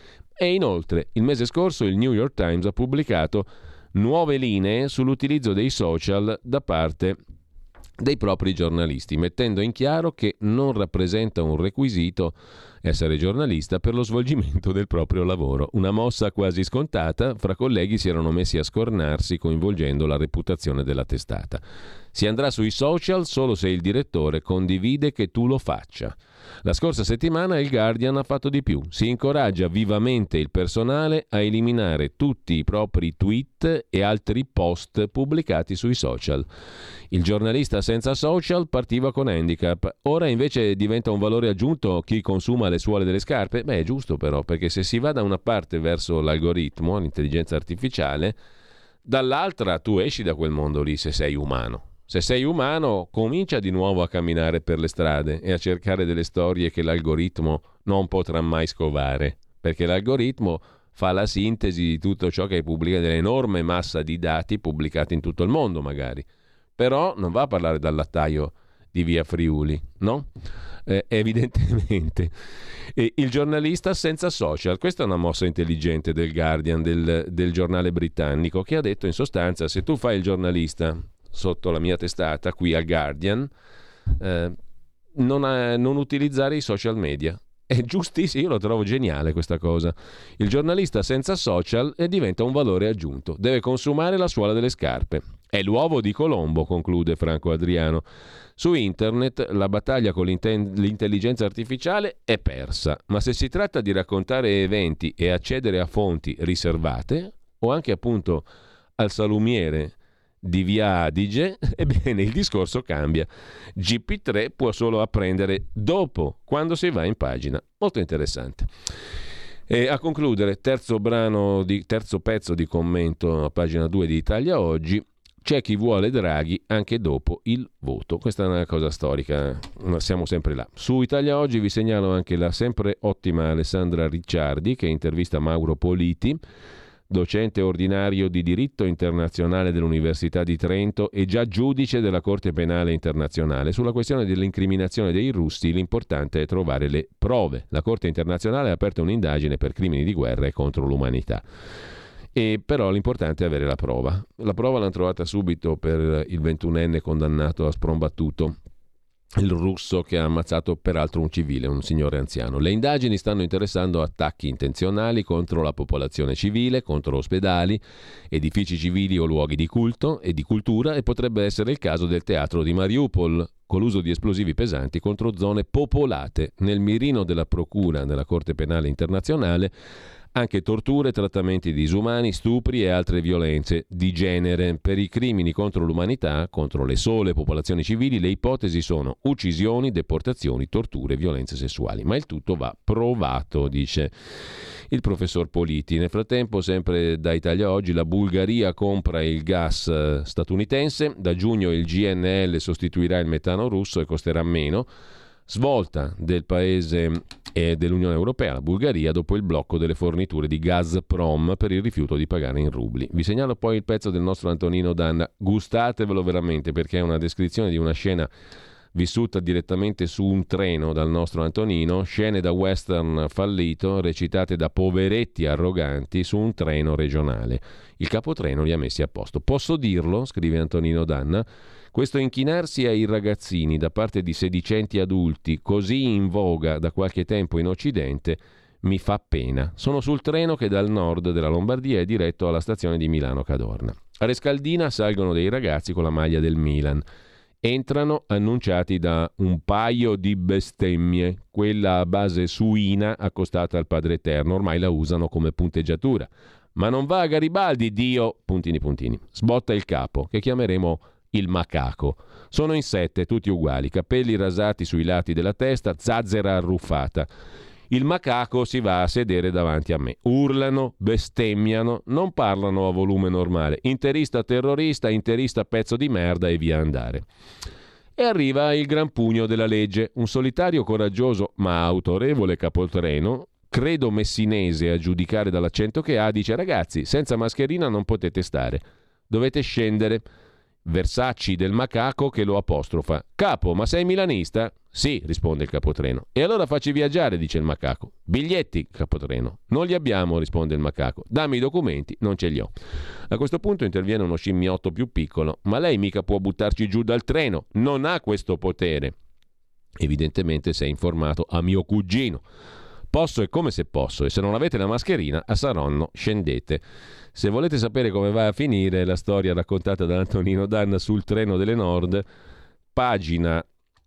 E inoltre, il mese scorso il New York Times ha pubblicato nuove linee sull'utilizzo dei social da parte dei propri giornalisti, mettendo in chiaro che non rappresenta un requisito essere giornalista per lo svolgimento del proprio lavoro. Una mossa quasi scontata, fra colleghi si erano messi a scornarsi coinvolgendo la reputazione della testata. Si andrà sui social solo se il direttore condivide che tu lo faccia. La scorsa settimana il Guardian ha fatto di più. Si incoraggia vivamente il personale a eliminare tutti i propri tweet e altri post pubblicati sui social. Il giornalista senza social partiva con handicap. Ora invece diventa un valore aggiunto chi consuma le suole delle scarpe? Beh, è giusto però, perché se si va da una parte verso l'algoritmo, l'intelligenza artificiale, dall'altra tu esci da quel mondo lì se sei umano. Se sei umano, comincia di nuovo a camminare per le strade e a cercare delle storie che l'algoritmo non potrà mai scovare, perché l'algoritmo fa la sintesi di tutto ciò che pubblica, dell'enorme massa di dati pubblicati in tutto il mondo magari. Però non va a parlare dal lattaio di via Friuli, no? Evidentemente. E il giornalista senza social, questa è una mossa intelligente del Guardian, del giornale britannico, che ha detto in sostanza: se tu fai il giornalista sotto la mia testata qui al Guardian, non utilizzare i social media. È giustissimo, io lo trovo geniale questa cosa. Il giornalista senza social diventa un valore aggiunto, deve consumare la suola delle scarpe. È l'uovo di Colombo, conclude Franco Adriano. Su internet la battaglia con l'intelligenza artificiale è persa, ma se si tratta di raccontare eventi e accedere a fonti riservate, o anche appunto al salumiere di Via Adige, ebbene il discorso cambia. GP3 può solo apprendere dopo, quando si va in pagina. Molto interessante. E a concludere, terzo pezzo di commento a pagina 2 di Italia Oggi: c'è chi vuole Draghi anche dopo il voto. Questa è una cosa storica, ma siamo sempre là. Su Italia Oggi vi segnalo anche la sempre ottima Alessandra Ricciardi, che intervista Mauro Politi, docente ordinario di diritto internazionale dell'Università di Trento e già giudice della Corte Penale Internazionale. Sulla questione dell'incriminazione dei russi l'importante è trovare le prove. La Corte Internazionale ha aperto un'indagine per crimini di guerra e contro l'umanità. E però l'importante è avere la prova. La prova l'hanno trovata subito per il 21enne condannato a sprombattuto, il russo che ha ammazzato peraltro un civile, un signore anziano. Le indagini stanno interessando attacchi intenzionali contro la popolazione civile, contro ospedali, edifici civili o luoghi di culto e di cultura, e potrebbe essere il caso del teatro di Mariupol, con l'uso di esplosivi pesanti contro zone popolate. Nel mirino della procura della Corte Penale Internazionale anche torture, trattamenti disumani, stupri e altre violenze di genere. Per i crimini contro l'umanità, contro le sole popolazioni civili, le ipotesi sono uccisioni, deportazioni, torture, violenze sessuali. Ma il tutto va provato, dice il professor Politi. Nel frattempo, sempre da Italia Oggi, la Bulgaria compra il gas statunitense. Da giugno il GNL sostituirà il metano russo e costerà meno. Svolta del paese e dell'Unione Europea, la Bulgaria, dopo il blocco delle forniture di Gazprom per il rifiuto di pagare in rubli. Vi segnalo poi il pezzo del nostro Antonino Danna. Gustatevelo veramente, perché è una descrizione di una scena vissuta direttamente su un treno dal nostro Antonino, scene da western fallito recitate da poveretti arroganti su un treno regionale. Il capotreno li ha messi a posto. Posso dirlo, scrive Antonino Danna, questo inchinarsi ai ragazzini da parte di sedicenti adulti, così in voga da qualche tempo in Occidente, mi fa pena. Sono sul treno che dal nord della Lombardia è diretto alla stazione di Milano Cadorna. A Rescaldina salgono dei ragazzi con la maglia del Milan Entrano annunciati da un paio di bestemmie, quella a base suina accostata al Padre Eterno, ormai la usano come punteggiatura. Ma non va a Garibaldi, Dio... puntini puntini. Sbotta il capo, che chiameremo il macaco. Sono in 7, tutti uguali, capelli rasati sui lati della testa, zazzera arruffata. Il macaco si va a sedere davanti a me. Urlano, bestemmiano, non parlano a volume normale. Interista terrorista, interista pezzo di merda e via andare. E arriva il gran pugno della legge, un solitario coraggioso ma autorevole capotreno, credo messinese a giudicare dall'accento che ha, dice: ragazzi, senza mascherina non potete stare, dovete scendere. Versacci del macaco che lo apostrofa: capo, ma sei milanista? Sì, risponde il capotreno. E allora facci viaggiare, dice il macaco. Biglietti, capotreno. Non li abbiamo, risponde il macaco. Dammi i documenti, non ce li ho. A questo punto interviene uno scimmiotto più piccolo. Ma lei mica può buttarci giù dal treno, non ha questo potere. Evidentemente sei informato a mio cugino. Posso e come se posso, e se non avete la mascherina a Saronno scendete. Se volete sapere come va a finire la storia raccontata da Antonino Danna sul treno delle Nord, pagina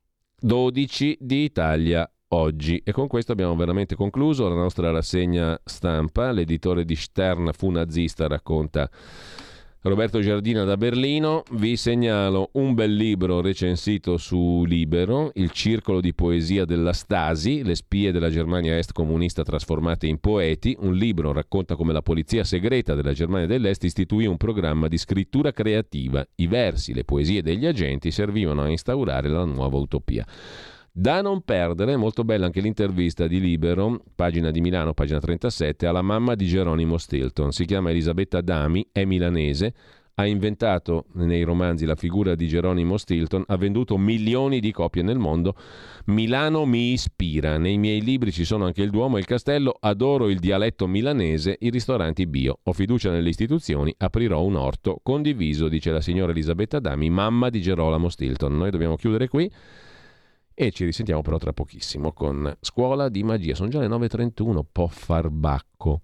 12 di Italia Oggi. E con questo abbiamo veramente concluso la nostra rassegna stampa. L'editore di Stern fu nazista, racconta Roberto Giardina da Berlino. Vi segnalo un bel libro recensito su Libero, Il circolo di poesia della Stasi, le spie della Germania Est comunista trasformate in poeti. Un libro racconta come la polizia segreta della Germania dell'Est istituì un programma di scrittura creativa. I versi, le poesie degli agenti servivano a instaurare la nuova utopia. Da non perdere, molto bella anche l'intervista di Libero, pagina di Milano, pagina 37, alla mamma di Geronimo Stilton. Si chiama Elisabetta Dami, è milanese, ha inventato nei romanzi la figura di Geronimo Stilton, ha venduto milioni di copie nel mondo. Milano mi ispira, nei miei libri ci sono anche il Duomo e il Castello, adoro il dialetto milanese, i ristoranti bio, ho fiducia nelle istituzioni, aprirò un orto condiviso, dice la signora Elisabetta Dami, mamma di Gerolamo Stilton. Noi dobbiamo chiudere qui e ci risentiamo però tra pochissimo con Scuola di Magia. Sono già le 9.31, po' farbacco.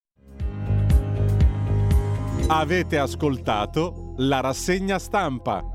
Avete ascoltato la rassegna stampa.